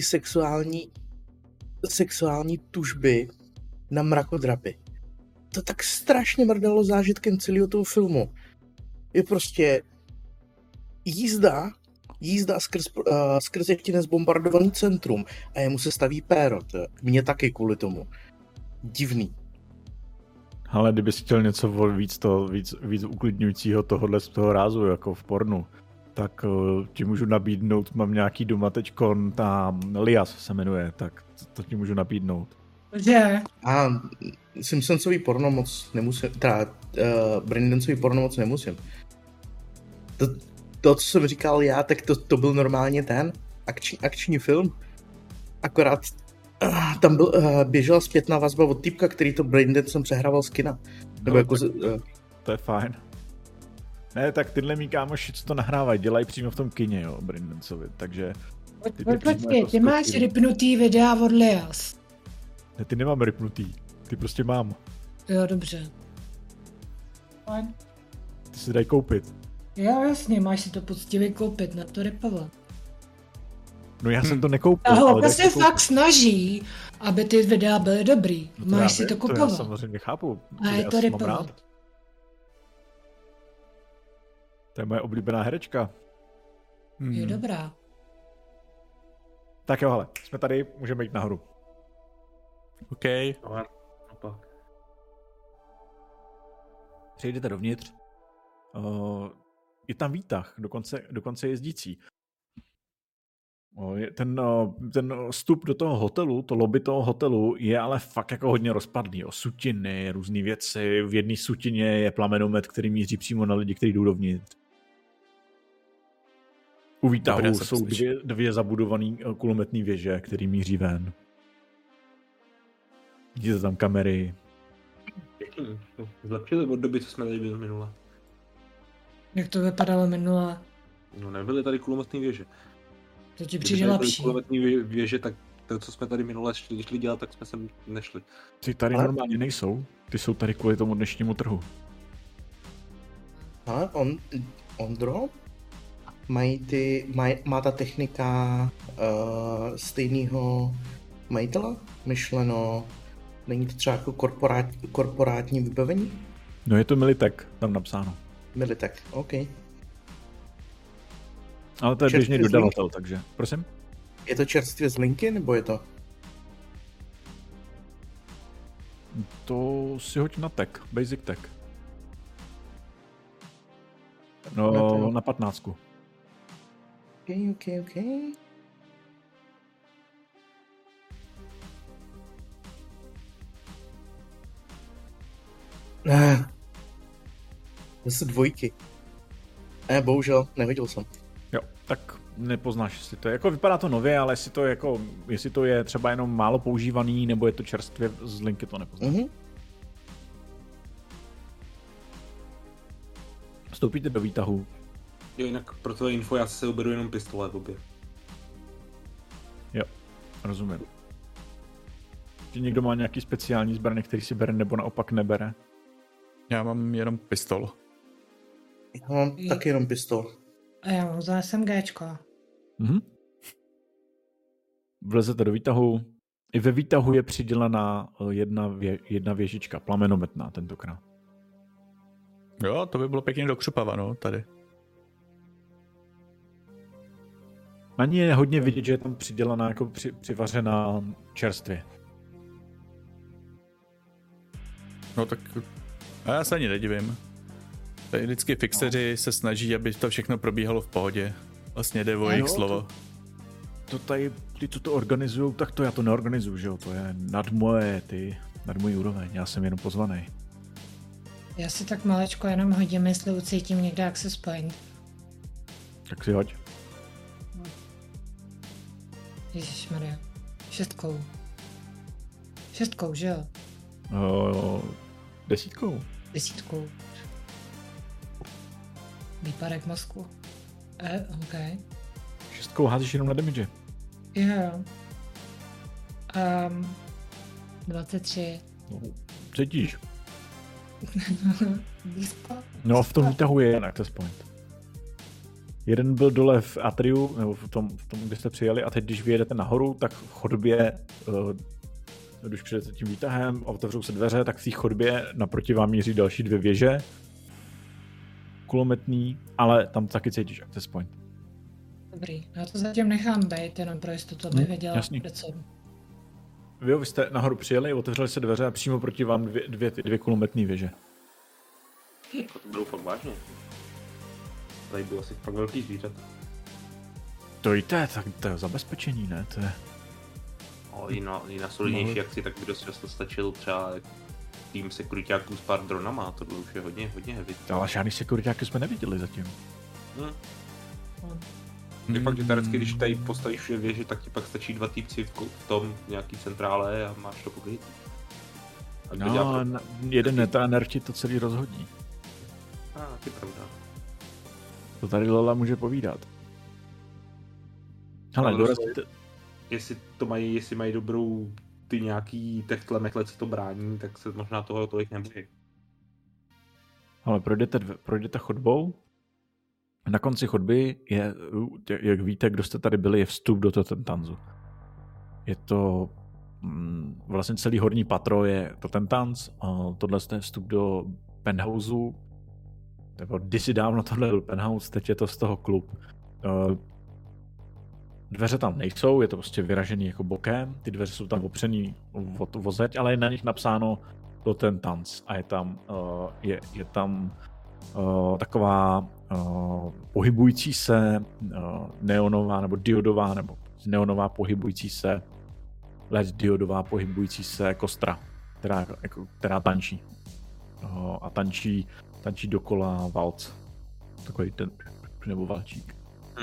sexuální tužby na mrakodrapy. To tak strašně mrdalo zážitkem celého toho filmu. Je prostě jízda skrz ještě nezbombardovaný centrum a jemu se staví péro. Mně taky kvůli tomu. Divný. Ale kdyby si chtěl něco víc uklidňujícího tohohle z toho rázu, jako v pornu, tak ti můžu nabídnout, mám nějaký doma teďkon, tam Lias se jmenuje, tak to ti můžu nabídnout. Že? A Simpsonsový porno moc nemusím, Brandancový porno moc nemusím. To, co jsem říkal já, tak to byl normálně ten akční film. Akorát tam běžela zpětná vazba od týpka, který to Braindancem přehrával z kina. Nebo jako to je fajn. Ne, tak tyhle mý kámoši, co to nahrávají, dělají přímo v tom kině, jo, Braindancovi, takže... Počkej, ty máš ripnutý videa od Lias. Ne, ty nemám ripnutý, ty prostě mám. Jo, dobře. Fajn. Ty si dají koupit. Jo, jasně, máš si to poctivě koupit, na to ripovat. No já jsem to nekoupil. A holka se fakt snaží, aby ty videa byly dobrý. No máš si to kupovat. To já samozřejmě chápu. A je to ripovat. To je moje oblíbená herečka. Je dobrá. Tak jo, hele, jsme tady, můžeme jít nahoru. OK. Přejdete dovnitř. Je tam výtah, dokonce jezdící. Ten vstup do toho hotelu, to lobby toho hotelu je ale fakt jako hodně rozpadlý. Sutiny, různé věci. V jedné sutině je plamenomet, který míří přímo na lidi, kteří jdou dovnitř. U výtahu jsou dvě zabudované kulometné věže, které míří ven. Vidíte tam kamery. Pěkný. Zlepšili od doby, co jsme tady byli minule. Jak to vypadalo minule? No nebyly tady kulometné věže. To ti přijde lepší. Kulometní věže, tak to, co jsme tady minule šli dělat, tak jsme sem nešli. Ty tady normálně nejsou. Ty jsou tady kvůli tomu dnešnímu trhu. Ale Ondro? Má ta technika stejného majitele? Myšleno, není to třeba jako korporátní vybavení? No je to Militech, tam napsáno. Militech, OK. Ale to je běžný dodavatel, takže prosím. Je to čerstvě z linky, nebo je to? To si hoď na tech, basic tech. No, na 15. OK. Zase dvojky. Bohužel, nehodil jsem. Jo, tak nepoznáš, jestli to je. Jako vypadá to nově, ale jestli to je třeba jenom málo používaný, nebo je to čerstvě z linky, to nepoznáš. Mm-hmm. Vstoupíte do výtahu. Jo, jinak pro tvoje info, já se uberu jenom pistole v obě. Jo, rozumím. Že někdo má nějaký speciální zbraně, který si bere nebo naopak nebere? Já mám jenom pistol. Já mám taky jenom pistol. A já mám za SMGčko. Mhm. Vlezete do výtahu. I ve výtahu je přidělená jedna věžička, plamenometná tentokrát. Jo, to by bylo pěkně do křupava, no, tady. Na ní je hodně vidět, že je tam přidělaná, jako přivařená čerstvě. No tak, a já se ani nedivím. Tady vždycky fixeři se snaží, aby to všechno probíhalo v pohodě. Vlastně jde o jejich slovo. To tady, ty, co to organizujou, tak to já to neorganizuju, že jo? To je nad můj úroveň, já jsem jenom pozvaný. Já si tak malečko jenom hodím, jestli ucítím někde access point. Tak si hoď. Ježišmarja. 6. 6, že jo? 10. 10. Výpadek mozku. OK. 6 házíš jenom na damage. Jo. 23. Cítíš? No, v tom výtahu je jen access point. Jeden byl dole v atriu, nebo v tom, kde jste přijeli, a teď, když vyjedete nahoru, tak v chodbě, když přijdete tím výtahem a otevřou se dveře, tak v té chodbě naproti vám míří další 2 věže. Kulometný, ale tam taky cítíš access point. Dobrý, já to zatím nechám být, jenom pro jistotu, abych věděla, kde jsem. Vy jste nahoru přijeli, otevřeli se dveře a přímo proti vám dvě kulometný věže. To budou fakt vážně. Tady bylo asi fakt velký zvířat. To jde, tak to je zabezpečení, ne? To je... I na solidnější akci, tak by dost často stačil třeba tým sekuritáků s pár dronama, to bylo už je hodně heavy. Ale žádný sekuritáky jsme neviděli zatím. Je fakt, že teoreticky, když tady postavíš věži, tak ti pak stačí 2 týpci v tom nějaký centrále a máš to pokryt. No, jeden netaner ti to celý rozhodí. Taky pravda. To tady Lola může povídat. Hele, dorazíte... Jestli mají dobrou ty nějaký techtle, co to brání, tak se možná toho tolik nebojí. Ale projdete chodbou. Na konci chodby je, jak víte, kdo jste tady byli, je vstup do Totentanzu. Je to vlastně celý horní patro je Totentanz, tohle je vstup do penthouseu, nebo kdysi dávno tohle byl penthouse, teď je to z toho klub. Dveře tam nejsou, je to prostě vyražený jako bokem, ty dveře jsou tam opřený o zeď, ale je na nich napsáno Totentanz a je tam taková pohybující se neonová nebo diodová nebo neonová pohybující se LED diodová pohybující se kostra, která tančí a tančí dokola valc, takový ten nebo valčík.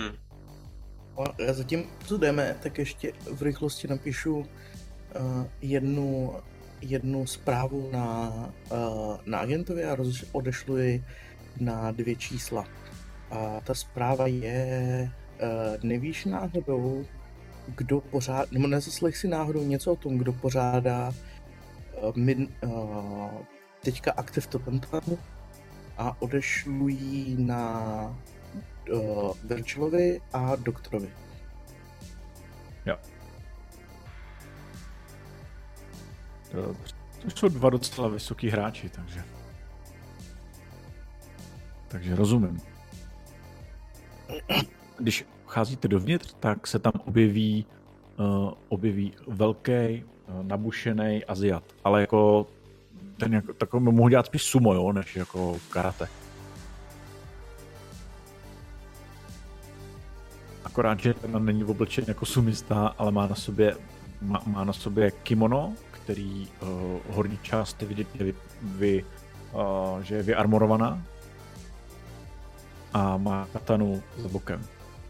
A zatím, co jdeme, tak ještě v rychlosti napíšu jednu zprávu na agentovi a odešlu ji na 2 čísla. A ta zpráva je, nevíš náhodou, kdo pořádá, nebo nezaslech si náhodou něco o tom, kdo pořádá teďka aktiv Totentanzu a odešlu ji na Virgilovi a doktorovi. Jo. Dobře. To jsou 2 docela vysoký hráči, takže rozumím. když vcházíte dovnitř, tak se tam objeví velký nabušený Aziat, ale jako ten jako, takový mohu dělat spíš sumo, jo, než jako karate. Akorát, že ten není oblečen jako sumista, ale má na sobě kimono, který horní část je vidět, že je vyarmorovaná a má katanu za bokem.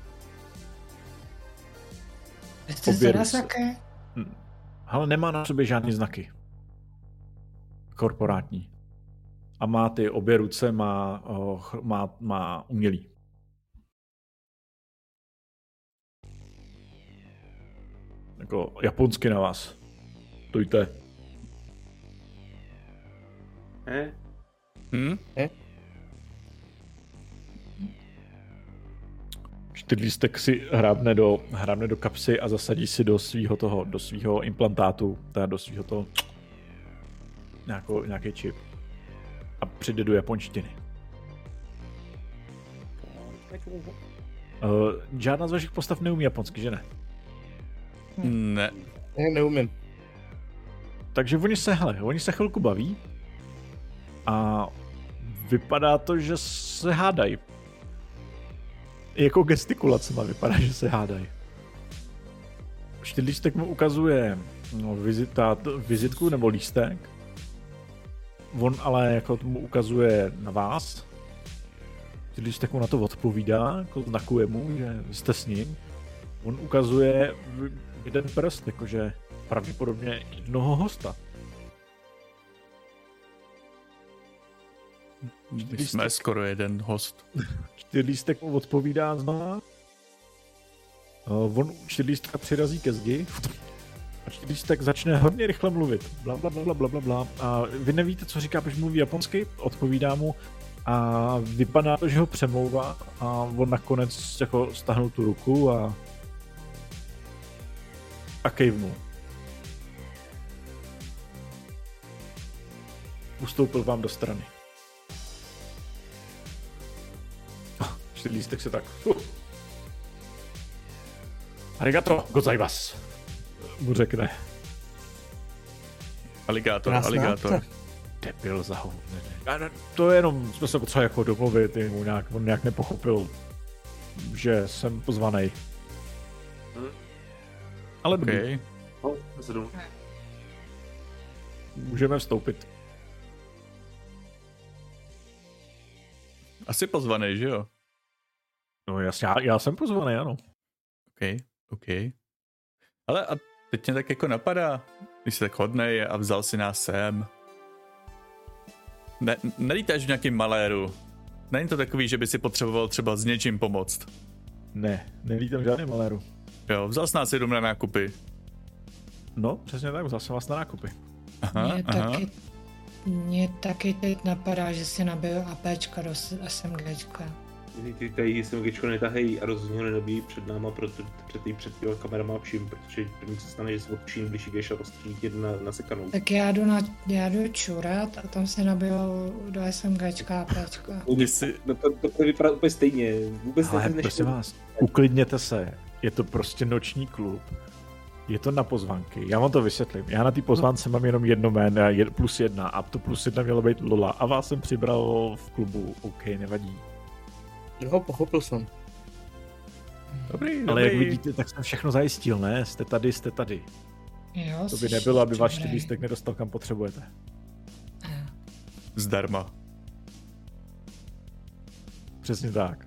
Jste Zarasake? Ale nemá na sobě žádný znaky. Korporátní. A má ty obě ruce, má umělý. Jako japonsky na vás. Stojte. Čtyřlístek si hrábne do kapsy a zasadí si do svého implantátu, teda do svého toho nějaký čip. A přijde do japonštiny. Žádná z vašich postav neumí japonsky, že ne? Ne. Neumím. Takže oni se chvilku baví a vypadá to, že se hádají. Jako gestikulacema vypadá, že se hádají. Čtyřlístek mu ukazuje vizitku nebo lístek. On ale jako mu ukazuje na vás. Čtyřlístek mu na to odpovídá, jako znakuje mu, že jste s ním. On ukazuje jeden prst, jakože pravděpodobně jednoho hosta. Jsme skoro jeden host. Čtyřlístek mu odpovídá znova. On Čtyřlístka přirazí ke zdi a Čtyřlístek začne hodně rychle mluvit. Bla, bla, bla, bla, bla, bla. A vy nevíte, co říká, protože mluví japonsky, odpovídá mu a vypadá to, že ho přemlouvá a on nakonec jako stáhnul tu ruku a kejvnul. Ustoupil vám do strany. Čtyřlístek se tak... Arigato gozaimasu, mu řekne. Aligátor. Debil za hovno. To je jenom, jsme se potřebovali jako domluvit, on nějak nepochopil, že jsem pozvaný. Ale okay. Můžeme vstoupit. Asi pozvaný, že jo? No jasně, já jsem pozvaný, ano. OK. Ale a teď mě tak jako napadá, když jsi tak hodnej a vzal si nás sem. Nelítáš v nějakým maléru? Není to takový, že by si potřeboval třeba s něčím pomoct? Ne, nelítám v žádném maléru. Jo, vzal jsi nás jenom na nákupy. No, přesně tak, vzal jsem vás na nákupy. Mně taky teď napadá, že si nabiju APčka do SMGčka. Ty tady SMGčko netahají a rozhodně ho nenabíjí před náma, před těma kamerama vším, protože první se stane, že se odčím, když jdeš a rozstřílí tě na sekanou. Tak já jdu čurat a tam se nabiju do SMGčka APčka. To vypadá úplně stejně. Ale prosím vás, uklidněte se, je to prostě noční klub. Je to na pozvánky, já vám to vysvětlím. Já na té pozvánce mám jenom jedno jméno, +1 a to +1 mělo být Lola a vás jsem přibral v klubu, OK, nevadí. Jo, pochopil jsem. Dobrý. Ale jak vidíte, tak jsem všechno zajistil, ne? Jste tady. Jo, to by nebylo, aby váš lístek nedostal kam potřebujete. Zdarma. Přesně tak.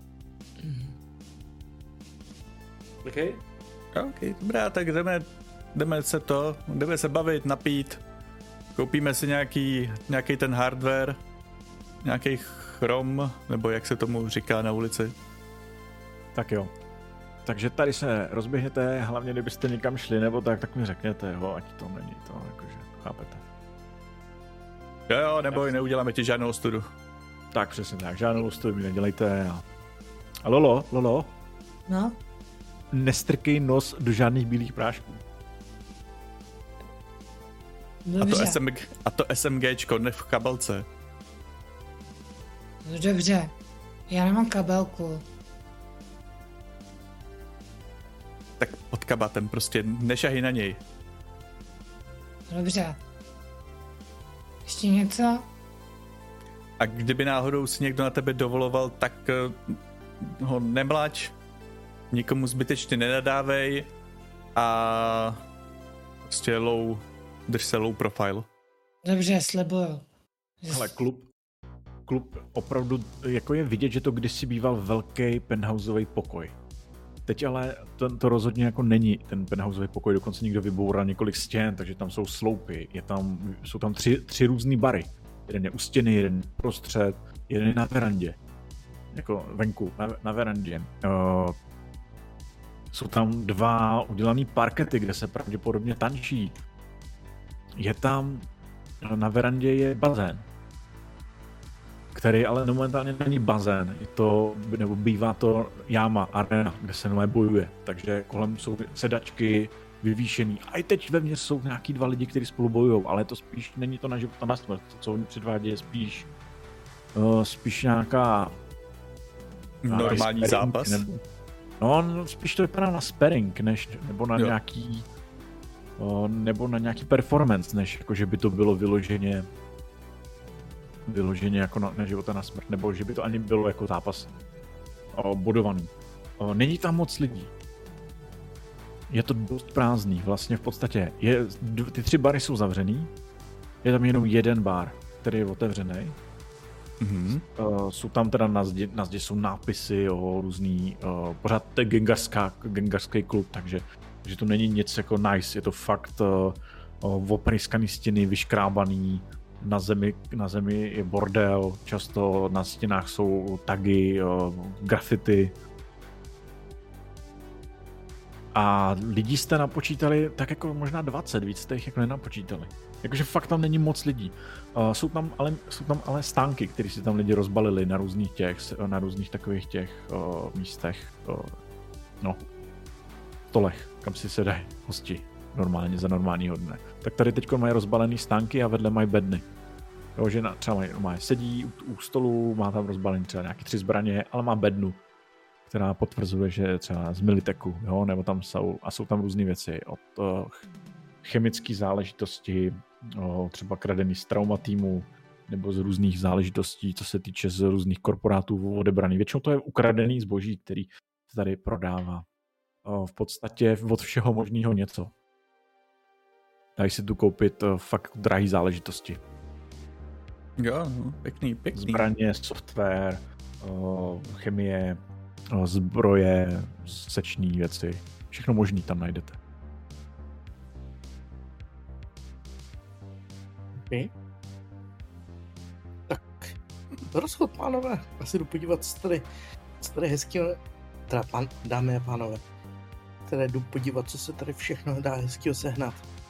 OK, dobrá, tak jdeme se bavit, napít. Koupíme si nějaký ten hardware, nějaký chrom, nebo jak se tomu říká na ulici. Tak jo. Takže tady se rozběhněte, hlavně kdybyste někam šli, nebo tak mi řekněte, jo, ať to není to, jakože, chápete. Jo, neboj, neuděláme ti žádnou ostudu. Tak přesně tak, žádnou ostudu mi nedělejte. A Lolo? No? Nestrkej nos do žádných bílých prášků. Dobře. A to SMGčko ne v kabelce. Dobře, já nemám kabelku. pod kabátem, prostě nešahy na něj. Dobře. Ještě něco? A kdyby náhodou si někdo na tebe dovoloval, tak ho nemlač, nikomu zbytečně nenadávej a prostě drž se low profile. Dobře, slibuju. Ale klub opravdu, jako je vidět, že to kdysi býval velký penthouseový pokoj. Teď ale to rozhodně jako není ten penthouseový pokoj, dokonce někdo vyboural několik stěn, takže tam jsou sloupy, jsou tam tři různý bary. Jeden je u stěny, jeden prostřed, jeden je na verandě. Jako venku, na verandě. Jsou tam 2 udělaný parkety, kde se pravděpodobně tančí. Je tam, na verandě je bazén, který ale momentálně není bazén, nebo bývá to jáma, arena, kde se nové bojuje, takže kolem jsou sedačky vyvýšený. A i teď vevnitř jsou nějaký 2 lidi, kteří spolu bojujou, ale to spíš není to na život a na smrt, to, co oni předvádí, je spíš nějaká normální zápas? Spíš to vypadá na sparring, nebo na nějaký performance, než jako, že by to bylo vyloženě jako na život a na smrt, nebo že by to ani bylo jako zápas bodovaný. Není tam moc lidí. Je to dost prázdný, vlastně v podstatě. Ty 3 bary jsou zavřený, je tam jenom jeden bar, který je otevřený. Mm-hmm. Jsou tam teda na zdi jsou nápisy o různý, pořád to je gengarský klub, takže to není nic jako nice, je to fakt opryskaný stěny, vyškrábaný, na zemi je bordel, často na stěnách jsou tagy, graffiti. A lidí jste napočítali tak jako možná 20, víc jste jich jako nenapočítali. Jakože fakt tam není moc lidí. Jsou tam ale stánky, které si tam lidi rozbalili na různých takových těch místech, stolech, kam si sedají hosti normálně za normálního dne. Tak tady teď mají rozbalený stánky a vedle mají bedny. Jo, že třeba sedí u stolu, má tam rozbalený třeba nějaký 3 zbraně, ale má bednu, která potvrzuje, že třeba z Militeku, jo, nebo tam jsou tam různé věci od chemické záležitosti, třeba kradený z Trauma týmu, nebo z různých záležitostí, co se týče z různých korporátů odebraný. Většinou to je ukradený zboží, který se tady prodává. V podstatě od všeho možného něco. Dají si tu koupit fakt drahý záležitosti. Jo, pěkný. Zbraně, software, chemie, zbroje, sečný věci. Všechno možný tam najdete. Okay. Tak, rozchod, pánové. Asi jdu podívat, co tady hezkého, teda dámy a pánové. Tady jdu podívat, co se tady všechno dá hezkého sehnat.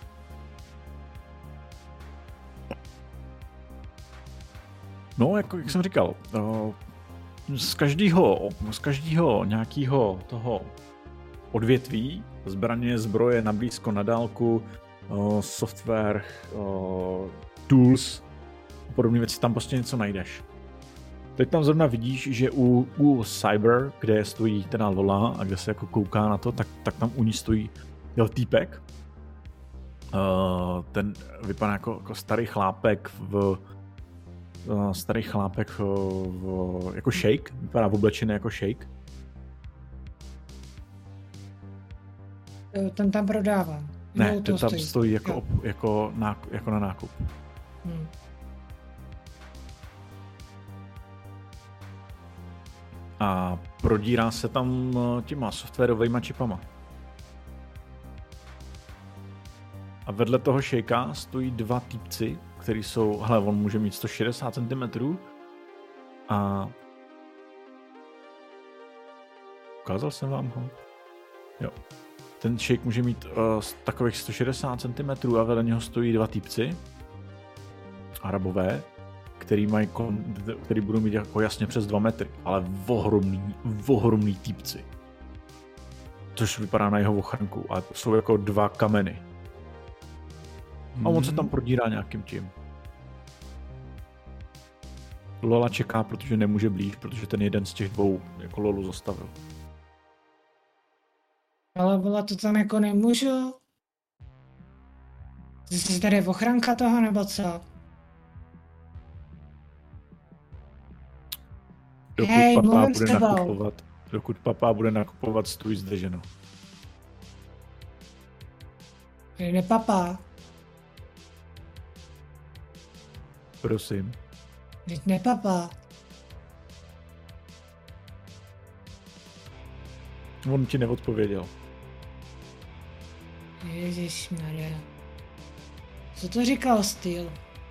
No, jako jak jsem říkal, z každého nějakého toho odvětví, zbraně, zbroje na blízko, na dálku, software, tools a podobné věci, tam prostě něco najdeš. Teď tam zrovna vidíš, že u Cyber, kde stojí teda Lola a kde se jako kouká na to, tak tam u ní stojí týpek. Ten vypadá jako starý chlápek jako shake, vypadá oblečený jako shake. Ten tam prodává. Ne, ten tam stojí jako na nákup. A prodírá se tam těma softwarovejma čipama. A vedle toho shakea stojí 2 týpci, který jsou, on může mít 160 cm a ukázal jsem vám ho. Jo. Ten shake může mít takových 160 cm a vedle něho stojí 2 týpci, Arabové, který budou mít jako jasně přes 2 metry, ale ohromný týpci. Což vypadá na jeho ochránku, ale to jsou jako 2 kameny. A on se tam prodírá nějakým tím. Lola čeká, protože nemůže blíž, protože ten jeden z těch 2 jako Lolu zastavil. Ale volat to tam jako nemůžu. Jsi tady ochranka toho, nebo co? Hej, mluvím s tebou. Dokud papá bude nakupovat, stůj zde, ženo. Ne papá. Prosím. Teď ne papá. On ti neodpověděl. Ježišmarja. Co to říkal Steel?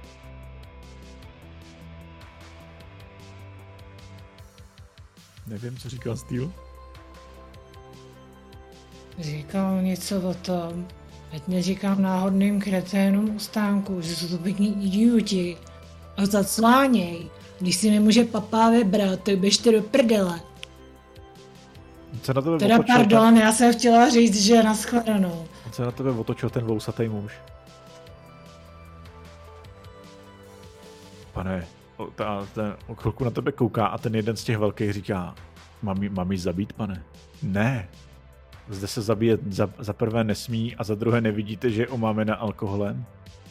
Nevím, co říkal Steel. Říkal něco o tom, ať neříkám náhodným kreténům u stánku, že jsou to pěkný idioti. A zacláněj. Když si nemůže papá vybrat, tak běžte do prdele. Co na tebe Teda pardon, já jsem chtěla říct, že na shledanou. Co na tebe otočil ten vousatý muž? Pane, ten chvilku na tebe kouká a ten jeden z těch velkých říká, mám jí zabít, pane? Ne. Zde se zabíjet za prvé nesmí a za druhé nevidíte, že je omámena alkoholem?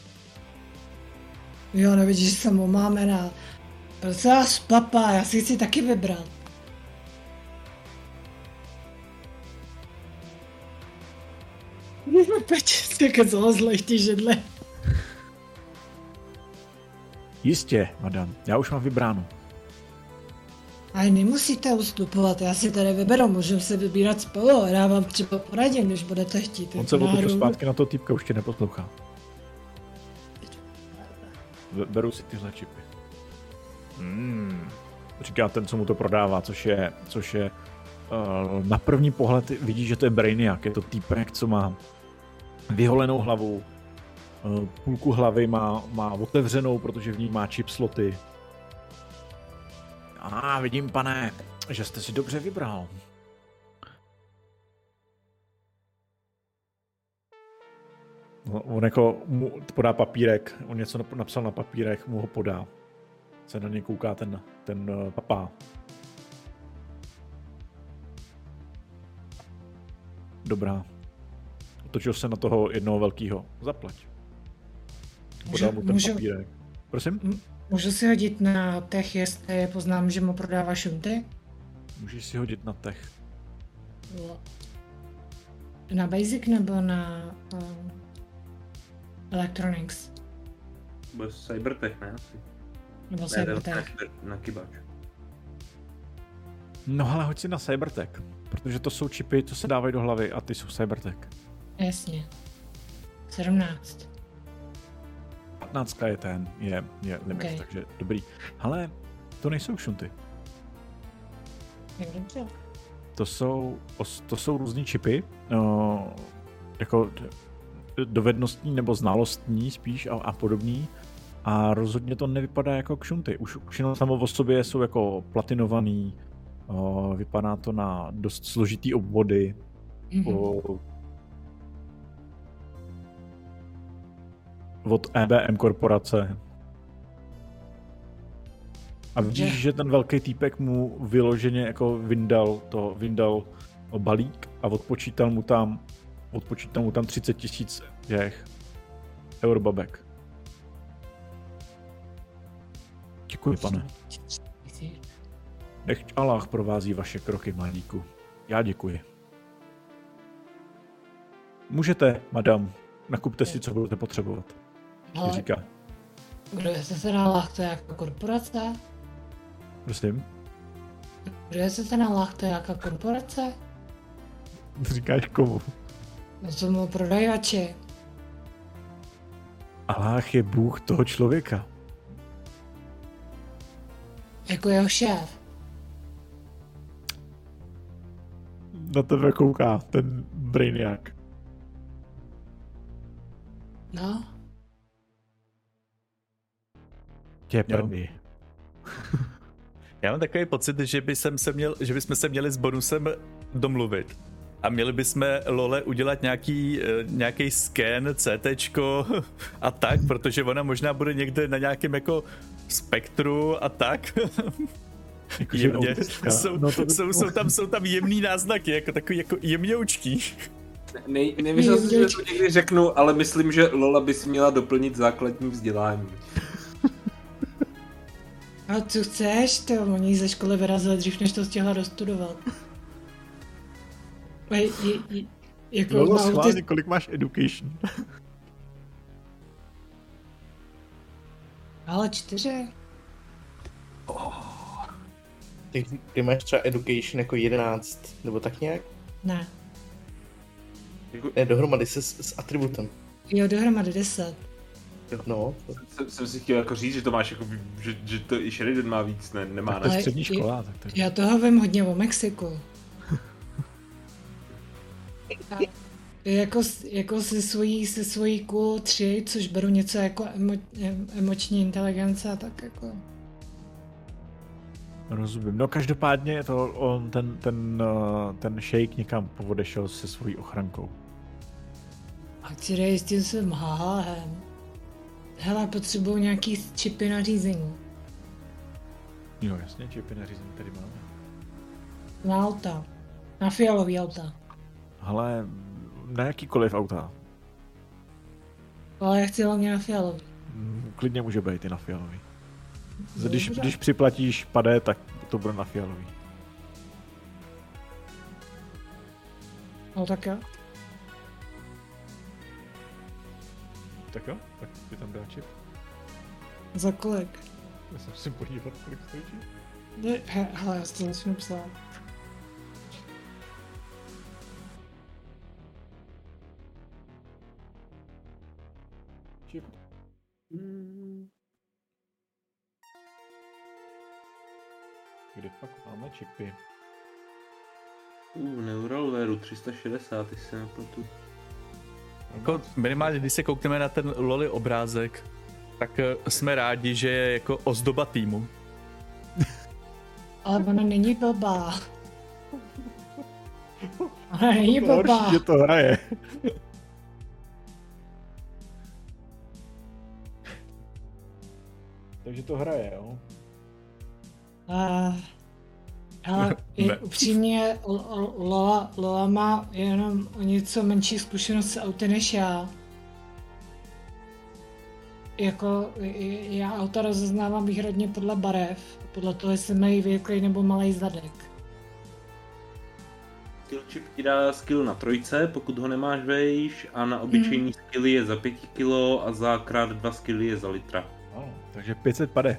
Jo, nevidíš, že jsem omámena. Prosím vás, papa, já si chci taky vybrat. Peč, jak zlozlej ty židle. Jistě, madam, já už mám vybráno. Ale nemusíte ustupovat, já si tady vyberu, můžeme se vybírat spolu a já vám třeba poradím, když budete chtít. On se otočil zpátky na to týpka, už tě neposlouchá. Beru si tyhle čipy. Říká ten, co mu to prodává, což je na první pohled vidíš, že to je Brainiac, je to týpek, co má vyholenou hlavu, půlku hlavy má otevřenou, protože v ní má chip sloty. Vidím, pane, že jste si dobře vybral. On jako mu podá papírek, on něco napsal na papírek, mu ho podá. Se na něj kouká ten papá. Dobrá. Otočil se na toho jednoho velkýho. Zaplať. Podal mu ten papírek. Prosím? Můžu si hodit na tech, jestli poznám, že mu prodává šunty? Můžeš si hodit na tech. Na basic nebo na electronics? Nebo cybertech, ne? Asi. Nebo cybertech. Na kybač. No ale hoď si na cybertech, protože to jsou čipy, co se dávají do hlavy a ty jsou cybertech. Jasně. 17. 15 je limit, okay. Takže dobrý. Ale to nejsou šunty. Jak dobře. To jsou různý čipy, jako dovednostní nebo znalostní spíš a podobný. A rozhodně to nevypadá jako kšunty. Už jenom samo o sobě jsou jako platinovaný, vypadá to na dost složitý obvody. Od EBM korporace. A vidíš, že ten velký týpek mu vyloženě jako vyndal balík a odpočítal mu tam 30 000 těch eurobabek. Děkuji, pane. Nechť Allah provází vaše kroky, mladíku. Já děkuji. Můžete, madam, nakupte si, co budete potřebovat. Ale říká. Kdo se na lahte jako korporace? Prosím? Kdo se na lahte jako korporace? Říkáš komu? No tomu prodajači. Allah je Bůh toho člověka. Jako jeho šéf. Na tebe kouká ten Brainiac. No. Tě první. Já mám takový pocit, že bychom se měli s bonusem domluvit. A měli bychom Lole udělat nějaký scan, CTčko a tak, protože ona možná bude někde na nějakém jako spektru a tak. Jakože Jemně. autistka. Jsou tam jemný náznaky, jako takový jako jemňoučký. Nevěřil jsem, že to někdy řeknu, ale myslím, že Lola by si měla doplnit základní vzdělání. A co chceš? To oni ze školy vyrazili dřív, než to stihla dostudovat. Jako Lolo, schválně, kolik máš education? Ale 4. Ty máš třeba education jako 11, nebo tak nějak? Ne. Ne, dohromady s atributem. Jo, dohromady 10. No. Jsem si chtěl jako říct, že to máš jako, že to i Sheridan má víc, ne, nemá. Tak to je střední škola. Tak to je... Já toho vím hodně o Mexiku. Jako se svojí cool 3, což beru něco jako emoční inteligence a tak jako... Rozumím. No každopádně to on ten šejk někam odešel se svojí ochrankou. A ti dej s tím svým háhem. Hele, potřebuju nějaký čipy na řízení. Jo, jasně, čipy na řízení tady máme. Na auta. Na fialový auta. Hele, na jakýkoliv auta. Ale já chci hlavně na fialový. Klidně může být i na fialový. Dobře. Když připlatíš pade, tak to bude na fialový. No tak jo. Tak jo, tak ty tam dá čip. Za kolik? Já se musím podívat, kolik stojí čip. Hele, já si to musím psát. Čip. Kde pak máme čipy? Neuralwaru 360, ty se nepletu. Jako minimálně, když se koukneme na ten Loli obrázek, tak jsme rádi, že je jako ozdoba týmu. Ale ona není blbá. Ona není blbá. Horší, že to hraje. Takže to hraje, jo? Ale upřímně Lola má jenom o něco menší zkušenost s auty než já. Jako já auta rozeznávám výhradně podle barev, podle toho, jestli mají věklý nebo malej zadek. Skill chip ti dá skill na 3, pokud ho nemáš vejš, a na obyčejný skilly je za 5 kg a za krát 2 skilly je za litra. Takže 500 pade.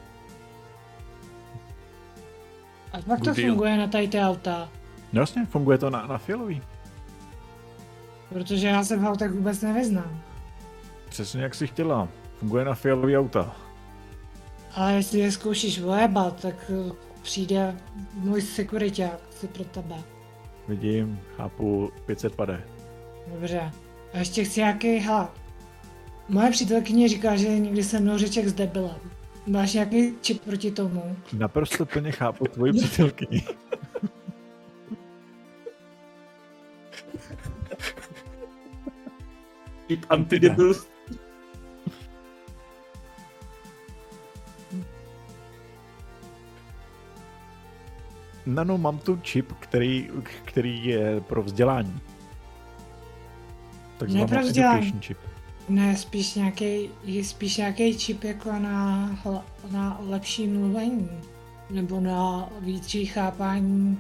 A jak to funguje na tady ty auta? No jasně, funguje to na fialový. Protože já se v autech vůbec nevyznám. Přesně jak jsi chtěla. Funguje na fialový auta. Ale jestli je zkoušíš vojebat, tak přijde můj sekuriťák si pro tebe. Vidím, chápu, 500 pade. Dobře. A ještě chci nějaký Moje přítelkyně říká, že někdy se mnou řeček s debilem. Máš nějaký čip proti tomu? Naprosto plně chápu tvoji přítelkyni. Čip antidebil. Nano, mám tu čip, který je pro vzdělání. Ne pro vzdělání. Education chip. Ne, spíš nějaký čip jako na lepší mluvení. Nebo na větší chápání.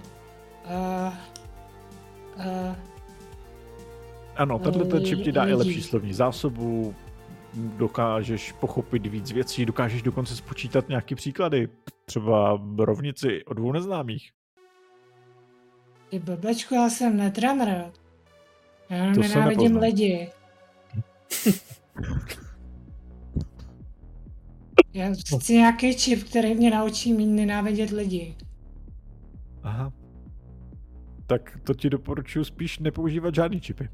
Ano, tenhle čip ti dá i lidí. lepší slovní zásobu, dokážeš pochopit víc věcí, dokážeš dokonce spočítat nějaký příklady. Třeba rovnici o 2 neznámých. Ty blbečku, já jsem netramer. Já To se nenávidím nepoznám. lidi. Já chci nějaký čip, který mě naučí méně nenávidět lidi. Aha. Tak to ti doporučuji spíš nepoužívat žádný čipy.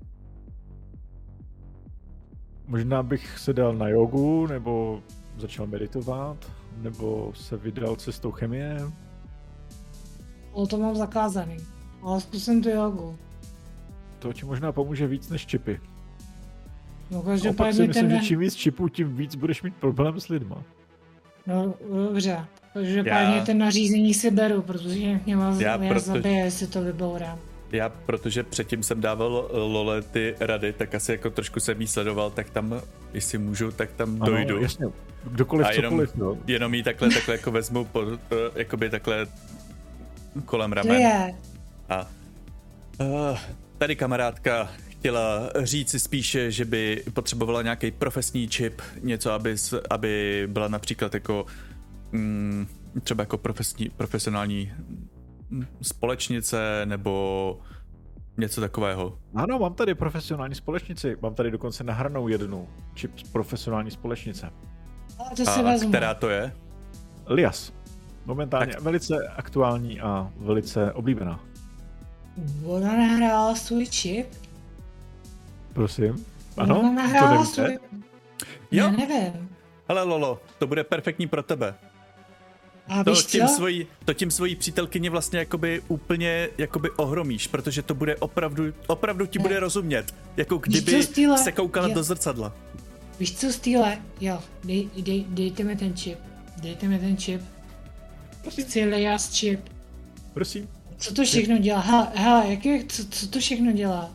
Možná bych se dal na jogu, nebo začal meditovat, nebo se vydal cestou chemie. Ale to mám zakázaný. Ale zkusím tu jogu. To ti možná pomůže víc než čipy. No Opak si každopádně myslím, ten... že čím víc čipů, tím víc budeš mít problém s lidma. No dobře. Takže pádně ten nařízení si beru, protože mě vás zabije, jestli to vybourám. Já, protože předtím jsem dával Lole ty rady, tak asi jako trošku jsem jí sledoval, tak tam, jestli můžu, tak tam dojdu. Ano, jasně, kdokoliv, a cokoliv, no. Jenom jí takhle jako vezmu jakoby takhle kolem ramen. A tady kamarádka chtěla říct si spíše, že by potřebovala nějaký profesní čip, něco, aby byla například jako třeba jako profesionální společnice nebo něco takového. Ano, mám tady profesionální společnici. Mám tady dokonce nahranou jednu čip z profesionální společnice. A která to je? Lias. Momentálně velice aktuální a velice oblíbená. Ona nahrála svůj čip? Prosím? Ano? Ona nahrála svůj... Jo? Já nevím. Hele Lolo, to bude perfektní pro tebe. A tím svojí přítelkyni vlastně jakoby úplně jakoby ohromíš, protože to bude opravdu ti bude rozumět, jako kdyby se koukala do zrcadla. Víš co, Stýle? Jo, dejte mi ten čip. Chci Lias čip. Prosím. Co to všechno dělá? Hele, co to všechno dělá?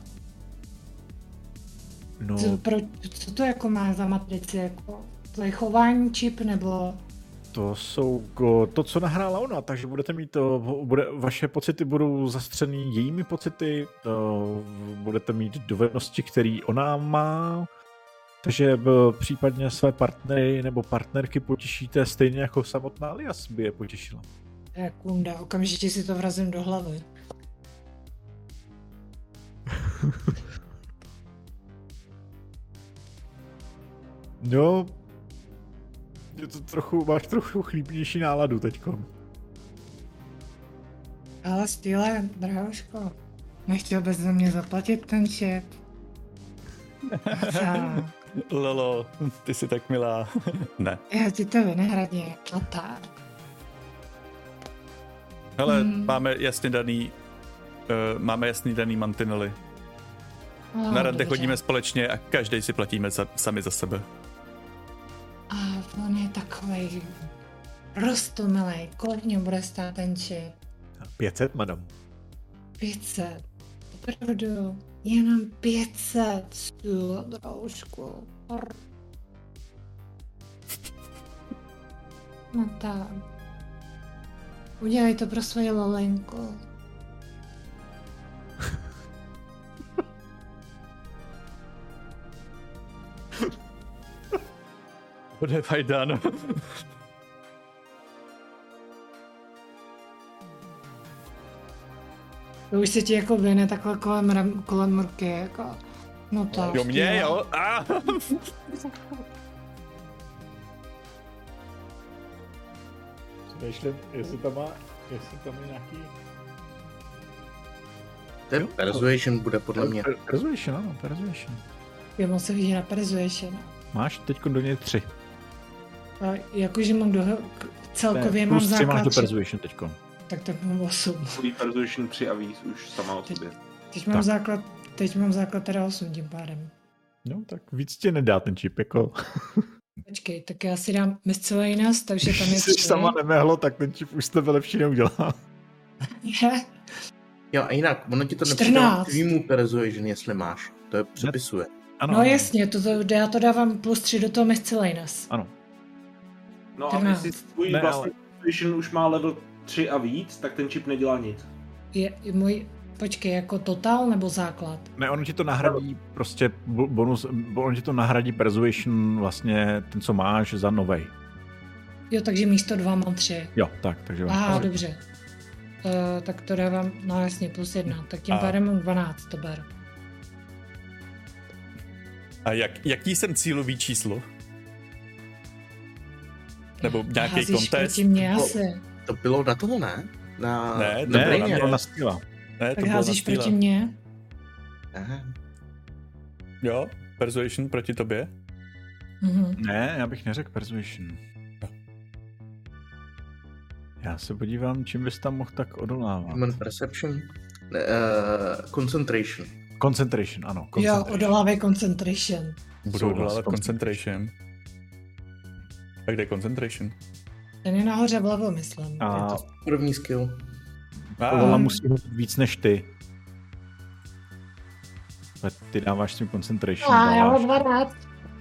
No. Co to jako má za matrici? Jako, to je chování čip, nebo... To jsou to, co nahrála ona, takže budete mít vaše pocity budou zastřený jejími pocity, budete mít dovednosti, které ona má, takže případně své partnery nebo partnerky potěšíte stejně jako samotná Lias by je potěšila. Kunda, okamžitě si to vrazím do hlavy. No, je to máš trochu chlípnější náladu teďkon. Ale Stýle, drahoško, nechtěl bys za mě zaplatit ten čip? Lolo, ty jsi tak milá. Ne. Já ti to vynehradím, no tak. Hele, máme jasně daný mantinely. Na rande chodíme společně a každý si platíme sami za sebe. A on je takovej roztomilej. Kolik mě bude stát ten čip? 500, madam. 500. Opravdu. Jenom 500. Stůl, droužku. No tak. Udělej to pro svoji Lolinku. Bude fajdáno. To už se ti jako vyne takhle kolem mrky, jako... No tak. Jo, mě, jo? Přemýšlím, jestli tam je nějaký... Ten persuasion bude podle mě. Persuasion, ano, persuasion. Já moc se vidí na persuasion. Máš teďko do něj 3. Jakože mám celkově mám základ. Máš do persuasion teďko. Tak mám 8. Svůj persuasion 3 a víc už sama o sobě. Teď mám základ teda 8 tím pádem. No tak víc tě nedá ten čip, jako... Počkej, tak já si dám miscellaneous, takže tam je 3. Když sama nemehlo, tak ten čip už tebe lepší neudělá. Jo, a jinak, ono ti to nepřidá tvýmu persuasion, jestli máš. To je přepisuje. Ano, no jasně, já to dávám plus 3 do toho miscellaneous. Ano. No a jestli tvůj vlastní persuasion už má level 3 a víc, tak ten čip nedělá nic. Je můj... Počkej, jako total nebo základ? Ne, ono ti to nahradí prostě bonus, ono ti to nahradí persuasion vlastně ten, co máš za novej. Jo, takže místo 2 mám 3. Jo, tak, takže... Aha, dobře. Tak to dávám, no jasně, plus 1. Tak tím pádem mám 12, to ber. A jaký jsem cílový číslo? Nebo nějaký kontest? Mě asi. To bylo na toho, ne? Ne, na Stýla. Ne, tak házíš proti mně? Aha. Jo, persuasion proti tobě? Mhm. Ne, já bych neřekl persuasion. Já se podívám, čím bys tam mohl tak odolávat. Human perception? Concentration. Concentration, ano. Jo, odolávej concentration. Budu odolávat concentration. A kde je concentration? Ten je nahoře vlevo, myslím. A První skill. Lola musí mít víc než ty. Ale ty dáváš svým concentration. A já ho dáváš. 12.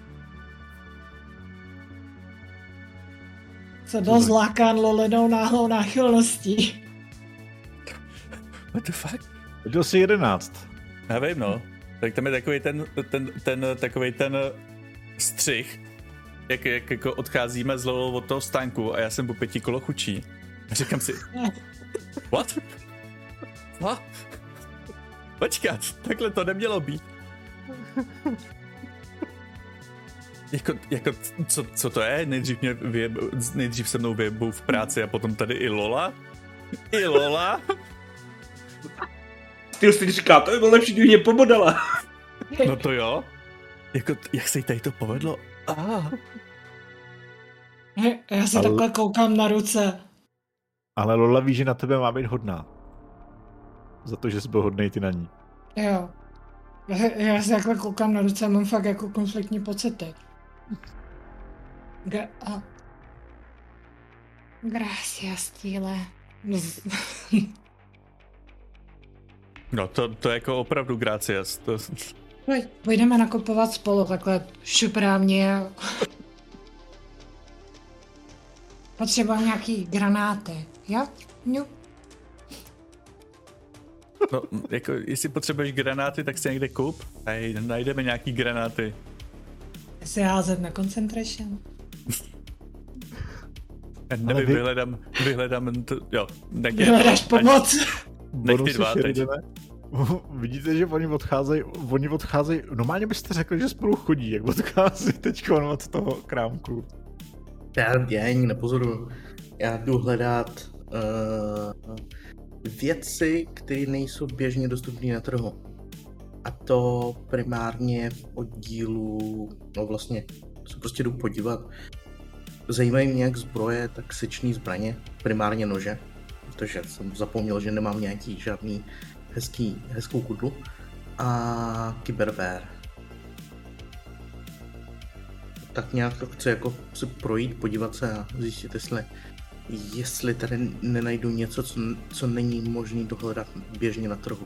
Co byl zlákán Lolinou náhlou náchylností. What the fuck? Hodil si 11. Já vím, no. Tak tam je takovej ten střih, jak jako odcházíme z Lolou od toho stánku a já jsem po 5 kolo chučí. A říkám si, what? What? Počkat, takhle to nemělo být. Jako co to je? Nejdřív se mnou vyjebou v práci a potom tady i Lola? I Lola? Ty si říká, to by bylo lepší, kdyby mě pobodala. No to jo. Jako, jak se jí tady to povedlo? Já se takhle koukám na ruce. Ale Lola ví, že na tebe má být hodná. Za to, že jsi byl hodnej ty na ní. Jo. Já se takhle koukám na ruce a mám fakt jako konfliktní pocity. Gracias, Tíle. No to je jako opravdu gracias. To... Půjdeme nakupovat spolu, takhle šuprávně. Potřebujeme nějaký granáty, jo? Jo. No, jako, jestli potřebuješ granáty, tak si někde koup. Hej, najdeme nějaký granáty. Jestli házet na concentration. Nevím, vyhledám to, jo. Vyhledáš pomoc. Nech ty dva teď. Vidíte, že oni odcházejí, normálně byste řekli, že spolu chodí, jak odchází teď od toho krámku. Já ani nepozoruju. Já jdu hledat věci, které nejsou běžně dostupné na trhu. A to primárně v oddílu, no vlastně, se prostě jdu podívat. Zajímají mě jak zbroje, tak sečný zbraně, primárně nože, protože jsem zapomněl, že nemám nějaký žádný hezkou kudlu. A kyberware. Tak nějak to chci jako se projít, podívat se a zjistit, jestli tady nenajdu něco, co není možné dohledat běžně na trhu.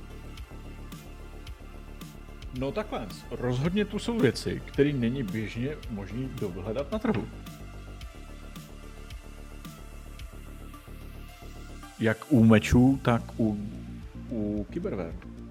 No takhle, rozhodně tu jsou věci, které není běžně možné dohledat na trhu. Jak u mečů, tak u kyberware.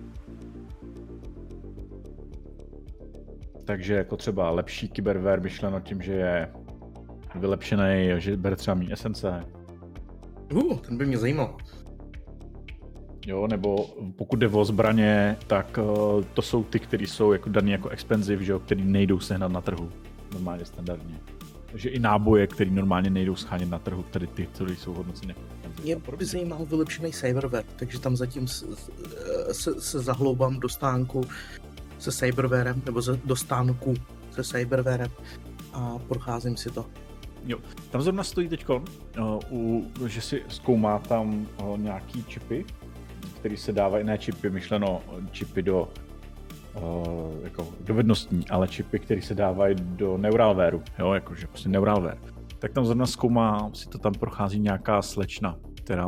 Takže jako třeba lepší kyberware myšleno tím, že je vylepšený, že bere třeba méně esence. Ten by mě zajímal. Jo, nebo pokud jde o zbraně, tak to jsou ty, které jsou jako daný jako expensive, že jo, který nejdou sehnat na trhu. Normálně standardně. Takže i náboje, které normálně nejdou schánět na trhu, tady ty, které jsou hodnoceny. Mě by zajímal vylepšený cyberware, takže tam zatím se zahloubám do stánku se cyberwarem, nebo do stánku se cyberwarem a procházím si to. Jo, tam zrovna stojí teďko, že si zkoumá tam nějaký čipy, které se dávají, ne čipy, myšleno čipy do jako dovednostní, ale čipy, které se dávají do neuralwareu, jo, jakože prostě neuralware. Tak tam zrovna zkoumá, si to tam prochází nějaká slečna,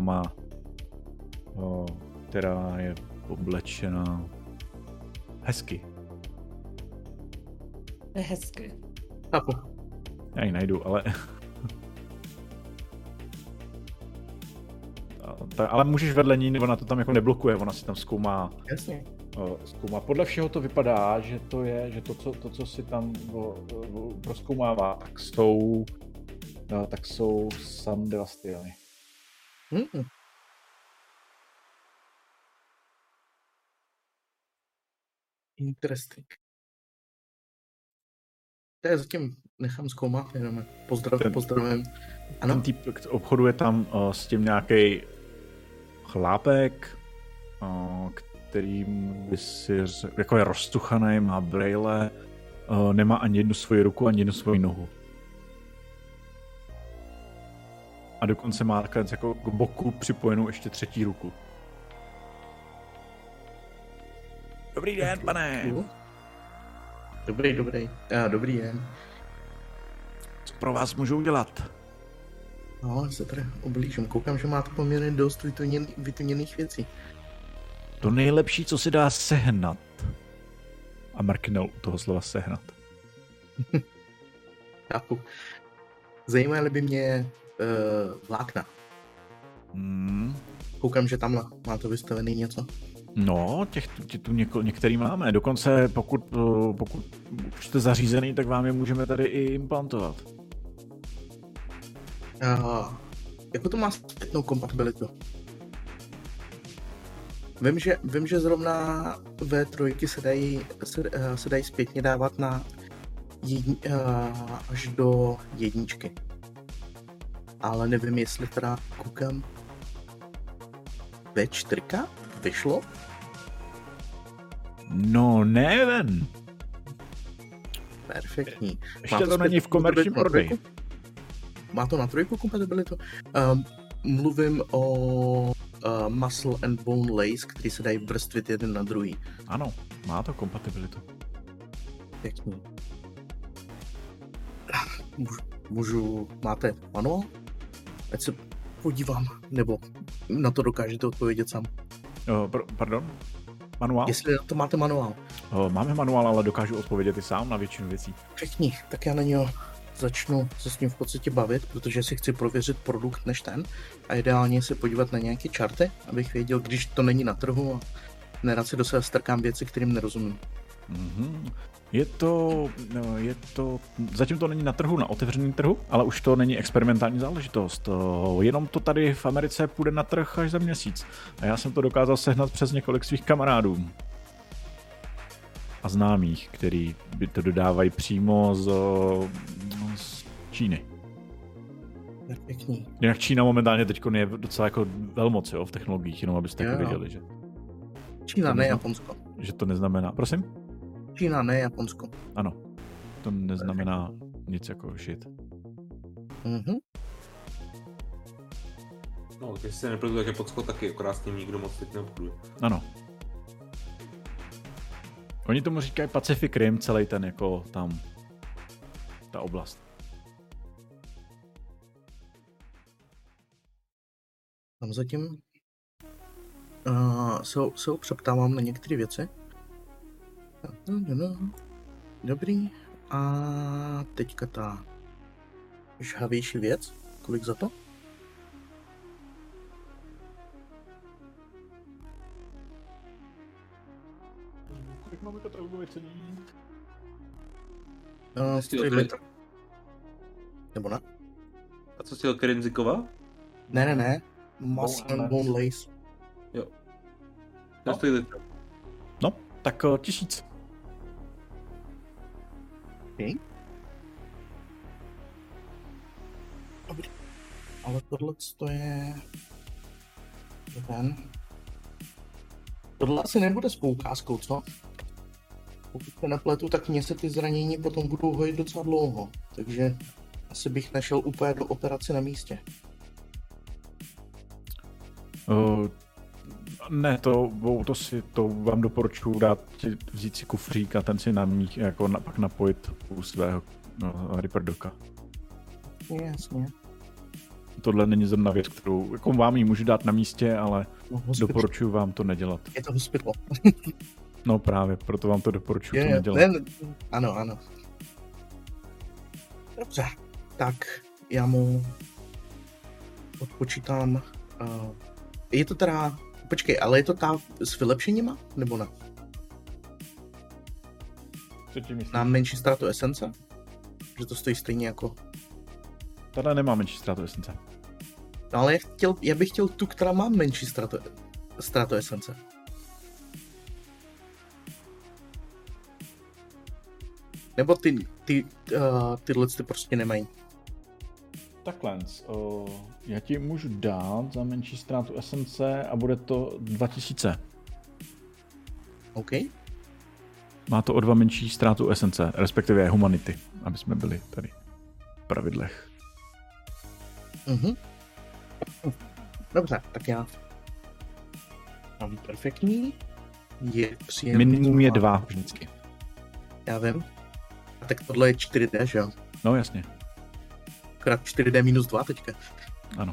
která je oblečena hezky. To je hezky. Chápu. Já ji najdu, ale... ale můžeš vedle ní, ona to tam jako neblokuje, ona si tam zkoumá. Jasně. Zkoumá. Podle všeho to vypadá, že to je, že to co si tam prozkoumává, tak jsou Sun Devastiony. Interesting. To je zatím nechám zkoumat, jenom pozdravím. Ano? Ten typ obchoduje tam s tím nějaký chlápek, kterým by si jako je roztuchaný, má brejle, nemá ani jednu svoji ruku, ani jednu svoji nohu. A dokonce má takhle jako k boku připojenou ještě třetí ruku. Dobrý den, pane. Dobrý. Dobrý den. Co pro vás můžu udělat? No, se tady oblížím. Koukám, že máte poměrně dost vytuněných věcí. To nejlepší, co se dá sehnat. A mrknul u toho slova sehnat. Chápu. Zajímaly by mě vlákna. Koukám, že tam máte vystavený něco. No, těch tu některý máme. Dokonce pokud už jste zařízený, tak vám je můžeme tady i implantovat. Jako to má zpětnou kompatibilitu? Vím, že zrovna V3 se dají zpětně dávat na až do 1. Ale nevím, jestli teda koukám V4 vyšlo? No, nevím. Perfektní. Ještě to není v komerčním prodeji. Má to na 3 kompatibilitu? Mluvím o muscle and bone lace, který se dají vrstvit jeden na druhý. Ano, má to kompatibilitu. Pěkný. Máte manuál? Ať se podívám, nebo na to dokážete odpovědět sám. Pardon? Manuál? Jestli na to máte manuál. Máme manuál, ale dokážu odpovědět i sám na většinu věcí. Pěkný, tak já na něho začnu se s ním v podstatě bavit, protože si chci prověřit produkt než ten a ideálně se podívat na nějaké čarty, abych věděl, když to není na trhu a nerad si do sebe strkám věci, kterým nerozumím. Mm-hmm. Je to, zatím to není na trhu, na otevřeném trhu, ale už to není experimentální záležitost. Jenom to tady v Americe půjde na trh až za měsíc. A já jsem to dokázal sehnat přes několik svých kamarádů a známých, který by to dodávají přímo z Číny. Pěkný. Jinak Čína momentálně teď je docela jako velmoc, v technologiích, jenom abyste jako věděli, že... Čína, ne Japonsko. Že to neznamená... Prosím? Čína, ne Japonsko. Ano. To neznamená nic jako shit. Mhm. No, když se nepletu, tak Japonsko taky, akorát s tím nikdo moc teď neobchoduje. Ano. Oni tomu říkají Pacific Rim, celý ten jako tam, ta oblast. Tam zatím se přeptávám na některé věci. Dobrý. A teďka ta žhavější věc. Kolik za to? Kolik máme to trhové cení? 100 litr. Nebo ne? A co chtěl Kerinzikova? Ne. Muscle and bone lace. Jo. 100 litr. No, tak 1000. Okay. Dobrý. Ale tohle je ten. Tohle asi nebude s poukázkou, co? Pokud se nepletu, tak mě se ty zranění potom budou hojit docela dlouho. Takže asi bych nešel úplně do operace na místě. Ne, to vám doporučuji dát, vzít si kufřík a ten si na mě jako pak napojit u svého Ripperdoka. Jasně. Tohle není zrovna věc, kterou jako vám ji můžu dát na místě, ale doporučuji vám to nedělat. Je to hospital. No právě, proto vám to doporučuji to nedělat. Ano. Dobře, tak já mu odpočítám. Je to teda, počkej, ale je to ta s vylepšeníma, nebo ne? Co ti myslíš? Na menší ztrátu esence? Že to stojí stejně jako... Tady nemá menší ztrátu esence. No ale já bych chtěl tu, která má menší ztrátu esence. Nebo tyhle ty prostě nemají. Takhle, já ti můžu dát za menší ztrátu esence a bude to 2000. OK. Má to o 2 menší ztrátu esence, respektive humanity, aby jsme byli tady v pravidlech. Mhm. Dobře, tak já mám perfektní. Je příjemný. Minimum je 2 vždycky. Já vím. A tak tohle je 4D, že jo? No jasně. krát 4D minus 2 teďka. Ano.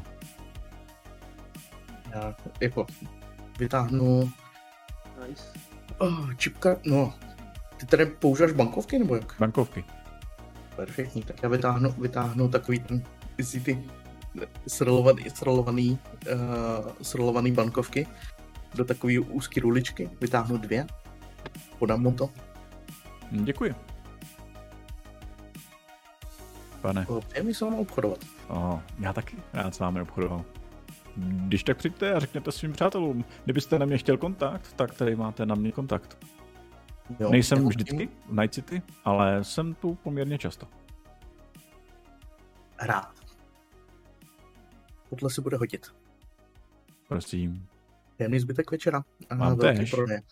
Já jako vytáhnu... Nice. Čipka, no. Ty tady používáš bankovky nebo jak? Bankovky. Perfektní, tak já vytáhnu takový ten, ty srolovaný bankovky do takové úzké ruličky, vytáhnu 2, podám mu to. Děkuji. Pane. Příjemný se vám obchodovat. Já taky rád s vámi obchodoval. Když tak přijďte a řekněte svým přátelům, kdybyste na mě chtěl kontakt, tak tady máte na mě kontakt. Jo, Nejsem vždycky v Night City, ale jsem tu poměrně často. Rád. Tohle se bude hodit. Prosím. Příjemný zbytek večera. Mám též.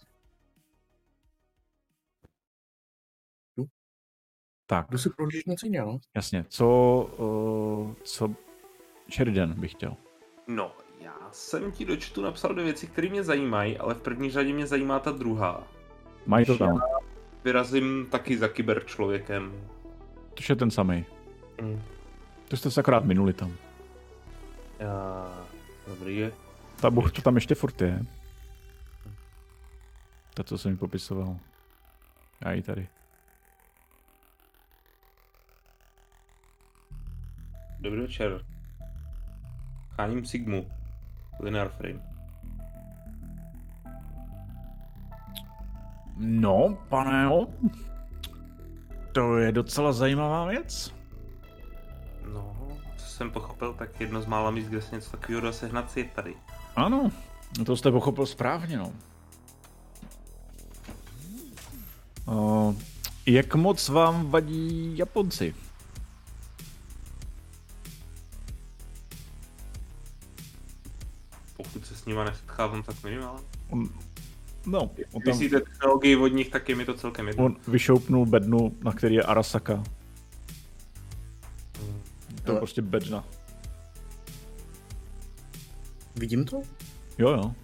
Tak. Jdu si prohlížet něco jiného, no? Jasně. Co Sheridan bych chtěl? No, já jsem ti do chatu napsal 2 věci, které mě zajímají, ale v první řadě mě zajímá ta druhá. Mají to tam. Vyrazím taky za kyberčlověkem. To je ten samej. To jste se akorát minuli tam. Dobrý je. Ta buchta tam ještě furt je. To, co jsem mi popisoval. Já ji tady. Dobrý večer. Cháním Sigmu. Linear Frame. No, pane jo. To je docela zajímavá věc. No, co jsem pochopil, tak jedno z mála míst, kde se něco takového dá sehnat, je tady. Ano, to jste pochopil správně, no. Jak moc vám vadí Japonci? Pokud se s nima nesetkávám, tak minimálně. Myslíte technologii od nich, tak je mi to celkem jedno. On vyšoupnul bednu, na který je Arasaka. To je prostě bedna. Vidím to? Jo.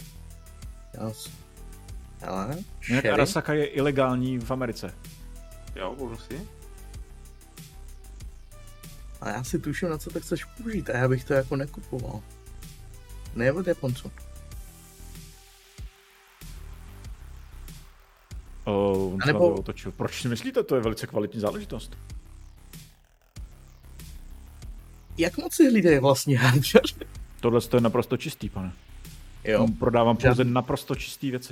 Ale... Jinak Arasaka je ilegální v Americe. Jo, budu si. A já si tuším, na co to chceš použít, a já bych to jako nekupoval. Ne od Japonců. On se nebo... otočil. Proč si myslíte, to je velice kvalitní záležitost? Jak moc si lidé vlastně hardware? Tohle je naprosto čistý, pane. Jo. Prodávám pouze naprosto čistý věci.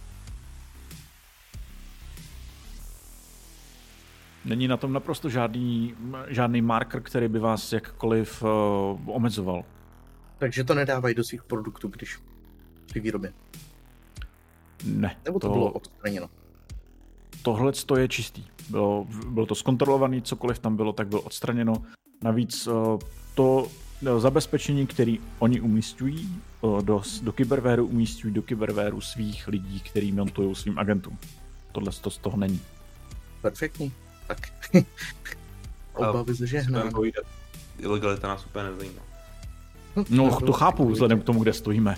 Není na tom naprosto žádný marker, který by vás jakkoliv omezoval. Takže to nedávají do svých produktů, když při výrobě? Ne. Nebo to bylo odstraněno? Tohle je čistý. Bylo to zkontrolované, cokoliv tam bylo, tak bylo odstraněno. Navíc to zabezpečení, které oni umístují do kybervéru, umístují do kybervéru svých lidí, který montují svým agentům. Tohle z toho není. Perfektní. Tak obavy zažehnám. Ilegalita nás úplně nezajímá. No, to chápu, vzhledem k tomu, kde stojíme.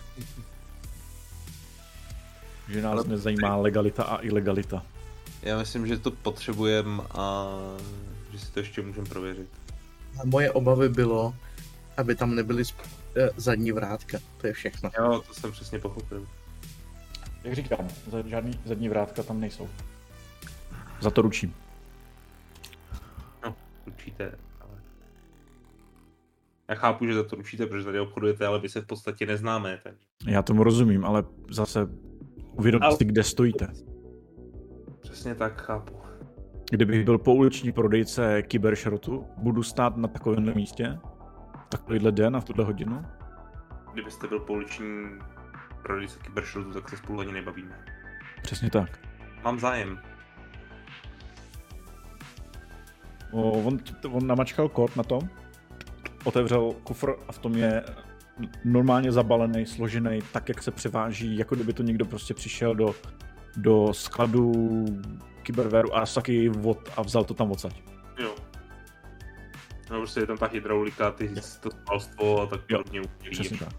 Že nás nezajímá legalita a ilegalita. Já myslím, že to potřebujeme a že si to ještě můžeme prověřit. A moje obavy bylo, aby tam nebyly zadní vrátka. To je všechno. Jo, to jsem přesně pochopil. Jak říkám, žádný zadní vrátka tam nejsou. Za to ručím. No, ručíte, ale... Já chápu, že za to ručíte, protože tady obchodujete, ale vy se v podstatě neznáme. Tak... Já tomu rozumím, ale zase uvědomte si, kde stojíte. Přesně tak, chápu. Kdybych byl pouliční prodejce kyberšrotu, budu stát na takovémhle místě? V takovýhle den a v tuhle hodinu? Kdybyste byl pouliční prodejce kyberšrotu, tak se spolu ani nebavíme. Přesně tak. Mám zájem. On namačkal kód na tom, otevřel kufr a v tom je normálně zabalený, složený, tak jak se převáží, jako kdyby to někdo prostě přišel do skladu kybervéru Arasaky a vzal to tam odsaď. Jo. No prostě je tam ta hydraulika, to spalstvo a tak podobně. Přesně tak.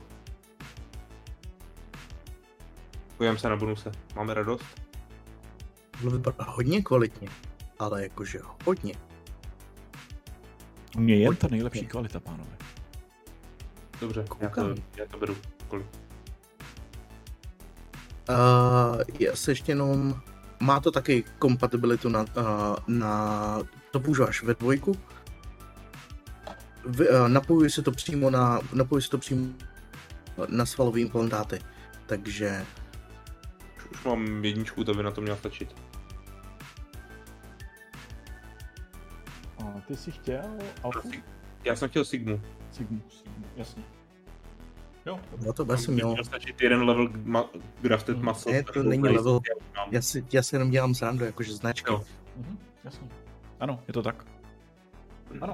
Pojďme se na bonuse. Máme radost? To vypadá hodně kvalitně, ale jakože hodně. U mě jen ta nejlepší kvalita, pánové. Dobře, já to beru. Kolik? Já se ještě jenom... Má to taky kompatibilitu na to používáš ve 2. Napojuje se to přímo na svalové implantáty, takže... Už mám 1, to by na to měla stačit. A ty jsi chtěl Alfu? Já jsem chtěl Sigmu. Sigmu, jasně. Jo. No to bych si měl. Měl stačit jeden level grafted muscle. Ne, to není level. Já si jenom dělám srandu, jakože značky. Jasně. Ano, je to tak. Ano.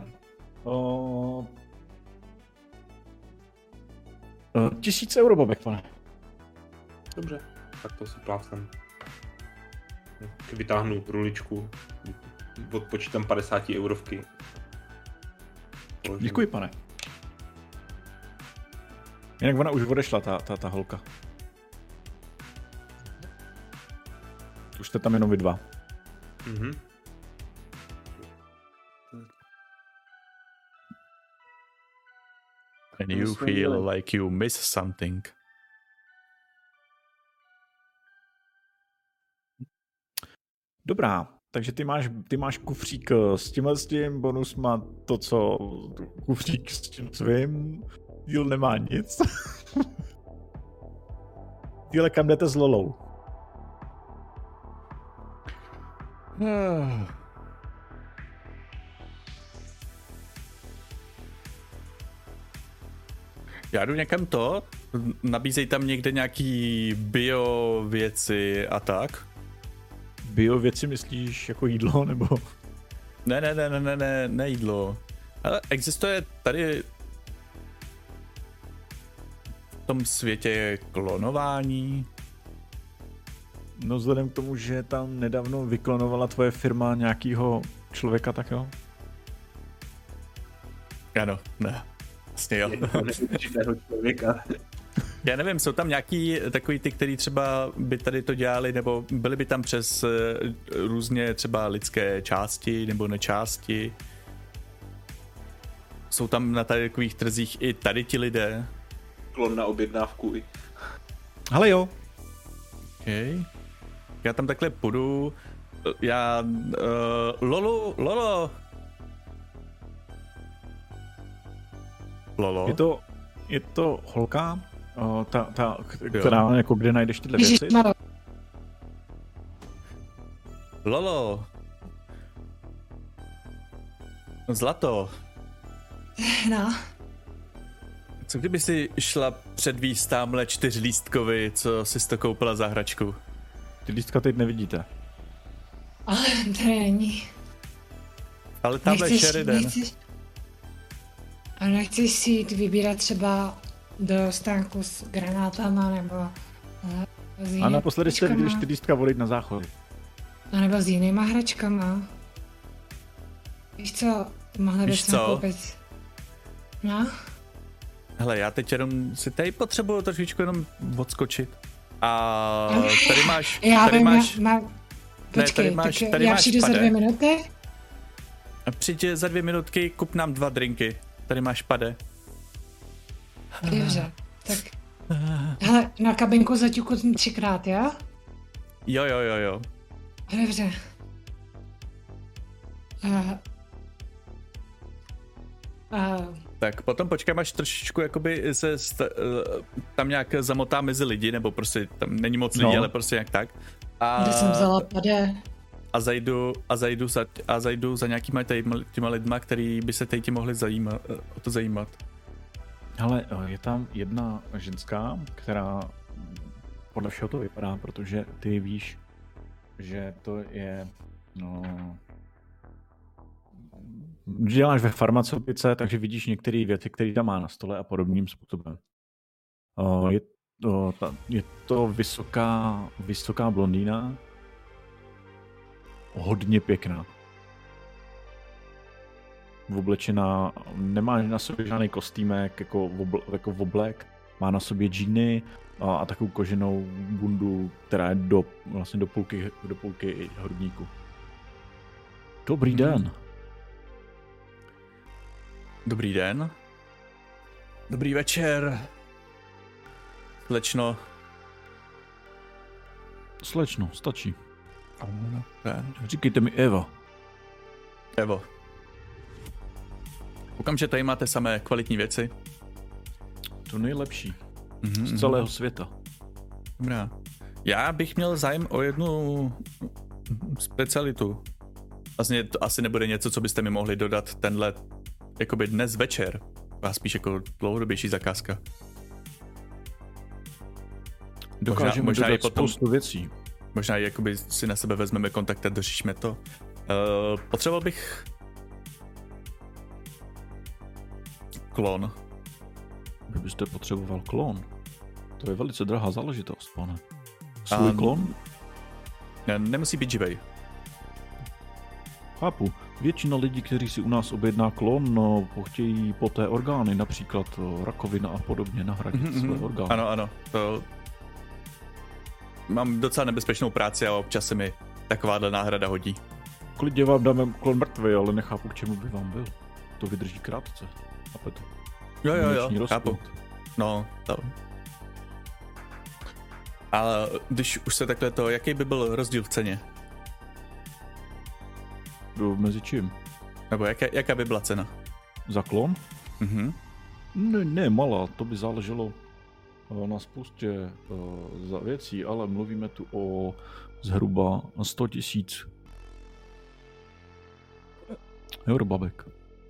1000 euro, Bobek, pane. Dobře, tak to si plácnem. Vytáhnu ruličku, odpočítám 50 eurovky. Děkuji, pane. Jinak ona už odešla, ta holka. Už jste tam jenom vy 2. Mhm. And you feel like you miss something. Dobrá, takže ty máš kufřík s tím, bonus má to, co kufřík s tím svým, díl nemá nic. Díle, kam jdete s Lolou? Já jdu někam nabízej tam někde nějaký bio věci a tak. Bio věci myslíš jako jídlo, nebo? Ne jídlo. Ale existuje tady v tom světě klonování? No vzhledem k tomu, že tam nedávno vyklonovala tvoje firma nějakýho člověka, tak jo? Ano, ne. Vlastně jo. Člověka. Já nevím, jsou tam nějaký takový ty, který třeba by tady to dělali, nebo byli by tam přes různě třeba lidské části nebo nečásti. Jsou tam na tady takových trzích i tady ti lidé. Klon na objednávku. Ale jo. Okay. Já tam takhle půjdu. Lolo. Je to holka, která jako kde najdeš tyhle věci? Lolo. Zlato. No. Co kdyby si šla předvíst tamhle 4lístkovi, co jsi to koupila za hračku? Ty lístka teď nevidíte. Ale to není. Ale tamhle Sheridan. A nechceš si jít vybírat třeba do stánku s granátama nebo s jinýma A naposledy jste hračkama? viděli 4 lístka volit na záchody. A nebo s jinýma hračkama. Víš co, mohli bychom koupit. No? Hele, já teď jenom si tady potřebuju trošičku jenom odskočit. A tady máš... Počkej, tady já přijdu za 2 minuty? Přijď za 2 minutky, kup nám 2 drinky. Tady máš pade. Dobře, tak... Hele, na kabinku zaťuku 3krát, jo? Jo. Dobře. Tak potom počkám, až trošičku jakoby se tam nějak zamotá mezi lidi, nebo prostě tam není moc lidí, ale prostě jak tak. Kde jsem vzala pade? A zajdu za nějakýma těma lidma, který by se teď mohli o to zajímat. Ale je tam jedna ženská, která podle všeho to vypadá, protože ty víš, že to je, děláš ve farmaceutice, takže vidíš některé věci, které tam má na stole a podobným způsobem. Je to vysoká blondýna, hodně pěkná. Oblečená, nemá na sobě žádný kostýmek jako oblek, má na sobě džíny a takovou koženou bundu, která je do půlky hrudníku. Dobrý den. Dobrý den. Dobrý večer. Slečno, stačí. Ano, Říkejte mi Eva. Evo. Koukám, že tady máte samé kvalitní věci. To nejlepší. Z celého světa. Dobrá. Já bych měl zájem o jednu specialitu. Vlastně to asi nebude něco, co byste mi mohli dodat tenhle, jakoby dnes večer. A spíš jako dlouhodobější zakázka. Dokážeme možná dodat potom, spoustu věcí. Možná jakoby si na sebe vezmeme kontakt a dořešíme to. Potřeboval bych klon. Kdybyste potřeboval klon, to je velice drahá záležitost, pane. Svůj klon? Nemusí být živej. Chápu. Většina lidí, kteří si u nás objedná klon, chtějí poté orgány, například rakovina a podobně, nahradit své orgány. Ano, to... Mám docela nebezpečnou práci a občas se mi takováhle náhrada hodí. Klidně vám dáme klon mrtvý, ale nechápu, k čemu by vám byl. To vydrží krátce. Chápete? Jo, chápu. No, to... Ale když už se takhle to, jaký by byl rozdíl v ceně? Mezi čím? Nebo jaká by byla cena? Za klon? Ne, malá, to by záleželo na spoustě za věcí, ale mluvíme tu o zhruba 100 000 eurobabek.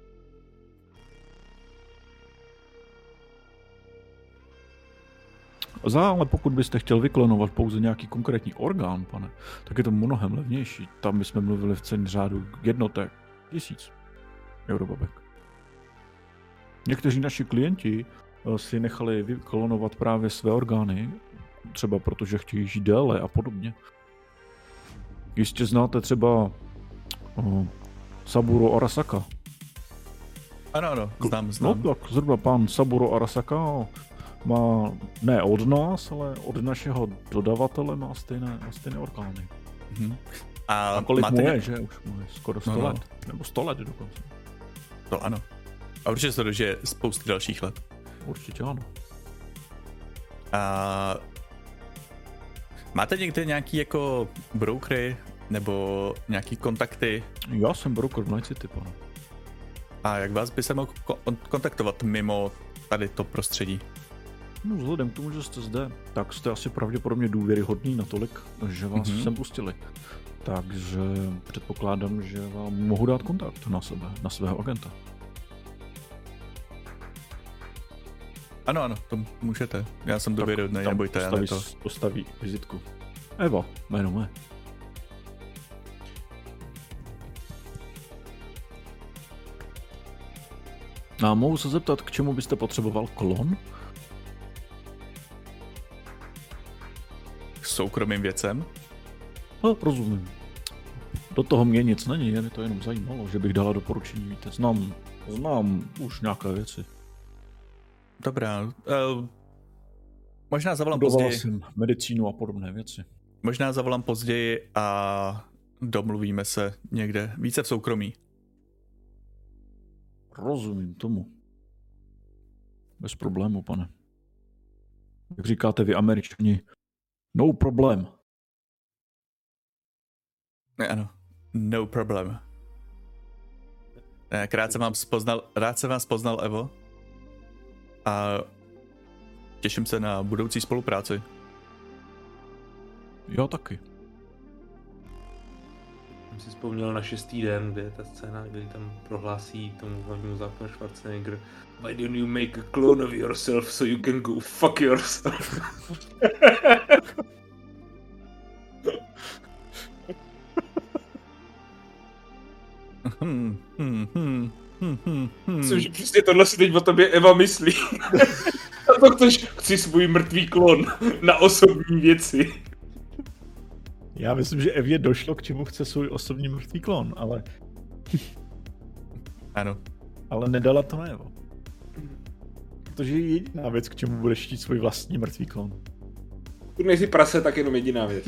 Ale pokud byste chtěl vyklonovat pouze nějaký konkrétní orgán, pane, tak je to mnohem levnější. Tam bychom mluvili v ceně řádu jednotek 1000 eurobabek. Někteří naši klienti si nechali vyklonovat právě své orgány, třeba protože chtějí žít déle a podobně. Jistě znáte třeba Saburo Arasaka. Ano, znám. No tak zhruba pan Saburo Arasaka má ne od nás, ale od našeho dodavatele má stejné orgány. A kolik mu je, že? Už mu je skoro 100 let. Nebo 100 let dokonce. To ano. A určitě se to dožije spousty dalších let. Určitě ano. A máte někde nějaký jako brokery nebo nějaký kontakty? Já jsem broker v Night City, pane. A jak vás by se mohl kontaktovat mimo tady to prostředí? No vzhledem k tomu, že jste zde, tak jste asi pravděpodobně důvěryhodný natolik, že vás sem pustili. Takže předpokládám, že vám mohu dát kontakt na svého agenta. Ano, to můžete. Já jsem důvěryhodný, nebojte. Postaví vizitku. Eva, jméno mé. A mohu se zeptat, k čemu byste potřeboval klon? K soukromým věcem? No, rozumím. Do toho mě nic není, jen mi to jenom zajímalo, že bych dala doporučení, víte. Znám už nějaké věci. Dobrá. Možná zavolám později. Jsem medicínu a podobné věci. Možná zavolám později a domluvíme se někde více v soukromí. Rozumím tomu. Bez problému, pane. Jak říkáte vy Američani, no problém. Ano, no problem. Rád jsem vás poznal, Evo. A těším se na budoucí spolupráci. Já taky. Jsem si vzpomněl na 6. den, kde je ta scéna, kdy tam prohlásí tomu hlavnímu západu Schwarzenegger: Why don't you make a clone of yourself so you can go fuck yourself? Myslím, že přesně tohle si teď o tobě Eva myslí. A to chci svůj mrtvý klon na osobní věci. Já myslím, že Evě došlo, k čemu chce svůj osobní mrtvý klon, ale... Ano. Ale nedala to na Evo. Protože je jediná věc, k čemu budeš chtít svůj vlastní mrtvý klon. Pokud nejsi prase, tak jenom jediná věc.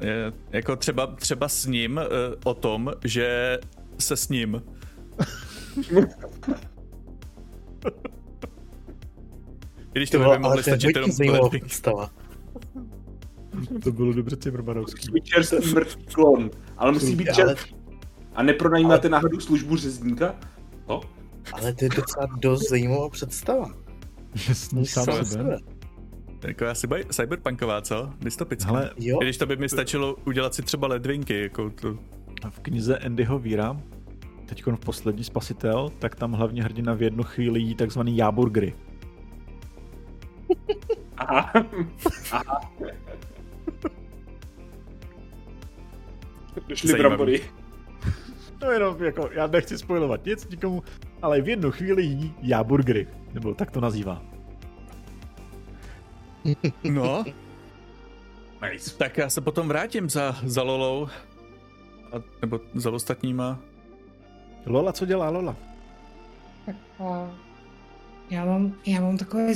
Třeba s ním o tom, že se s ním. I když to by mohli stačit jenom zajímavá představa. To bylo dobře cimrmanovský. Musí být čerstvý mrtvý klon, ale musí být čerstvý. A nepronajímáte náhodou službu řezníka? To? Ale to je docela dost zajímavá představa. Sám sebe. Taková cyberpunková, co? Dystopická. Hele, Jo. I když to by mi stačilo udělat si třeba ledvinky, jako to... v knize Andyho Weira, teďkon v Poslední spasitel, tak tam hlavně hrdina v jednu chvíli jí takzvaný jáburgery. Aha. Došly brambory. No jenom, jako, já nechci spoilovat nic nikomu, ale v jednu chvíli jí jáburgery, nebo tak to nazývá. No, Nice. tak já se potom vrátím za Lolou. Nebo za ostatníma. Lola, co dělá Lola? Tak já mám takové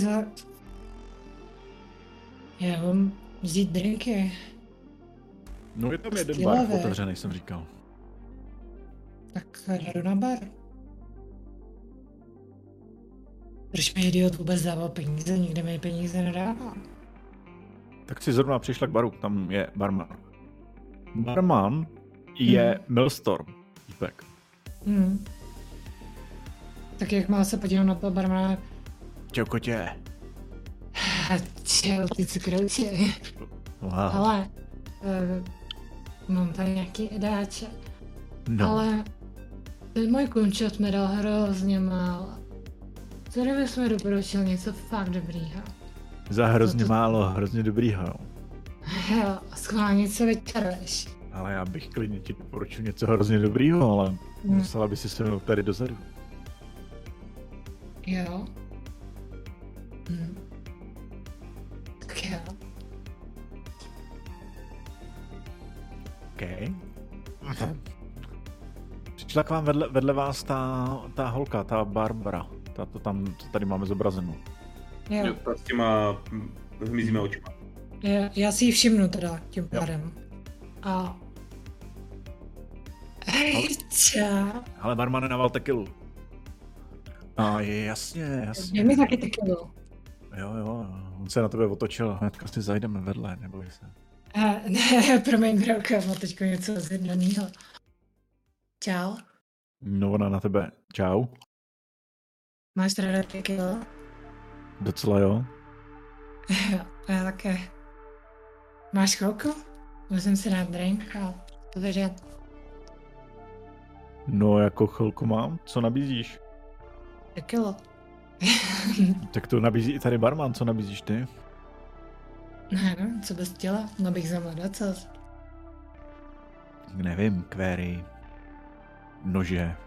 já mám vzít drinky. No je tam jeden Stylavé. bar otevřený, jsem říkal. Tak jdu na bar. Proč mi idiot vůbec dával peníze? Nikde mi peníze nedává. Tak si zrovna přišla k baru, tam je barman. Barman je Millstorm, týpek. Tak jak má se podívat na to barmana? Čau kotě. Čau, ty cukrouči. Wow. Ale mám tady nějaký edáče. No, Ale ten můj kunčot mi dal hrozně málo. Co kdybys mi doporučil něco fakt dobrýho? za hrozně málo, hrozně dobrýho. Jo, schválně co vyčaruješ. Ale já bych klidně ti doporučil něco hrozně dobrýho, ale musela by si se mnou tady dozadu. Jo. Tak jo. OK. Přišla k vám vedle vás ta holka, ta Barbara. Ta to tam, co tady máme zobrazenou. Jo. Jo, ta s těma hmyzíma očima. Já si ji všimnu teda tím pádem. A... Hej, čau. Ale barman naval tekilu. A je jasně. Je mi taky tekilu. Jo, on se na tebe otočil, hnedka si zajdeme vedle, neboj se. Ne, promiň, Brouka, má teďko něco zjednanýho. Čau. No ona na tebe, čau. Máš ráda tekilu? Docela jo. Jo, já také. Máš chvilku? Musím si dát drink a pověřet. No jako chvilku mám, co nabízíš? Tekilu. Tak to nabízí i tady barman, co nabízíš ty? Ne, no, co bys chtěla? No bych za mladá, co? Nevím, query, nože.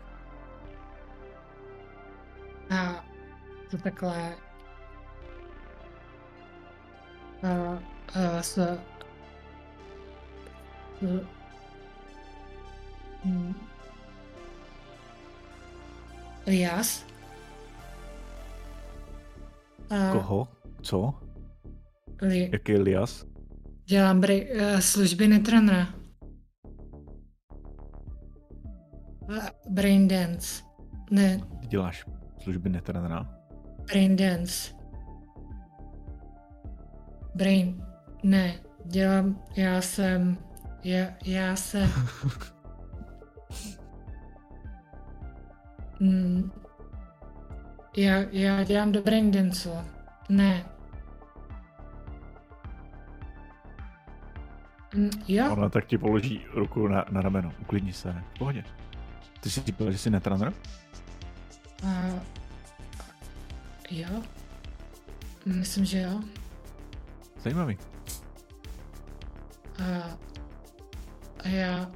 A to takhle... Elias? Koho? Co? Li, Jaký Elias? dělám služby netrenera. Brain dance. Ne, Ty děláš služby netrenera? brain dance. Brain, ne, dělám, já jsem, já dělám do brain danceu, ne. Jo, Ona tak ti položí ruku na rameno, uklidni se, v pohodě. Ty jsi říkal, že jsi netrener? jo, myslím, že jo. Zajímavý. A já...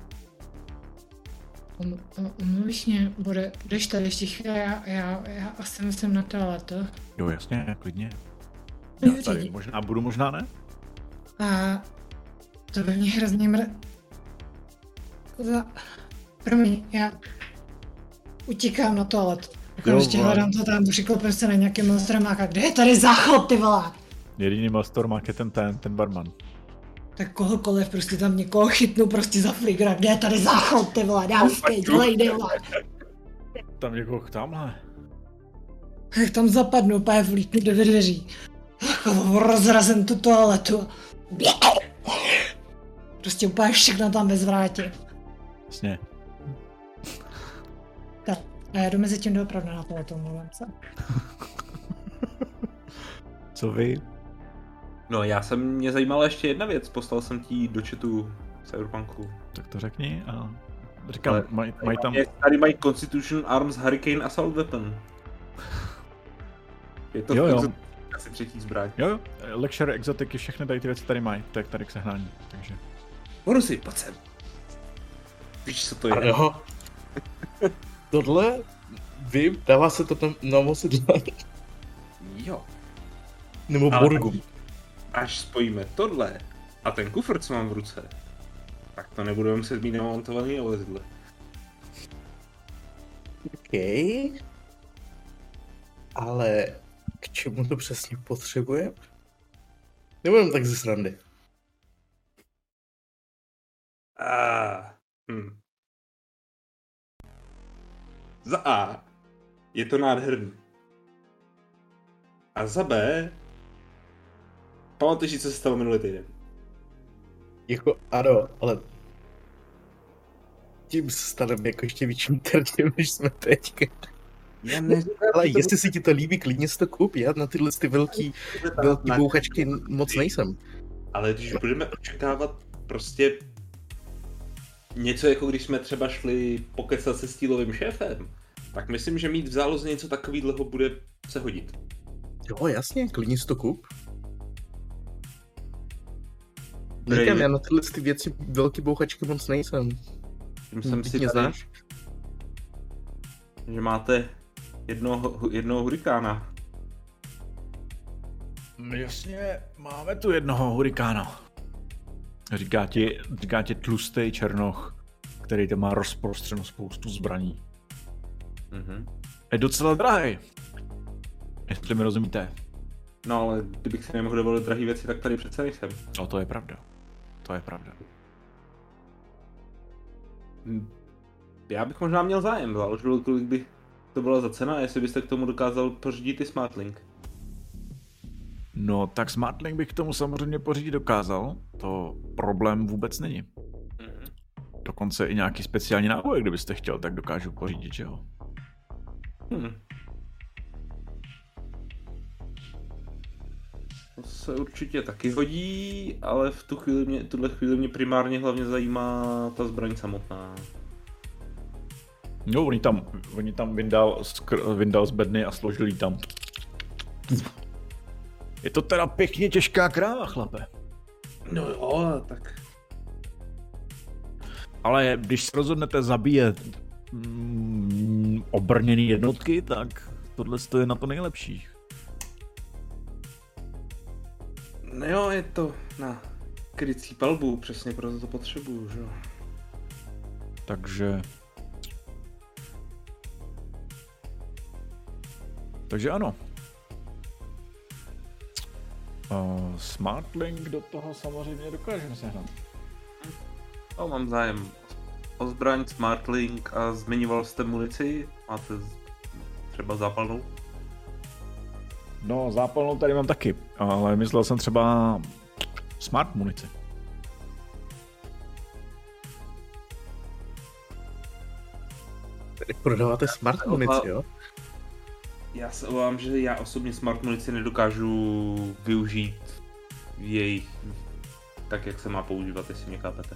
Umluvíš mě, budeš tady ještě chvíli, já asi musím na toaletu. Jo, jasně, klidně. Jo, Já tady dědi. možná ne? A to by mě hrozně Promiň, já utíkám na toaletu. Ještě hledám to tam, přiklopím se na nějaký monstromák a kde je tady záchod, ty vole? Jediný monstromák je ten barman. Tak kohokoliv, prostě tam někoho chytnu prostě za fligra, kde je tady záchod, ty vole, dávskej, dělej, vole. tam někoho tamhle. Jak tam zapadnu, úplně vlítnu do dveří. Rozrazím tu toaletu. Prostě úplně všechno tam bezvrátě. Jasně. Tak, a já jdu mezi tím doopravdy na toaletu, mluvím se. Co vy? No, mě zajímala ještě jedna věc, poslal jsem ti do chatu Cyberpunku. Tak to řekni a říkám, mají tam... Tady mají Constitution Arms Hurricane Assault Weapon. Je to jo. Asi třetí zbraň. Jo, Lecture, exotiky, všechny tady ty věci tady mají, to je tady k sehnání, takže... Borusi, pojď sem. Víš, co to je? Ano. Tohle, vím, dává se to tam na vozidla. Jo. Nebo Ale Borgu. až spojíme tohle a ten kufr, co mám v ruce, tak to nebudeme muset mít namontovaný na vozidle. OK. Ale k čemu to přesně potřebujeme? Nebudem tak ze srandy. Za A je to nádherný. A za B pamatuješ si, co se stalo minulý týden? Jako ano, ale tím se staneme jako ještě větším terčem, než jsme teď. Ale jestli si ti to líbí, klidně si to kup, já na tyhle ty velký bouchačky moc nejsem. Ale když budeme očekávat prostě něco, jako když jsme třeba šli pokecat se Steelovým šéfem, tak myslím, že mít v záloze něco takového bude se hodit. Jo, jasně, klidně si to kup. Říkám, já na tyhle ty věci velký bouchačky moc nejsem. Jsem si mě tady, znáš? že máte jednoho hurikána. Jasně, máme tu jednoho hurikána. Říká ti tlustý černoch, který tam má rozprostřenou spoustu zbraní. Je docela drahý. Jestli mi rozumíte. No ale kdybych si nemohl dovolit drahý věci, tak tady přece nejsem. No to je pravda. To je pravda. Já bych možná měl zájem, záleželo, kolik by to byla za cena a jestli byste k tomu dokázal pořídit i Smartlink. No tak Smartlink bych k tomu samozřejmě pořídit dokázal, to problém vůbec není. Dokonce i nějaký speciální náboj, kdybyste chtěl, tak dokážu pořídit, že jo? To se určitě taky hodí, ale v tuhle chvíli mě primárně hlavně zajímá ta zbraň samotná. No, oni tam vyndal z bedny a složil jí tam. Je to teda pěkně těžká kráva, chlape. No jo, tak... Ale když se rozhodnete zabíjet obrněný jednotky, tak tohle je na to nejlepší. No jo, je to na krycí palbu, přesně proto to potřebuju, že jo. Takže ano. Smartlink do toho samozřejmě dokážeme sehnat. No, mám zájem o zbraň, Smartlink a zmiňoval jste munici? Máte třeba zápalnou? No, zápalnou tady mám taky, ale myslel jsem třeba smart munici. Tady prodáváte smart munici, jo? Já se obávám, že já osobně smart munici nedokážu využít jejich tak, jak se má používat, jestli mě chápete.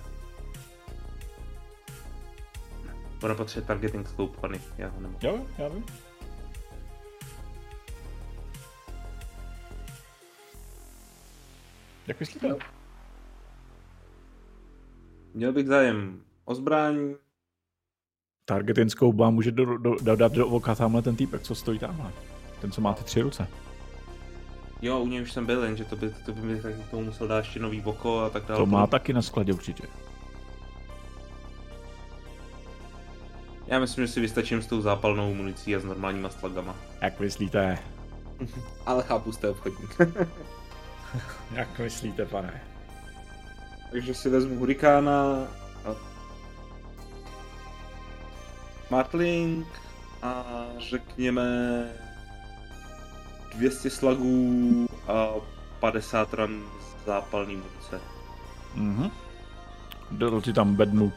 Ona potřebuje targeting scope, pany, já ho nemám. Jo, já vím. Jak myslíte? Měl bych zájem o zbraň. Targeting scope vám může dát do oka tamhle ten týpek, co stojí tamhle. Ten, co má ty 3 ruce. Jo, u něj už jsem byl, jenže to by mi tak k tomu musel dát ještě nový oko a tak dále. To má taky na skladě určitě. Já myslím, že si vystačím s tou zápalnou municí a s normálníma slagama. Jak myslíte? Ale chápu, jste obchodník. Jak myslíte, pane? Takže si vezmu hurikána a Smartlink a řekněme 200 slagů a 50 ran zápalný munice. Mhm. Dodal ti tam bednu.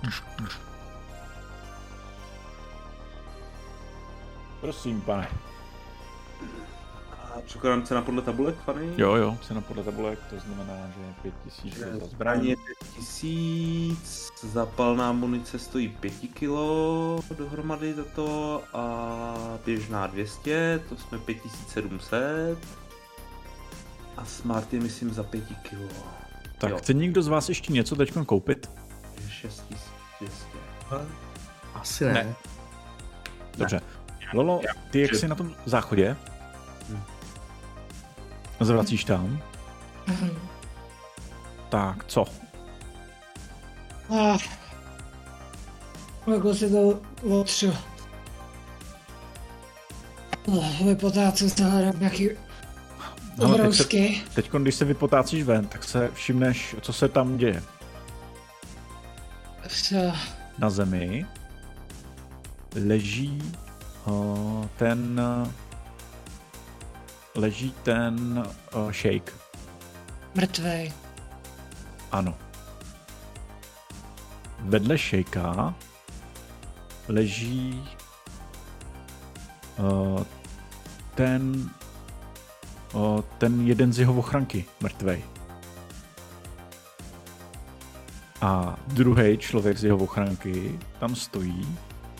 Prosím, pane. A překládám cena podle tabulek, Fanny? Jo, cena podle tabulek, to znamená, že 5000 za zbraně. 5000, zapalná munice stojí 5 kg dohromady za to a běžná 200, to jsme 5700 a smart je myslím za 5 kg. Tak chce někdo z vás ještě něco teďkon koupit? 6200. Asi ne. Dobře. Lolo, ty jak jsi na tom záchodě? Zvracíš tam? Tak, co? Jako si to otřu. Vypotácím se, hledám nějaký obrovský. Teď, když se vypotácíš ven, tak se všimneš, co se tam děje. Co? Na zemi leží ten shake. Mrtvej. Ano. Vedle shakea leží ten jeden z jeho ochranky mrtvej. A druhý člověk z jeho ochranky tam stojí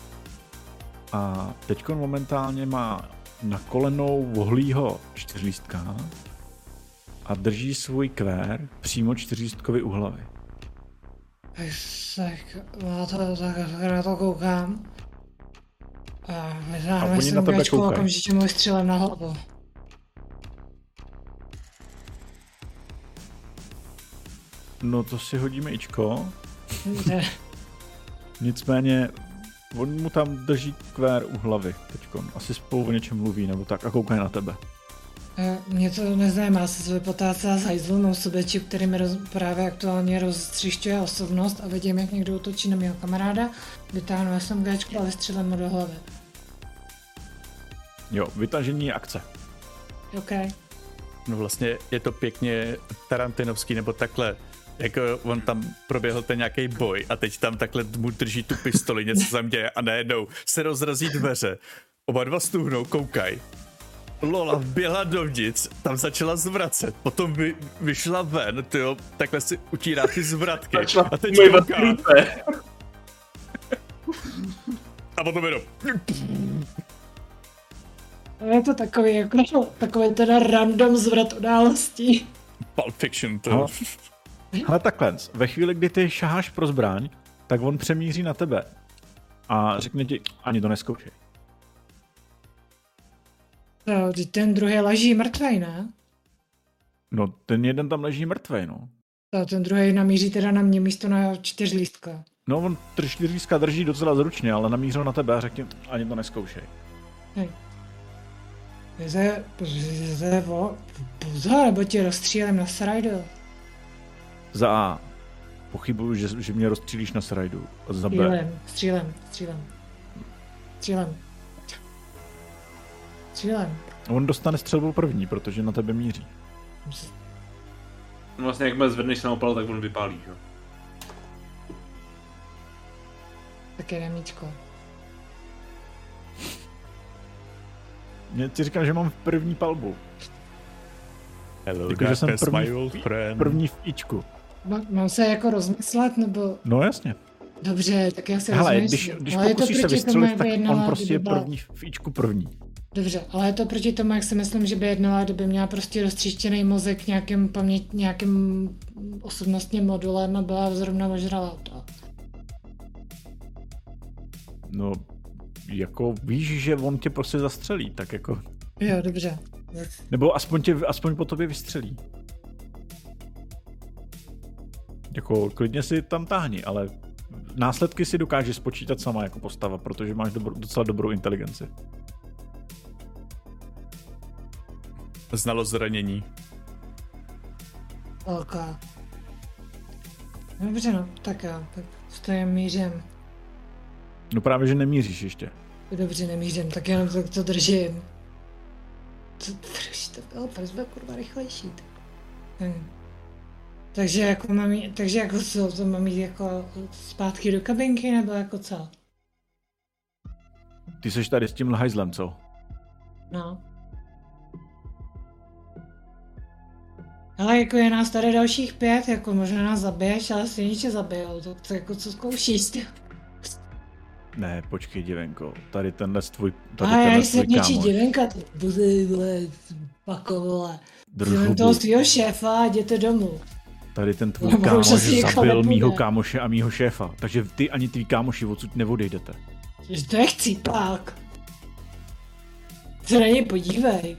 a teďkon momentálně má na kolenou vohlýho čtyřlístka a drží svůj kvér přímo čtyřlístkovi u hlavy. Tak na to koukám. A oni na tebe koukají. Okamžitě mu vystřelím na hlavu. No to si hodíme ičko. Ne. Nicméně on mu tam drží kvér u hlavy teďkon. Asi spolu o něčem mluví nebo tak a koukají na tebe. Mě to nezajímá, se vypotácá z hajzlu, mám sobě čip, který mi právě aktuálně roztřišťuje osobnost a vidím, jak někdo útočí na mého kamaráda, vytáhnu SMGčku a vystřelím mu do hlavy. Jo, vytažení je akce. OK. No vlastně je to pěkně tarantinovský nebo takhle, jako on tam proběhl ten nějaký boj a teď tam takhle mu drží tu pistoli, něco se tam děje a najednou se rozrazí dveře. Oba dva stuhnou, koukaj. Lola vběhla dovnitř, tam začala zvracet, potom vyšla ven, tyjo, takhle si utírá ty zvratky a teď kouká. A potom jenom. Je to takový, jako takový teda random zvrat událostí. Pulp Fiction, to. No. Ale takhle, ve chvíli, kdy ty šaháš pro zbraň, tak on přemíří na tebe a řekne ti, ani to neskoušej. Ten druhý leží mrtvej, ne? No, ten jeden tam leží mrtvej, no. Ten druhý namíří teda na mě místo na čtyřlístka. No, on čtyřlístka drží docela zručně, ale namířil na tebe a řekne, ani to neskoušej. Hej. Pozor, nebo tě rozstřílím na srajdu. Za A. Pochybuju, že mě rozstřílíš na srajdu. A za B. Střílem. On dostane střelbu první, protože na tebe míří. No vlastně jakmile zvedneš se na opal, tak on vypálí, jo? Tak je nemíčko. Já ti říkám, že mám první palbu. Hello, jako, že jsem první v ičku. Mám se jako rozmyslet, nebo... No jasně. Dobře, tak já se hele, rozmyslím. když pokusíš se vystřelit, tak on prostě je první v ičku první. Dobře, ale je to proti tomu, jak si myslím, že by jednala, kdyby měla prostě roztříštěný mozek nějakým osobnostním modulem a byla zrovna ožralá to. No, jako víš, že on tě prostě zastřelí, tak jako... Jo, dobře. Nebo aspoň po tobě vystřelí. Jako klidně si tam táhni, ale následky si dokážeš spočítat sama jako postava, protože máš docela dobrou inteligenci. Znalost zranění. OK. Dobře, no, tak jo, tak stojím mířem. No právě, že nemíříš ještě. Dobře, nemířím, tak jenom tak to držím. Drž to bylo, proč byl kurva rychlejší. Takže jako mám jít, takže jako co, to mám jít jako zpátky do kabinky, nebo jako co? Ty seš tady s tím hajzlem, co? No. Ale jako je nás tady dalších 5, jako možná nás zabiješ, ale stejně tě zabijou, tak to jako co zkoušíš ty? Ne, počkej, divenko, tady tenhle tvůj já jsem něčí divenka, ty bude pako, Jsem toho svýho šéfa a jděte domů. Tady ten tvůj kámoš zabil mýho kámoše a mýho šéfa, takže ty ani tvý kámoši odsud neodejdete. To je chcípák. Se na něj podívej.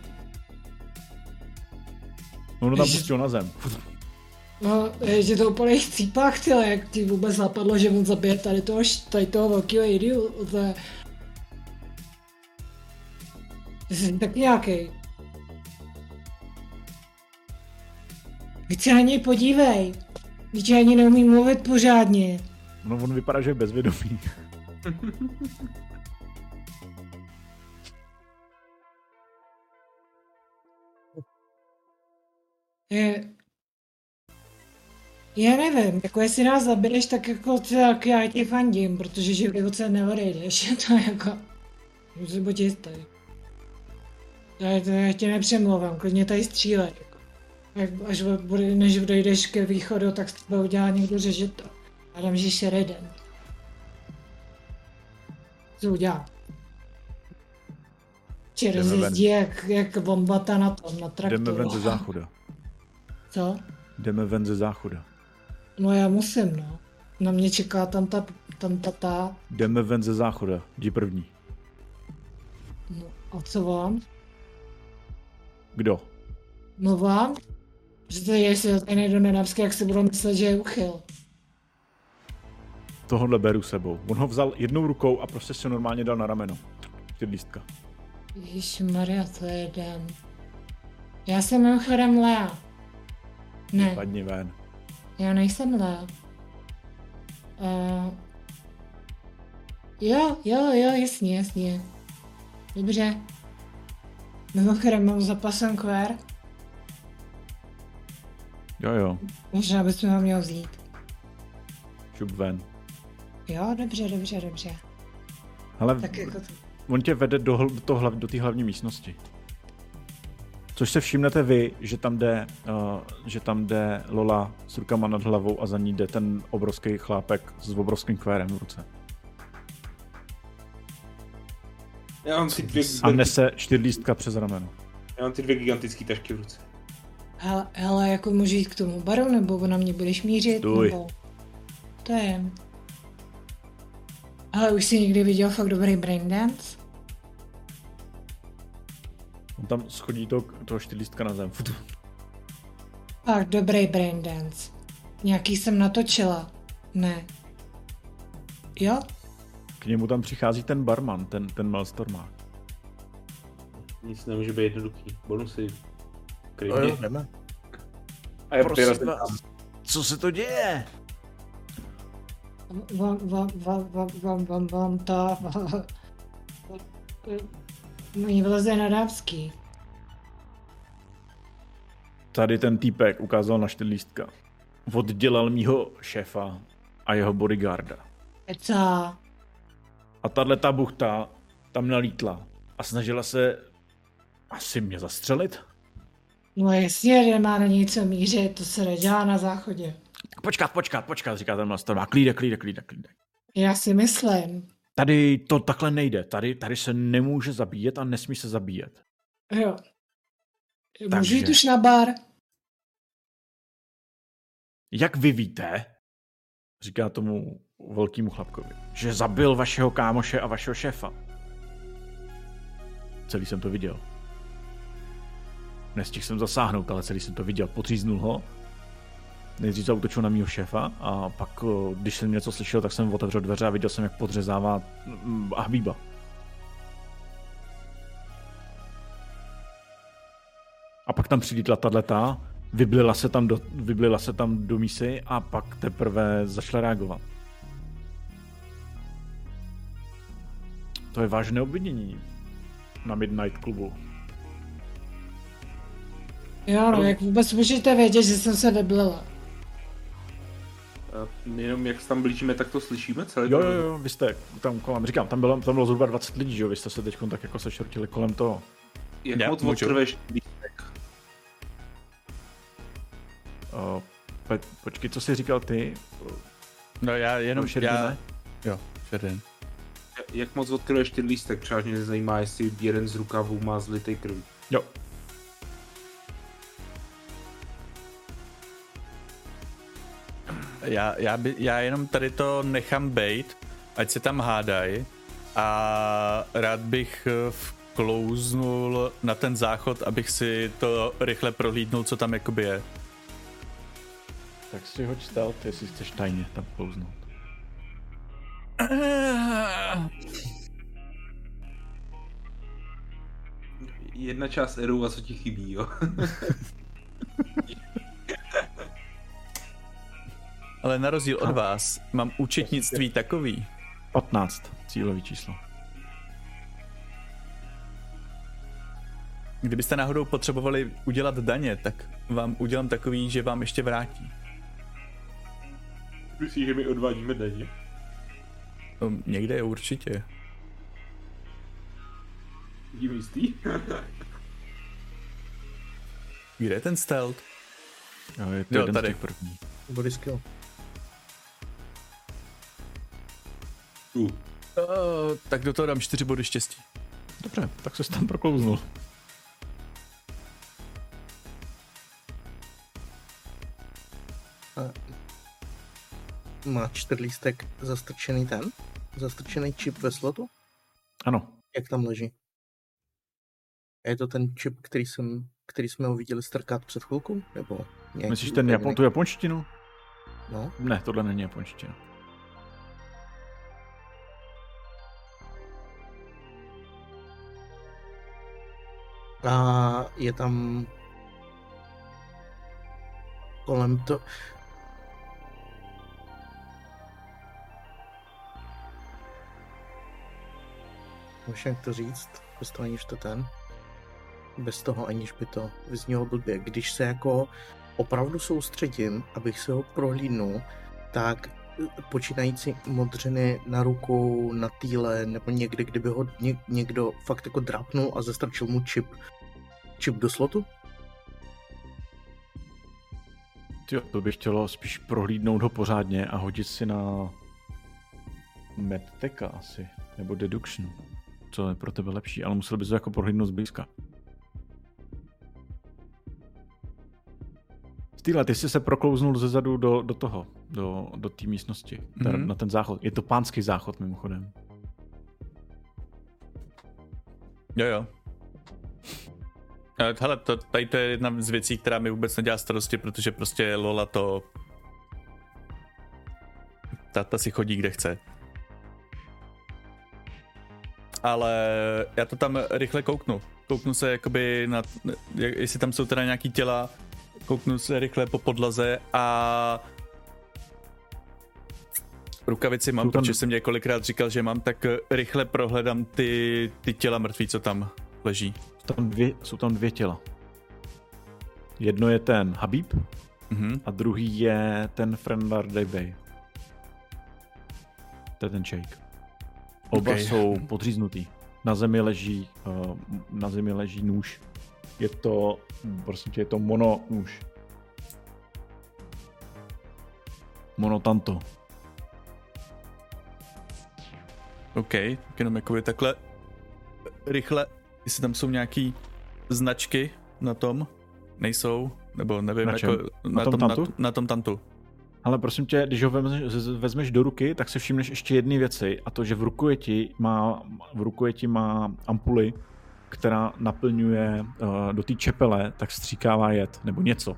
Ono tam pustil na zem. No, je to úplně chcípák, tyhle, jak ti vůbec napadlo, že on zabije tady toho velkého idiota. Jsi tak nějaký. Víc se na něj podívej. Víc ani neumí mluvit pořádně. No, on vypadá, že je bezvědomý. Já nevím, jako jestli nás zabiješ, tak jako tak já ti fandím, protože živý od se neodejdeš, to je jako, musím být jistý. Já tě nepřemlouvám, klidně tady střílej. Až než dojdeš ke východu, tak s tebou udělá někdo řežito. A dám, že Sheridan. Co udělá? Či rozjezdí jak bombata na traktoru. Jdeme ven ze záchoda. Co? Jdeme ven ze záchoda. No já musím, no. Na mě čeká tam ta. Jdeme ven ze záchoda, jdi první. No a co vám? Kdo? No vám? Že to je, jestli tady nejdu nenapsky, jak se budou myslet, že je uchyl. Tohle beru sebou. On ho vzal jednou rukou a prostě se normálně dal na rameno. 4 lístka. Ježišmarja, to je jeden. Já jsem mimochodem Lea. Ne. Padni ven. Já nejsem Lea. Jo, jasně. Dobře. Mimochodem mám zapasem kvér. Jo. Možná bychom ho měl vzít. Šup ven. Jo, dobře. Hele, tak jako on tě vede do té hlavní místnosti. Což se všimnete vy, že tam jde Lola s rukama nad hlavou a za ní jde ten obrovský chlápek s obrovským kvérem v ruce. Já mám ty dvě... A nese 4 lístka přes rameno. Já mám ty 2 gigantické tašky v ruce. Hele, jako můžu jít k tomu baru, nebo na mě budeš mířit, nebo... To je... Ale už jsi někdy viděl fakt dobrý braindance? On tam schodí toho 4 lístka na zem. Fakt dobrý braindance. Nějaký jsem natočila. Ne. Jo? K němu tam přichází ten barman, ten Maelstormák. Nic nemůže být jednoduchý. Bonusy. Jo, jdeme. A já prosím vás, co se to děje? Vám ta... Oni vleze na dávský. Tady ten týpek ukázal na 4 lístka. Oddělal mýho šéfa a jeho bodyguarda. Co? A tato buchta tam nalítla a snažila se asi mě zastřelit? No jasně, nemá na něco mířit, to se nedělá na záchodě. Počkat, říká ten Maelstormák. Klídek. Já si myslím. Tady to takhle nejde. Tady se nemůže zabíjet a nesmí se zabíjet. Jo. Můžu jít už na bar? Jak vy víte, říká tomu velkému chlapkovi, že zabil vašeho kámoše a vašeho šéfa? Celý jsem to viděl. Nestihl jsem zasáhnout, ale celý jsem to viděl. Potříznul ho. Nejdřív zaútočil na mýho šéfa a pak, když jsem něco slyšel, tak jsem otevřel dveře a viděl jsem, jak podřezává Ahbíba. A pak tam přilítla tato, vyblila se tam do mísy a pak teprve začala reagovat. To je vážné obvinění na Midnight klubu. Jo, no, jak vůbec můžete vědět, že jsem se neblela? Jenom jak se tam blížíme, tak to slyšíme celý. Jo, vy jste tam kolem, říkám, tam bylo zhruba 20 lidí, že jo, vy jste se teď tak jako sešrotili kolem toho. Jak moc odkrveš lístek? Počkej, co jsi říkal ty? No já jenom Šerdine? Jo, Šerdin. Jak moc odkrveš ty lístek? Třeba mě zajímá, jestli jeden z rukavů má zlitej krví. Jo. Já jenom tady to nechám bejt, ať se tam hádají a rád bych vklouznul na ten záchod, abych si to rychle prohlídnul, co tam jakoby je. Tak si hoď stealth, jestli chceš tajně tam klouznout. Jedna část Eru a co ti chybí, jo? Ale na rozdíl od vás mám účetnictví takový. 15, cílový číslo. Kdybyste náhodou potřebovali udělat daně, tak vám udělám takový, že vám ještě vrátí. Myslíš, že my odvádíme daně? Někde je určitě. Tím jistý? Kde je ten stealth? Jo, je to Jo, jeden tady. z těch první. Body skill. Tak do toho dám 4 body štěstí. Dobře, tak se tam proklouznul. Má 4 lístek zastrčený zastrčený čip ve slotu? Ano. Jak tam leží? Je to ten čip, který jsme ho viděli strkat před chvilkou? Nebo myslíš tu japonštinu? No. Ne, tohle není japonština. A je tam kolem to... Můžu jak to říct, bez toho aniž to bez toho aniž by to vyznělo blbě. Když se jako opravdu soustředím, abych se ho prohlídnul, tak počínající modřiny na rukou, na týle, nebo někde, kdyby ho někdo fakt jako drápnul a zastrčil mu čip do slotu? Jo, to by chtělo spíš prohlídnout ho pořádně a hodit si na medteka asi, nebo deduction, co je pro tebe lepší, ale musel bys to jako prohlídnout zblízka. Stýle, ty jsi se proklouznul zezadu do toho, do té místnosti, na ten záchod. Je to pánský záchod mimochodem. Jo. Hele, tady to je jedna z věcí, která mi vůbec nedělá starosti, protože prostě Lola to... Ta si chodí kde chce. Ale já to tam rychle kouknu. Kouknu se jakoby na... Jestli tam jsou teda nějaký těla, kouknu se rychle po podlaze a... Rukavici mám, protože jsem několikrát říkal, že mám, tak rychle prohledám ty těla mrtví, co tam leží. Jsou tam dvě těla. Jedno je ten Habib a druhý je ten Frendar Debay. To je ten Shake. Oba jsou podříznutý. Na zemi leží nůž. Je to, prosím tě, je to mono nůž. Mono tanto. OK, tak jenom jakoby takhle rychle, jestli tam jsou nějaký značky na tom, nejsou, nebo nevím, na jako na tom tantu. Ale prosím tě, když ho vezmeš do ruky, tak se všimneš ještě jedné věci, a to, že v rukojeti má ampuli, která naplňuje do té čepele, tak stříkává jed, nebo něco.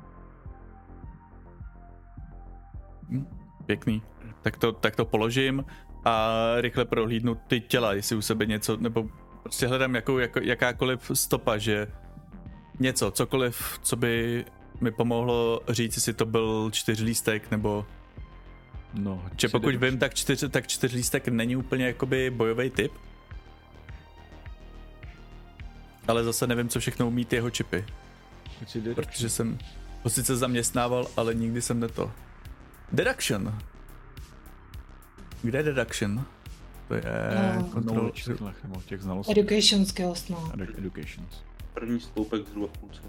Pěkný. Tak to položím a rychle prohlídnu ty těla, jestli u sebe něco, nebo prostě hledám jakákoliv stopa, že něco, cokoliv, co by mi pomohlo říct, jestli to byl čtyřlístek, nebo... No, že pokud vím, tak čtyřlístek není úplně jakoby bojový typ, ale zase nevím, co všechno umí ty jeho čipy. Protože jsem ho sice zaměstnával, ale nikdy jsem neto. Deduction. Kde je deduction? To je kontrol nebo těch znalostí. Education skills, no. Education. První sloupek zhruba v půlce.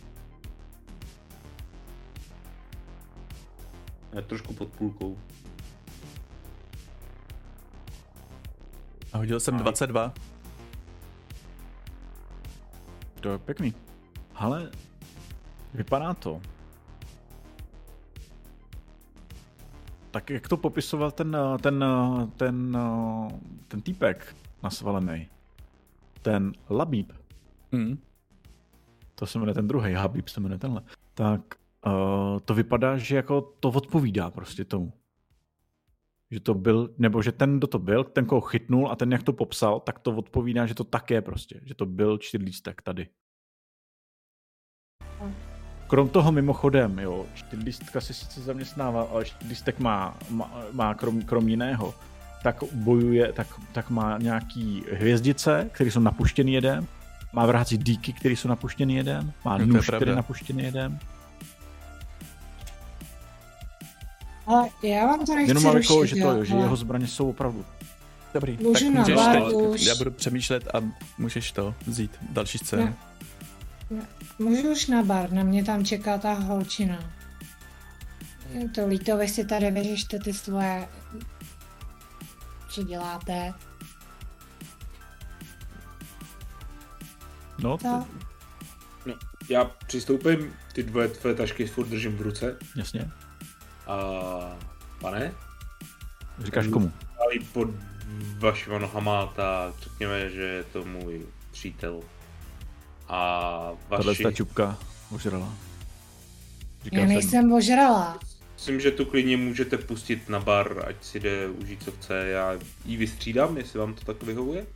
Je trošku pod půlkou. A hodil jsem 22. To je pěkný. Ale vypadá to. Tak jak to popisoval ten týpek nasvalený? Ten Labíb. To se jmenuje ten druhý, Habib se jmenuje tenhle. Tak to vypadá, že jako to odpovídá prostě tomu. Že to byl, nebo že ten, kdo to byl, ten, koho chytnul a ten, jak to popsal, tak to odpovídá, že to tak je prostě. Že to byl čtyřlístek tady. Krom toho mimochodem, jo, čtyřlístka si sice zaměstnával, ale čtyřlístek má krom jiného, tak bojuje, tak má nějaký hvězdice, které jsou napuštěný jedem, má vrhací díky, které jsou napuštěný jedem, má nůž, který je napuštěný jedem. Ale já vám to nechci jenom ale rušit, že jeho zbraně jsou opravdu dobrý. Můžu tak můžeš teď, už... Já budu přemýšlet a můžeš to vzít další scénu. Můžu už na bar, na mě tam čeká ta holčina. Je to líto, vy si tady vyřešte ty svoje... Co děláte? No, to... No, já přistoupím, ty dvoje tvoje tašky furt držím v ruce. Jasně. A pane? Říkáš komu? Ale pod vašima nohama, tak řekněme, že je to můj přítel. A Tahle ta čupka ožrala. Já nejsem ožrala. Myslím, že tu klidně můžete pustit na bar, ať si jde užít, co chce. Já jí vystřídám, jestli vám to tak vyhovuje.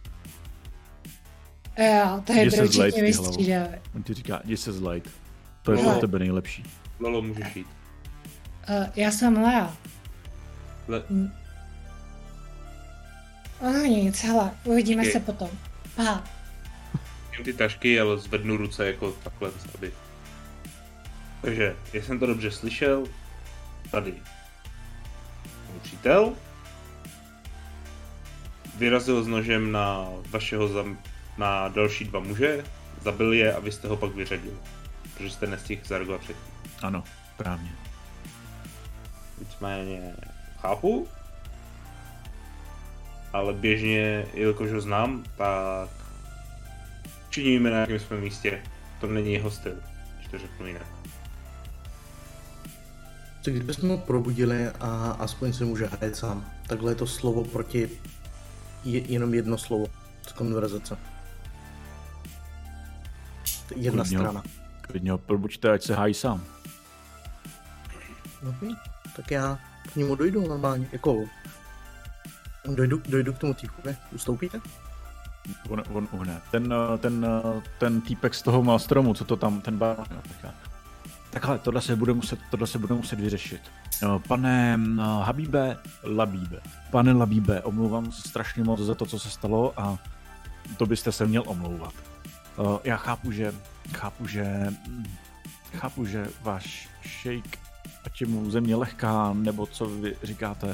Jo, to je určitě vystřídáme. On ti říká, jdi se zlejt. To je pro tebe nejlepší. Lolo, můžeš jít. Já jsem Lea. Nic, hele, uvidíme se potom. Aha. Vím ty tašky, ale zvednu ruce jako takhle, aby... Takže, jestli jsem to dobře slyšel, tady můj přítel vyrazil s nožem na na další dva muže, zabil je a vy jste ho pak vyřadil, protože jste nestihl zareagovat předtím. Ano, právně. Nicméně chápu, ale běžně, jelikož ho znám, tak činíme na jakém jsme místě. To není jeho styl, když to řeknu jinak. Tak kdybychom ho probudili a aspoň se může hájet sám. Takhle je to slovo proti jenom jedno slovo z konverzace. Jedna strana. Klidně ho probuďte, ať se hájí sám. Okay. Tak já k němu dojdu normálně, jako... Dojdu k tomu týpkovi. Ustoupíte? On uhne. Ten týpek z toho Malstromu, co to tam, ten bar... Takhle, tohle se bude muset vyřešit. Pane Labíbe, omlouvám se strašně moc za to, co se stalo a to byste se měl omlouvat. Já chápu, že váš šejk, ať je mu země lehká, nebo co vy říkáte,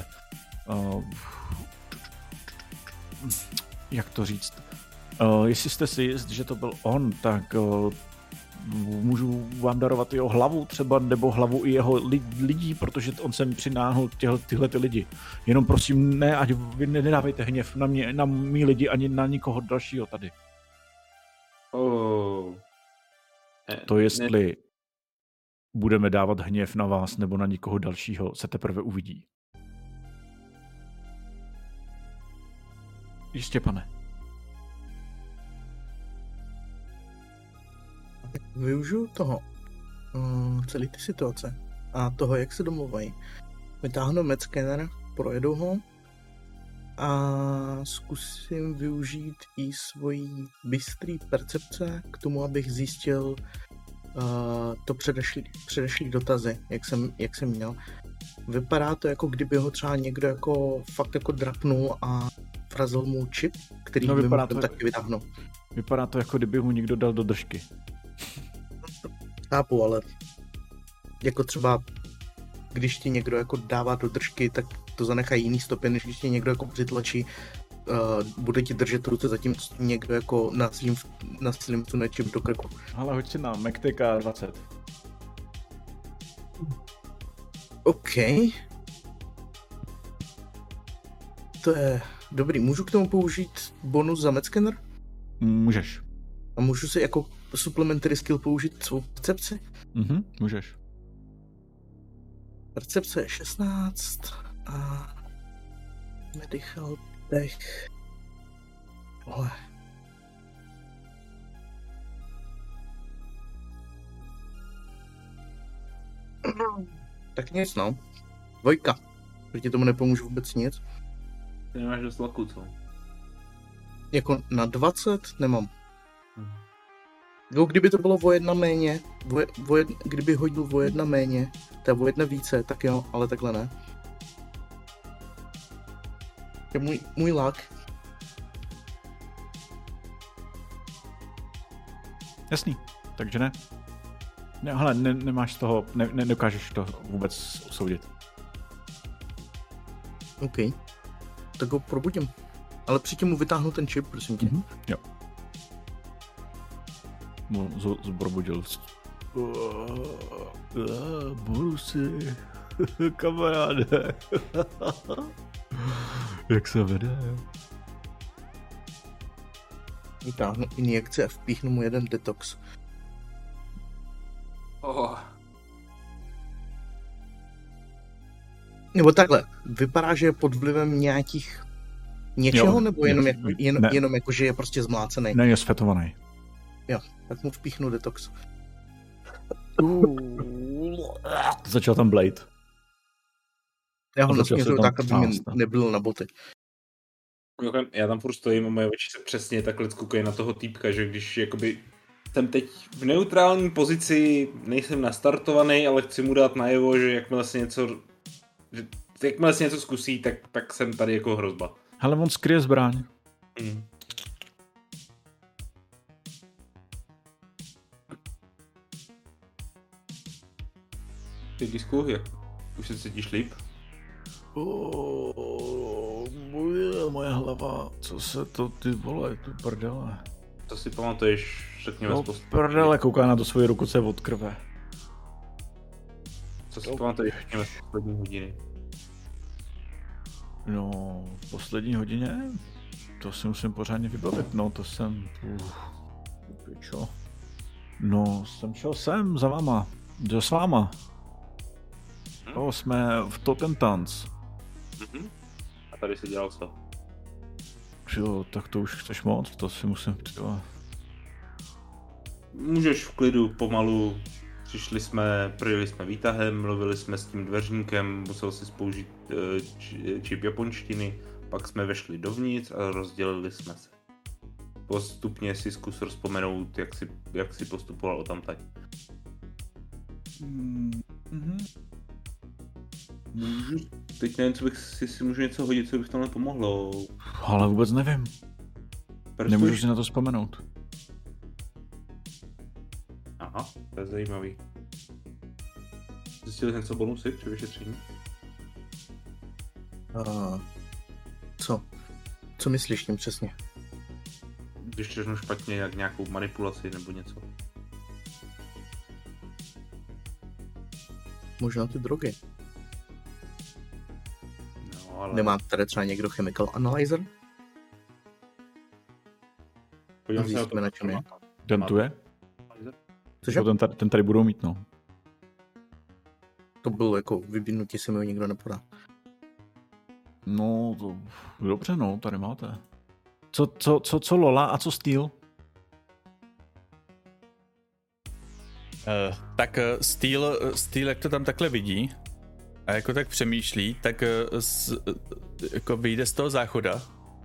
jak to říct, jestli jste si jist, že to byl on, tak můžu vám darovat jeho hlavu třeba, nebo hlavu i jeho lidí, protože on sem přináhl tyhle ty lidi. Jenom prosím, ne, ať vy nedávejte hněv na mě, na mý lidi, ani na nikoho dalšího tady. To jestli budeme dávat hněv na vás nebo na nikoho dalšího, se teprve uvidí. Jistě, pane. Využiju toho, celý ty situace a toho, jak se domluvají. Vytáhnu medscanner, projedu ho a zkusím využít i svojí bystrý percepce k tomu, abych zjistil to předešlý dotazy, jak jsem měl. Vypadá to, jako kdyby ho třeba někdo jako fakt jako drapnul a vrazil mu čip, který by mu taky vytáhnul. Vypadá to, jako kdyby mu někdo dal do držky. Chápu, ale jako třeba, když ti někdo jako dává do držky, tak to zanechá jiný stopy, než když ti někdo jako přitlačí, bude ti držet ruce, zatímco někdo jako násilím vsune čip do krku. Ale hoď si na Mektika 20. OK. To je dobrý. Můžu k tomu použít bonus za Medscanner? Můžeš. A můžu si jako supplementary skill použít svou percepci? Můžeš. Percepce je 16 a medical tech. Tohle. Tak nic, no. 2. Proti tomu nepomůžu vůbec nic. Ty nemáš dost laku, co? Jako na 20 nemám. No, kdyby to bylo o 1 méně, kdyby hodil o 1 méně, to je o 1 více, tak jo, ale takhle ne. To je můj lak. Jasný, takže ne. Ne, hele, nemáš toho, nedokážeš to vůbec usoudit. OK. Tak ho probudím. Ale předtím mu vytáhnu ten čip, prosím tě. Jo. Mu zprobudil. Budu si, kamaráde. Jak se vede? Vytáhnu injekci a vpíchnu mu jeden detox. Nebo takhle, vypadá, že je pod vlivem něčeho, jo, nebo jenom jako, že je prostě zmlácený? Ne, je sfetovaný. Jo, tak mu vpíchnu detox. Začal tam Blade. Já ho nasměřuju tak, aby mi nebyl na boty. Já tam furt stojím a moje oči se přesně takhle koukají na toho týpka, že když jakoby jsem teď v neutrální pozici, nejsem nastartovaný, ale chci mu dát najevo, že jakmile se něco zkusí, tak jsem tady jako hrozba. Ale on skryje zbraň. Ty Disku, jak? Už se cítíš líp? Moje hlava, co se to ty vole, tu prdele. To si pamatuješ, řekněme no, prdele, kouká na to svoji ruku, co je od krve. Co si pamatuješ, řekněme, z poslední hodiny? No, v poslední hodině? To si musím pořádně vybavit, no, to jsem... Pičo. No, jsem šel sem za váma, jde s váma. No, jsme v Totem Tanz. A tady si dělal co? Jo, tak to už chceš moc, to si musím třeba... Můžeš v klidu, pomalu. Projeli jsme výtahem, mluvili jsme s tím dveřníkem, musel si použít čip japonštiny, pak jsme vešli dovnitř a rozdělili jsme se. Postupně si zkus rozpomenout, jak si postupoval odtamtať. Teď nevím, co bych si můžu něco hodit, co bych tam pomohlo. Ale vůbec nevím. Nemůžu si na to vzpomenout. Aha, to je zajímavý. Zjistil jsem něco bonusy při vyšetření? Co? Co myslíš tím přesně? Když řeknu špatně, jak nějakou manipulaci nebo něco. Možná ty drogy. No, ale... Nemá tady třeba někdo chemical analyzer? Podívám se na čem je. Ten tu je? Cože? Ten tady budou mít, no. To bylo jako vybídnutí, se mi ho nikdo nepodá. No, to... dobře, no, tady máte. Co Lola a co Steel? Tak Steel, jak to tam takhle vidí a jako tak přemýšlí, tak jako vyjde z toho záchoda.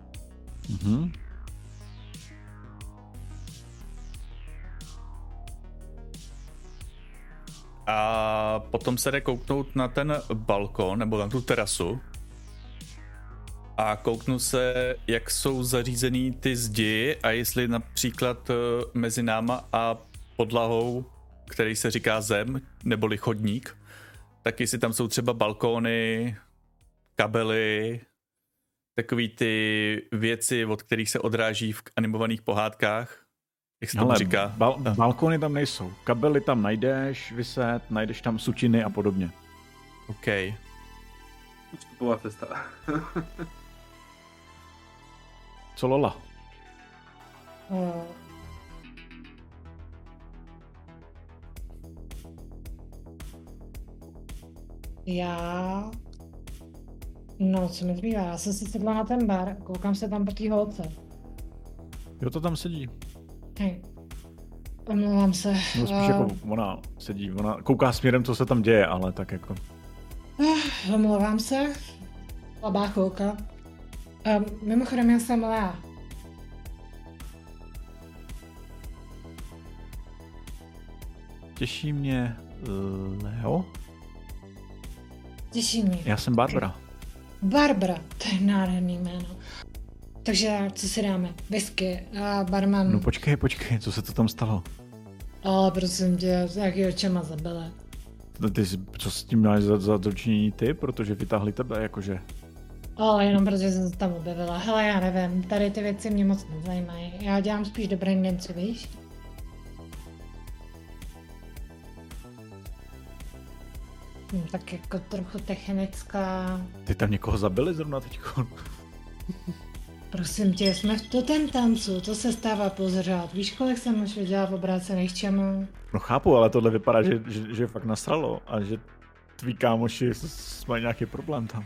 A potom se jde kouknout na ten balkon nebo na tu terasu a kouknu se, jak jsou zařízený ty zdi a jestli například mezi náma a podlahou, který se říká zem, neboli chodník, tak jestli tam jsou třeba balkóny, kabely, takový ty věci, od kterých se odráží v animovaných pohádkách. Jak se tomu říká? Balkony tam nejsou. Kabely tam najdeš, vyset, najdeš tam sučiny a podobně. OK. Vstupová cesta. Co Lola? Já... No, co mi zbývá? Já jsem si sedla na ten bar a koukám se tam po té holce. Jo, to tam sedí. Hej. Omlouvám se. No spíš jako ona sedí, ona kouká směrem, co se tam děje, ale tak jako... Omlouvám se. Slabá chvilka. Mimochodem, já jsem Lea. Těší mě Leo. Těší mě. Já jsem Barbara. Barbara, to je nádherný jméno. Takže co si dáme? Whisky a barman. No počkej, co se to tam stalo? Ale prosím tě, jaký očema zabili. Ty, co s tím máš za dočinění ty, protože vytáhli tebe, jakože... Ale jenom protože jsem se tam objevila. Hele, já nevím, tady ty věci mě moc nezajímají. Já dělám spíš do braindance, víš? Tak jako trochu technická. Ty tam někoho zabili zrovna teďko? Prosím tě, jsme v totem tancu, to se stává pořád. Víš, kolik jsem už viděla v obrácených čemů? No chápu, ale tohle vypadá, že fakt nasralo a že tví kámoši mají nějaký problém tam.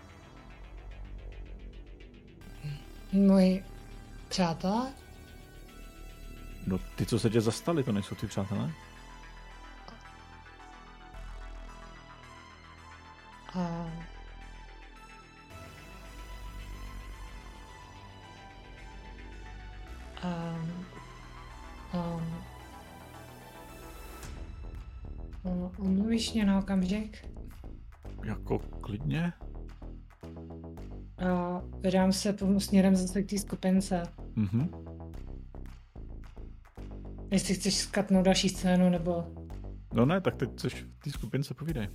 Moji přátelé? No ty, co se tě zastali, to nejsou ty přátelé? Omluvíš mě na okamžik? Jako klidně? Vydám se směrem zase k té skupince. Mhm. Jestli chceš skatnout další scénu, nebo... No ne, tak teď chceš v té skupince povídej.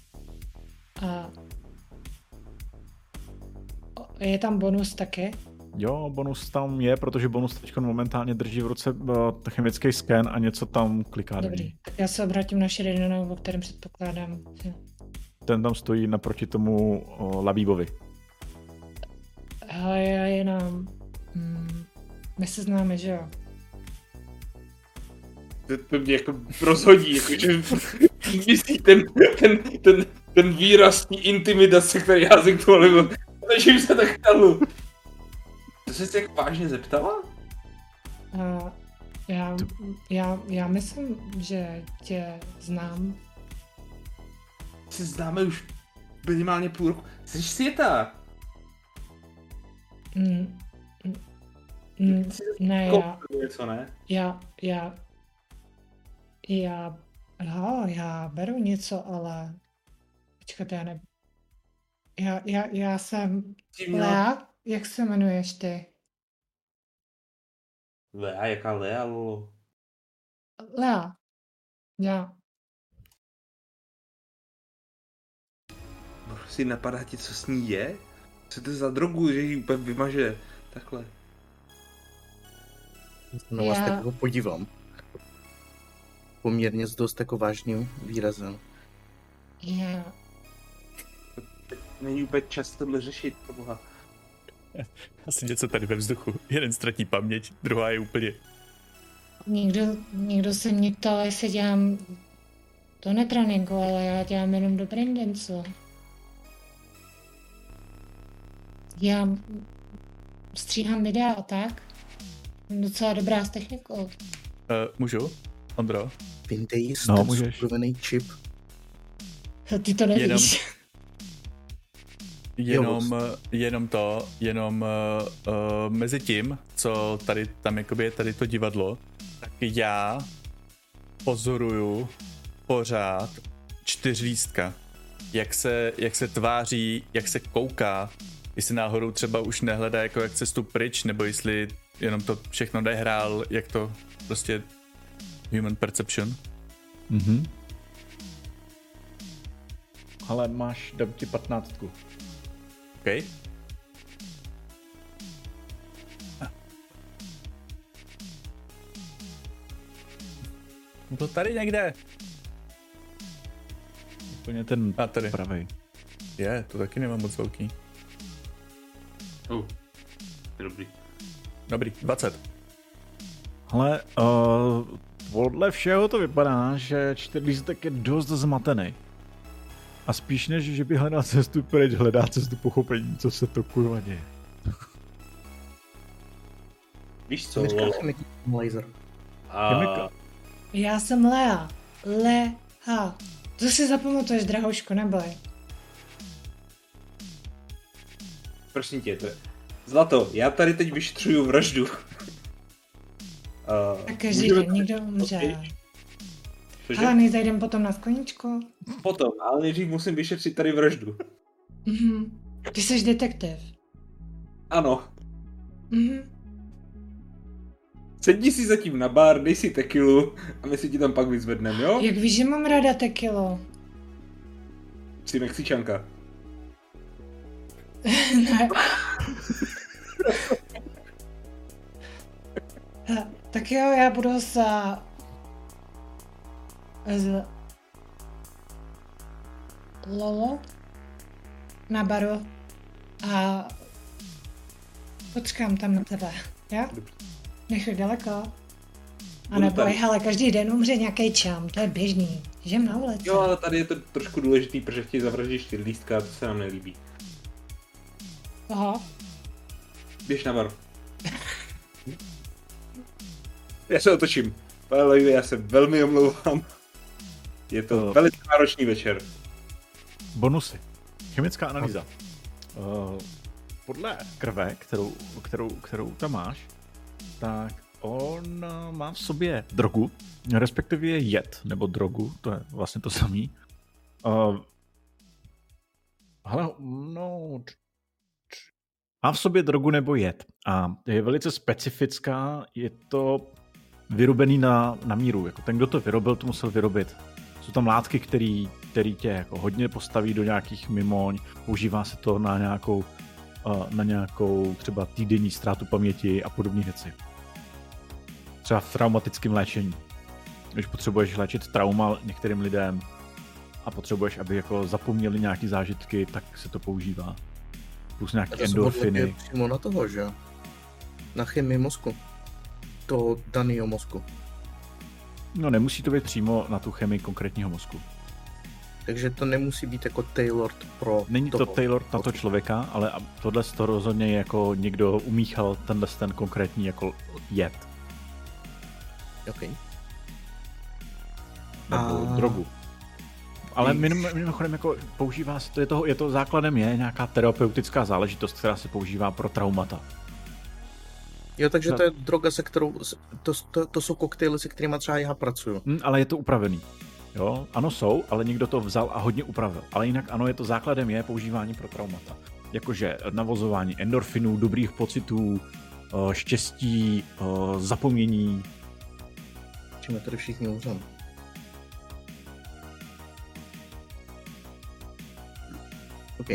Je tam bonus taky? Jo, bonus tam je, protože bonus teď momentálně drží v ruce chemický sken a něco tam kliká. Dobrý, tak já se obrátím na Sheridana, o kterém předpokládám. Ten tam stojí naproti tomu Labíbovi. Hele, já jenom... my se známe, že jo? To mě jako rozhodí, jakože myslí ten výraz intimidace, který já jsem k tomu nebyl. Snažím se tak talu. To jsi se jak vážně zeptala? Já myslím, že tě znám. Se známe už minimálně půl roku. Jsi světa? Ne, něco, ne? Já beru něco, ale... Počkejte, já jsem... Lea? Jak se jmenuješ ty? Lea, jaká Lea, Lolo? Lea. Já. Si napadá ti, co s ní je? Co to za drogu, že ji úplně vymaže? Takhle. No vás tak jako podívám. Poměrně s dost jako vážným výrazem. Já. Není úplně čas tohle řešit, proboha. Asi něco tady ve vzduchu. Jeden ztratí paměť, druhá je úplně... Někdo se mě ptal, jestli dělám to netréninku, ale já dělám jenom do braindancu. Já stříhám videa a tak. Docela dobrá s technikou. Můžu? Ondro? Vyndej No, můžeš. Skurvený čip. Ty to nevíš. Jenom mezi tím, co tady tam jakoby je tady to divadlo, tak já pozoruju pořád 4lístka. Jak se tváří, jak se kouká, jestli náhodou třeba už nehledá jako jak cestu pryč, nebo jestli jenom to všechno nehrál, jak to prostě human perception. Mhm. Ale dám ti 15. OK. To tady někde. Úplně ten tady. pravej. Je, to taky nemám moc velký. Dobrý. Dobrý, 20. Ale podle všeho to vypadá, že 4lístek je dost zmatený. A spíš než, že by hledal cestu pryč, hledá cestu pochopení, co se to kurva děje. Víš co? Laser. Já jsem Lea. Lea. To si zapamatuješ, drahošku, neboj. Prosím tě, to je... Zlato, já tady teď vyšetřuju vraždu. A každý den někdo umře. Ale my zajdem potom na koníčko. Potom, ale nejdřív musím vyšetřit tady vraždu. Mhm. Ty jsi detektiv. Ano. Mhm. Sedni si zatím na bar, dej si tekilu a my si ti tam pak vyzvedneme, jo? Jak víš, že mám ráda tekilo? Jsi Mexičanka. Ne. Tak jo, já budu z Lolo na baru a počkám tam na tebe, jo? Nechoď daleko. A neboj, hele, každý den umře nějaký čám, to je běžný, žem na ulici. Jo, ale tady je to trošku důležitý, protože chtějí zavraždit 4lístka a to se nám nelíbí. Aha. Běž na bar. Já se otočím. Pane Lloyde, já se velmi omlouvám. Je to velice náročný večer. Bonusy. Chemická analýza. Podle krve, kterou tam máš, tak on má v sobě drogu, respektive jed, nebo drogu, to je vlastně to samý. Má v sobě drogu nebo jed a je velice specifická, je to vyrobený na míru, jako ten, kdo to vyrobil, to musel vyrobit. Jsou tam látky, který tě jako hodně postaví do nějakých mimoň, používá se to na nějakou třeba týdenní ztrátu paměti a podobné věci. Třeba v traumatickém léčení. Když potřebuješ léčit trauma některým lidem a potřebuješ, aby jako zapomněli nějaký zážitky, tak se to používá. Plus nějaké endorfiny. Přímo na toho, že? Na chemii mozku. To daného mozku. No nemusí to být přímo na tu chemii konkrétního mozku. Takže to nemusí být jako tailored pro Není to tailored na to člověka, ale tohle to rozhodně je jako někdo umíchal ten konkrétní jako jed. OK. Nebo drogu. Ale mimochodem jako používá se to, je to základem je nějaká terapeutická záležitost, která se používá pro traumata. Jo, takže to je droga, se kterou, to jsou koktejly, se kterými třeba já pracuju. Ale je to upravený. Jo, ano jsou, ale někdo to vzal a hodně upravil. Ale jinak ano, je to základem je používání pro traumata. Jakože navozování endorfinů, dobrých pocitů, štěstí, zapomnění. Číme tady všichni umřeme. OK.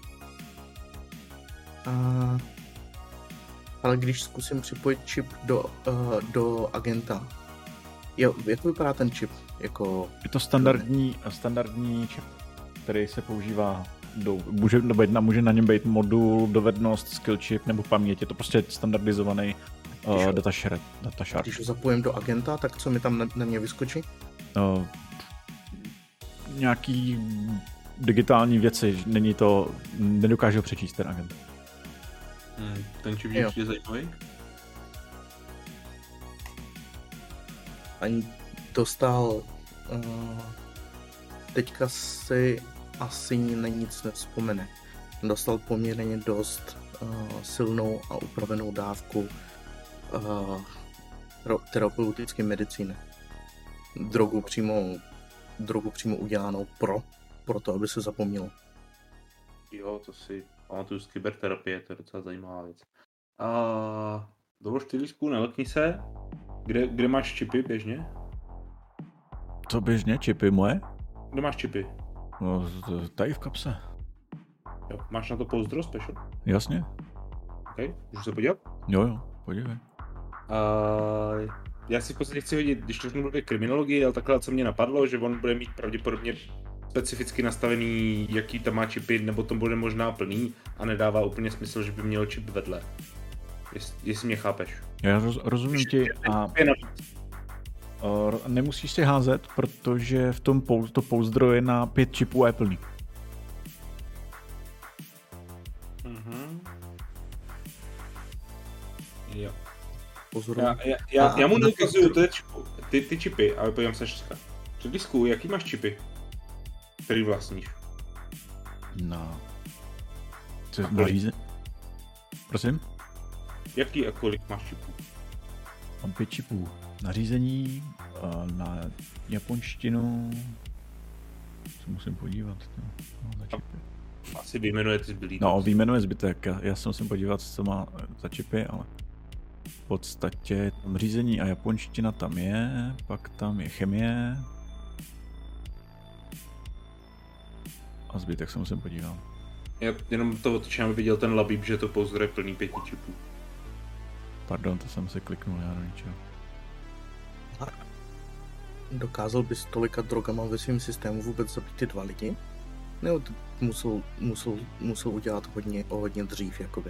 Ale když zkusím připojit čip do agenta, jak vypadá ten čip? Jako... Je to standardní čip, který se používá, může na něm být modul, dovednost, skill chip nebo paměť, je to prostě standardizovaný data shard. Když ho zapojím do agenta, tak co mi tam na mě vyskočí? Nějaký digitální věci, nedokáže ho přečíst ten agent. Ten čip je určitě zajímavý. Ani dostal, teďka si asi na nic nevzpomene. Dostal poměrně dost silnou a upravenou dávku terapeutické medicíny. Drogu přímo udělanou pro to, aby se zapomnělo. Jo, to si pamatuju z kyberterapie, to je docela zajímavá věc. Dovol Štýlísku, nelekni se. Kde máš čipy běžně? Co běžně? Čipy moje? Kde máš čipy? No, tady v kapse. Jo, máš na to pouzdro special? Jasně. OK, můžu se podívat? Jo, podívej. Já si v podstatě chci hodit, když to mluvím kriminologii, ale takhle, co mě napadlo, že on bude mít pravděpodobně specificky nastavený, jaký tam má čipy, nebo to bude možná plný a nedává úplně smysl, že by měl čip vedle. Jestli mě chápeš. Já rozumím ti a nemusíš si házet, protože v tom to pouzdro je na 5 čipů a je plný. Jo. Pozor. Já mu neukazuju ty čipy, ale podívám se ještě. Předisku, jaký máš čipy? Který vlastníš? No. Co je Prosím? Jaký a kolik máš čipů? Mám 5 čipů. Nařízení na japonštinu. Se musím podívat. Na čipy. Asi vyjmenuje ty zbylý. No, vyjmenuje zbytek. Já se musím podívat, co má za čipy, ale v podstatě tam řízení a japonština tam je, pak tam je chemie. A zbytek se musím podívat. Já jenom to otočím, aby viděl ten labíb, že to pouzdro je plný 5 čipů. Pardon, to jsem se kliknul, já do ničeho. Dokázal bys tolika drogama ve svém systému vůbec zabít ty 2 lidi? Nebo to musel udělat hodně dřív, jakoby?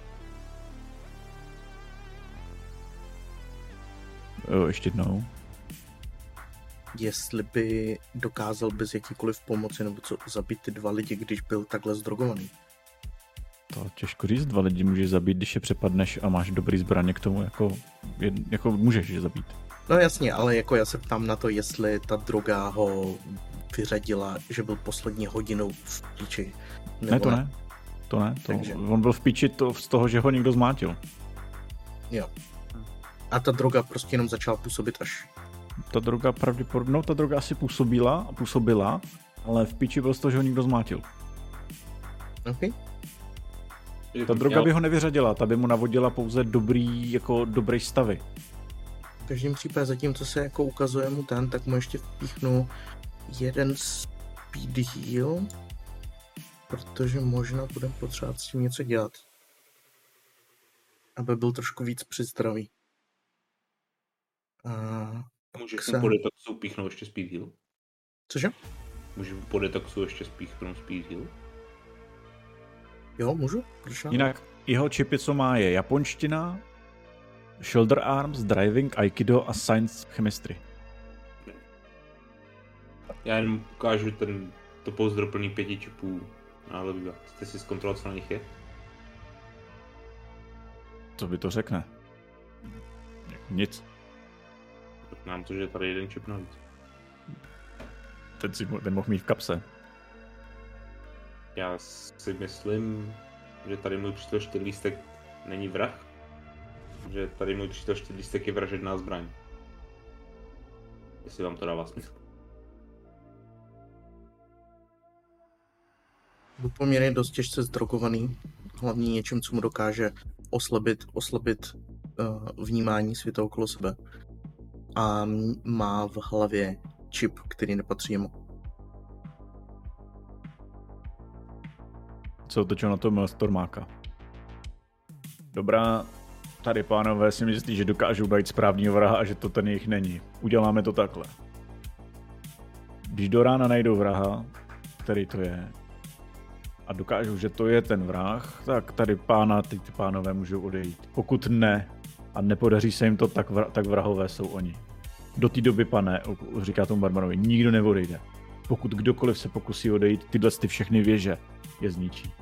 Jo, ještě jednou. Jestli by dokázal bez jakýkoliv pomoci nebo co zabít ty 2 lidi, když byl takhle zdrogovaný. To těžko říct, 2 lidi můžeš zabít, když je přepadneš a máš dobrý zbraně k tomu, jako můžeš je zabít. No jasně, ale jako já se ptám na to, jestli ta droga ho vyřadila, že byl poslední hodinou v píči. Ne, to ne. Takže. On byl v píči z toho, že ho někdo zmátil. Jo. A ta droga prostě jenom začala působit až... Ta droga pravděpodobně, ta droga asi působila, ale v píči byl z toho, že ho někdo zmátil. Okay. Ta droga by ho nevyřadila, ta by mu navodila pouze dobrý stavy. V každém případě zatím, co se jako ukazuje mu tak mu ještě vpíchnu jeden speed heal, protože možná budeme potřebovat s tím něco dělat. Aby byl trošku víc při zdraví. Můžeš mu po detoxu píchnout ještě speed heal? Cože? Můžeš mu po detoxu ještě píchnout speed heal? Jo, můžu? Jinak jeho čipy, co má, je japonština, shoulder arms, driving, aikido a science chemistry. Já jen ukážu to pouzdro plný 5 čipů. Ale chcete si zkontrolovat, co na nich je? Co by to řekne? Nic. Tak nám to, že je tady jeden čip navíc. Ten mohl mít v kapse. Já si myslím, že tady můj přítel 4lístek není vrah. Že tady můj přítel 4lístek je vražedná zbraň. Jestli vám to dává smysl. Byl poměrně dost těžce zdrogovaný, hlavně něčím, co mu dokáže oslabit vnímání světa okolo sebe. A má v hlavě čip, který nepatří jemu. Co otočil na to Stormáka? Dobrá, tady pánové si myslí, že dokážou najít správného vraha a že to ten jejich není. Uděláme to takhle. Když do rána najdou vraha, který to je, a dokážou, že to je ten vrah, tak tady ty pánové můžou odejít. Pokud ne, a nepodaří se jim to, tak vrahové jsou oni. Do té doby, pane, říká tomu barmanovi, nikdo neodejde. Pokud kdokoliv se pokusí odejít, tyhle všechny věže je zničí.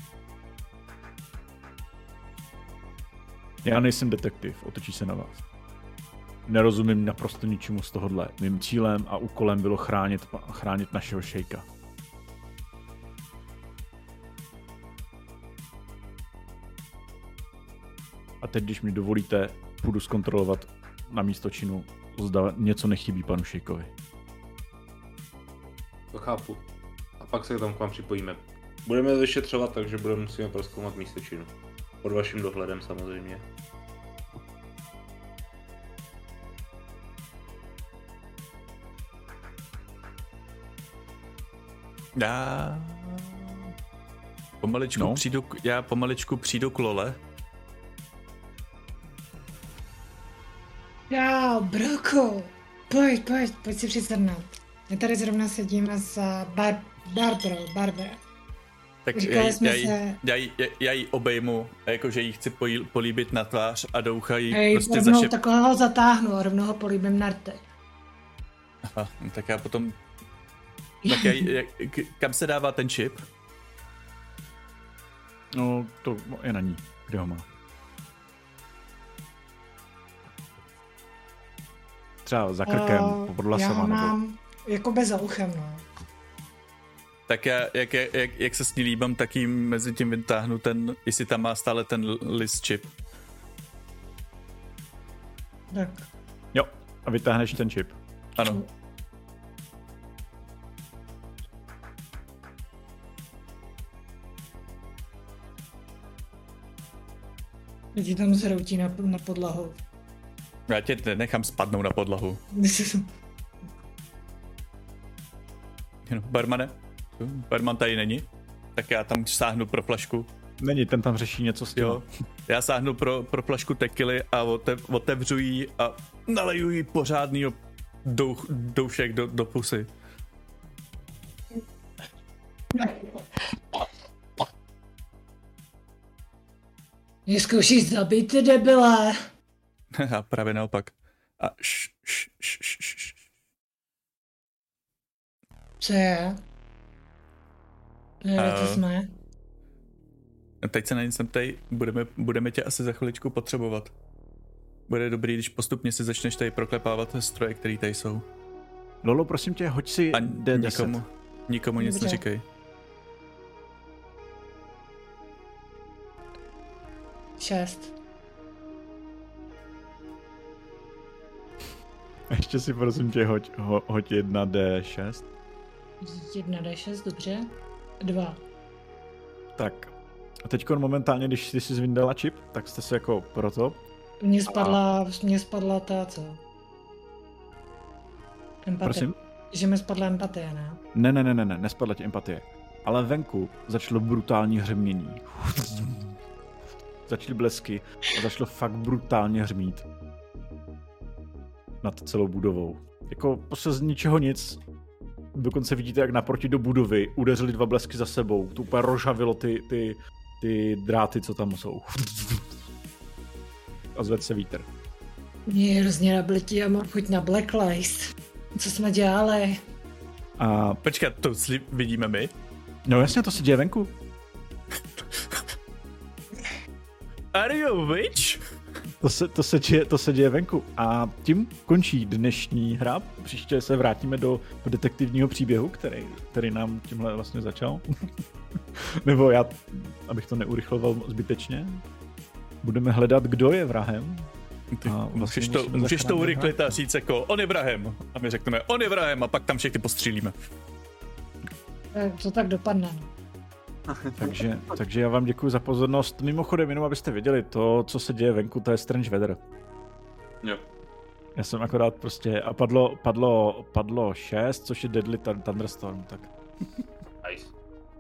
Já nejsem detektiv, otočí se na vás. Nerozumím naprosto ničemu z tohohle. Mým cílem a úkolem bylo chránit našeho šejka. A teď, když mi dovolíte, půjdu zkontrolovat na místo činu, zda něco nechybí panu šejkovi. To chápu. A pak se tam k vám připojíme. Budeme vyšetřovat, takže musíme prozkoumat místečinu. Pod vaším dohledem samozřejmě. Já pomaličku přijdu k Lole. Já, Broko, pojď si přisednout. My tady zrovna sedíme s Barbara. Tak já ji obejmu, jakože jí chci políbit na tvář a do ucha jí prostě zašep. Takhle ho zatáhnu a rovnou ho políbím na rtech. Aha, tak já potom... Tak kam se dává ten čip? No, to je na ní. Kde ho má? Třeba za krkem, pod lasama, já mám nebo... jako bez za uchem, no. Tak já, jak se s ní líbám, tak jim mezi tím vytáhnu ten, jestli tam má stále ten list čip. Tak. Jo, a vytáhneš ten čip. Ano. Ti tam zhroutí na podlahu. Já tě nechám spadnout na podlahu. Barmane? Barman tady není? Tak já tam sáhnu pro flašku. Není, ten tam řeší něco s tím. Jo. Já sáhnu pro flašku tekily a otevřu jí a naleju jí pořádnýho doušek do pusy. Mě zkoušíš zabít, ty debile. A právě naopak. A Co je? To jsme. Teď se na nic neptej, budeme tě asi za chviličku potřebovat. Bude dobrý, když postupně si začneš tady proklepávat stroje, které tady jsou. Lolo, prosím tě, hoď si a D10. Nikomu nic neříkej. 6. A ještě si prosím tě hoď 1D6. 1D6, dobře. 2. Tak. A teďko momentálně, když jsi si zvyndala čip, tak jste se jako proto. Mně spadla ta co? Empatie. Prosím? Že mi spadla empatie, ne? Ne, nespadla ti empatie. Ale venku začalo brutální hřmění. Začaly blesky a začalo fakt brutálně hřmít. Nad celou budovou. Jako prostě z ničeho nic. Dokonce vidíte, jak naproti do budovy udeřily 2 blesky za sebou. To úplně rozžavilo ty dráty, co tam jsou. A zvedl se vítr. Mě je hrozně nabletí a mám chuť na Blacklist. Co jsme dělali? A... Počkat, to vidíme my? No jasně, to se děje venku. Are you a witch? To se děje venku. A tím končí dnešní hra. Příště se vrátíme do detektivního příběhu, který nám tímhle vlastně začal. Nebo já, abych to neurychloval zbytečně. Budeme hledat, kdo je vrahem. Vlastně můžeš to urychlit a říct jako on je vrahem. A my řekneme on je vrahem a pak tam všechny postřílíme. To tak dopadne. Takže já vám děkuji za pozornost. Mimochodem, jenom abyste věděli, to, co se děje venku, to je Strange Weather. Jo. Já jsem akorát prostě, a padlo 6, což je Deadly Thunderstorm, tak. Nice.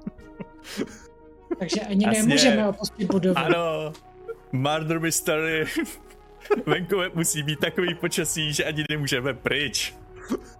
Takže ani nemůžeme opustit budovu. Ano, Murder Mystery. Venku musí být takový počasí, že ani nemůžeme pryč.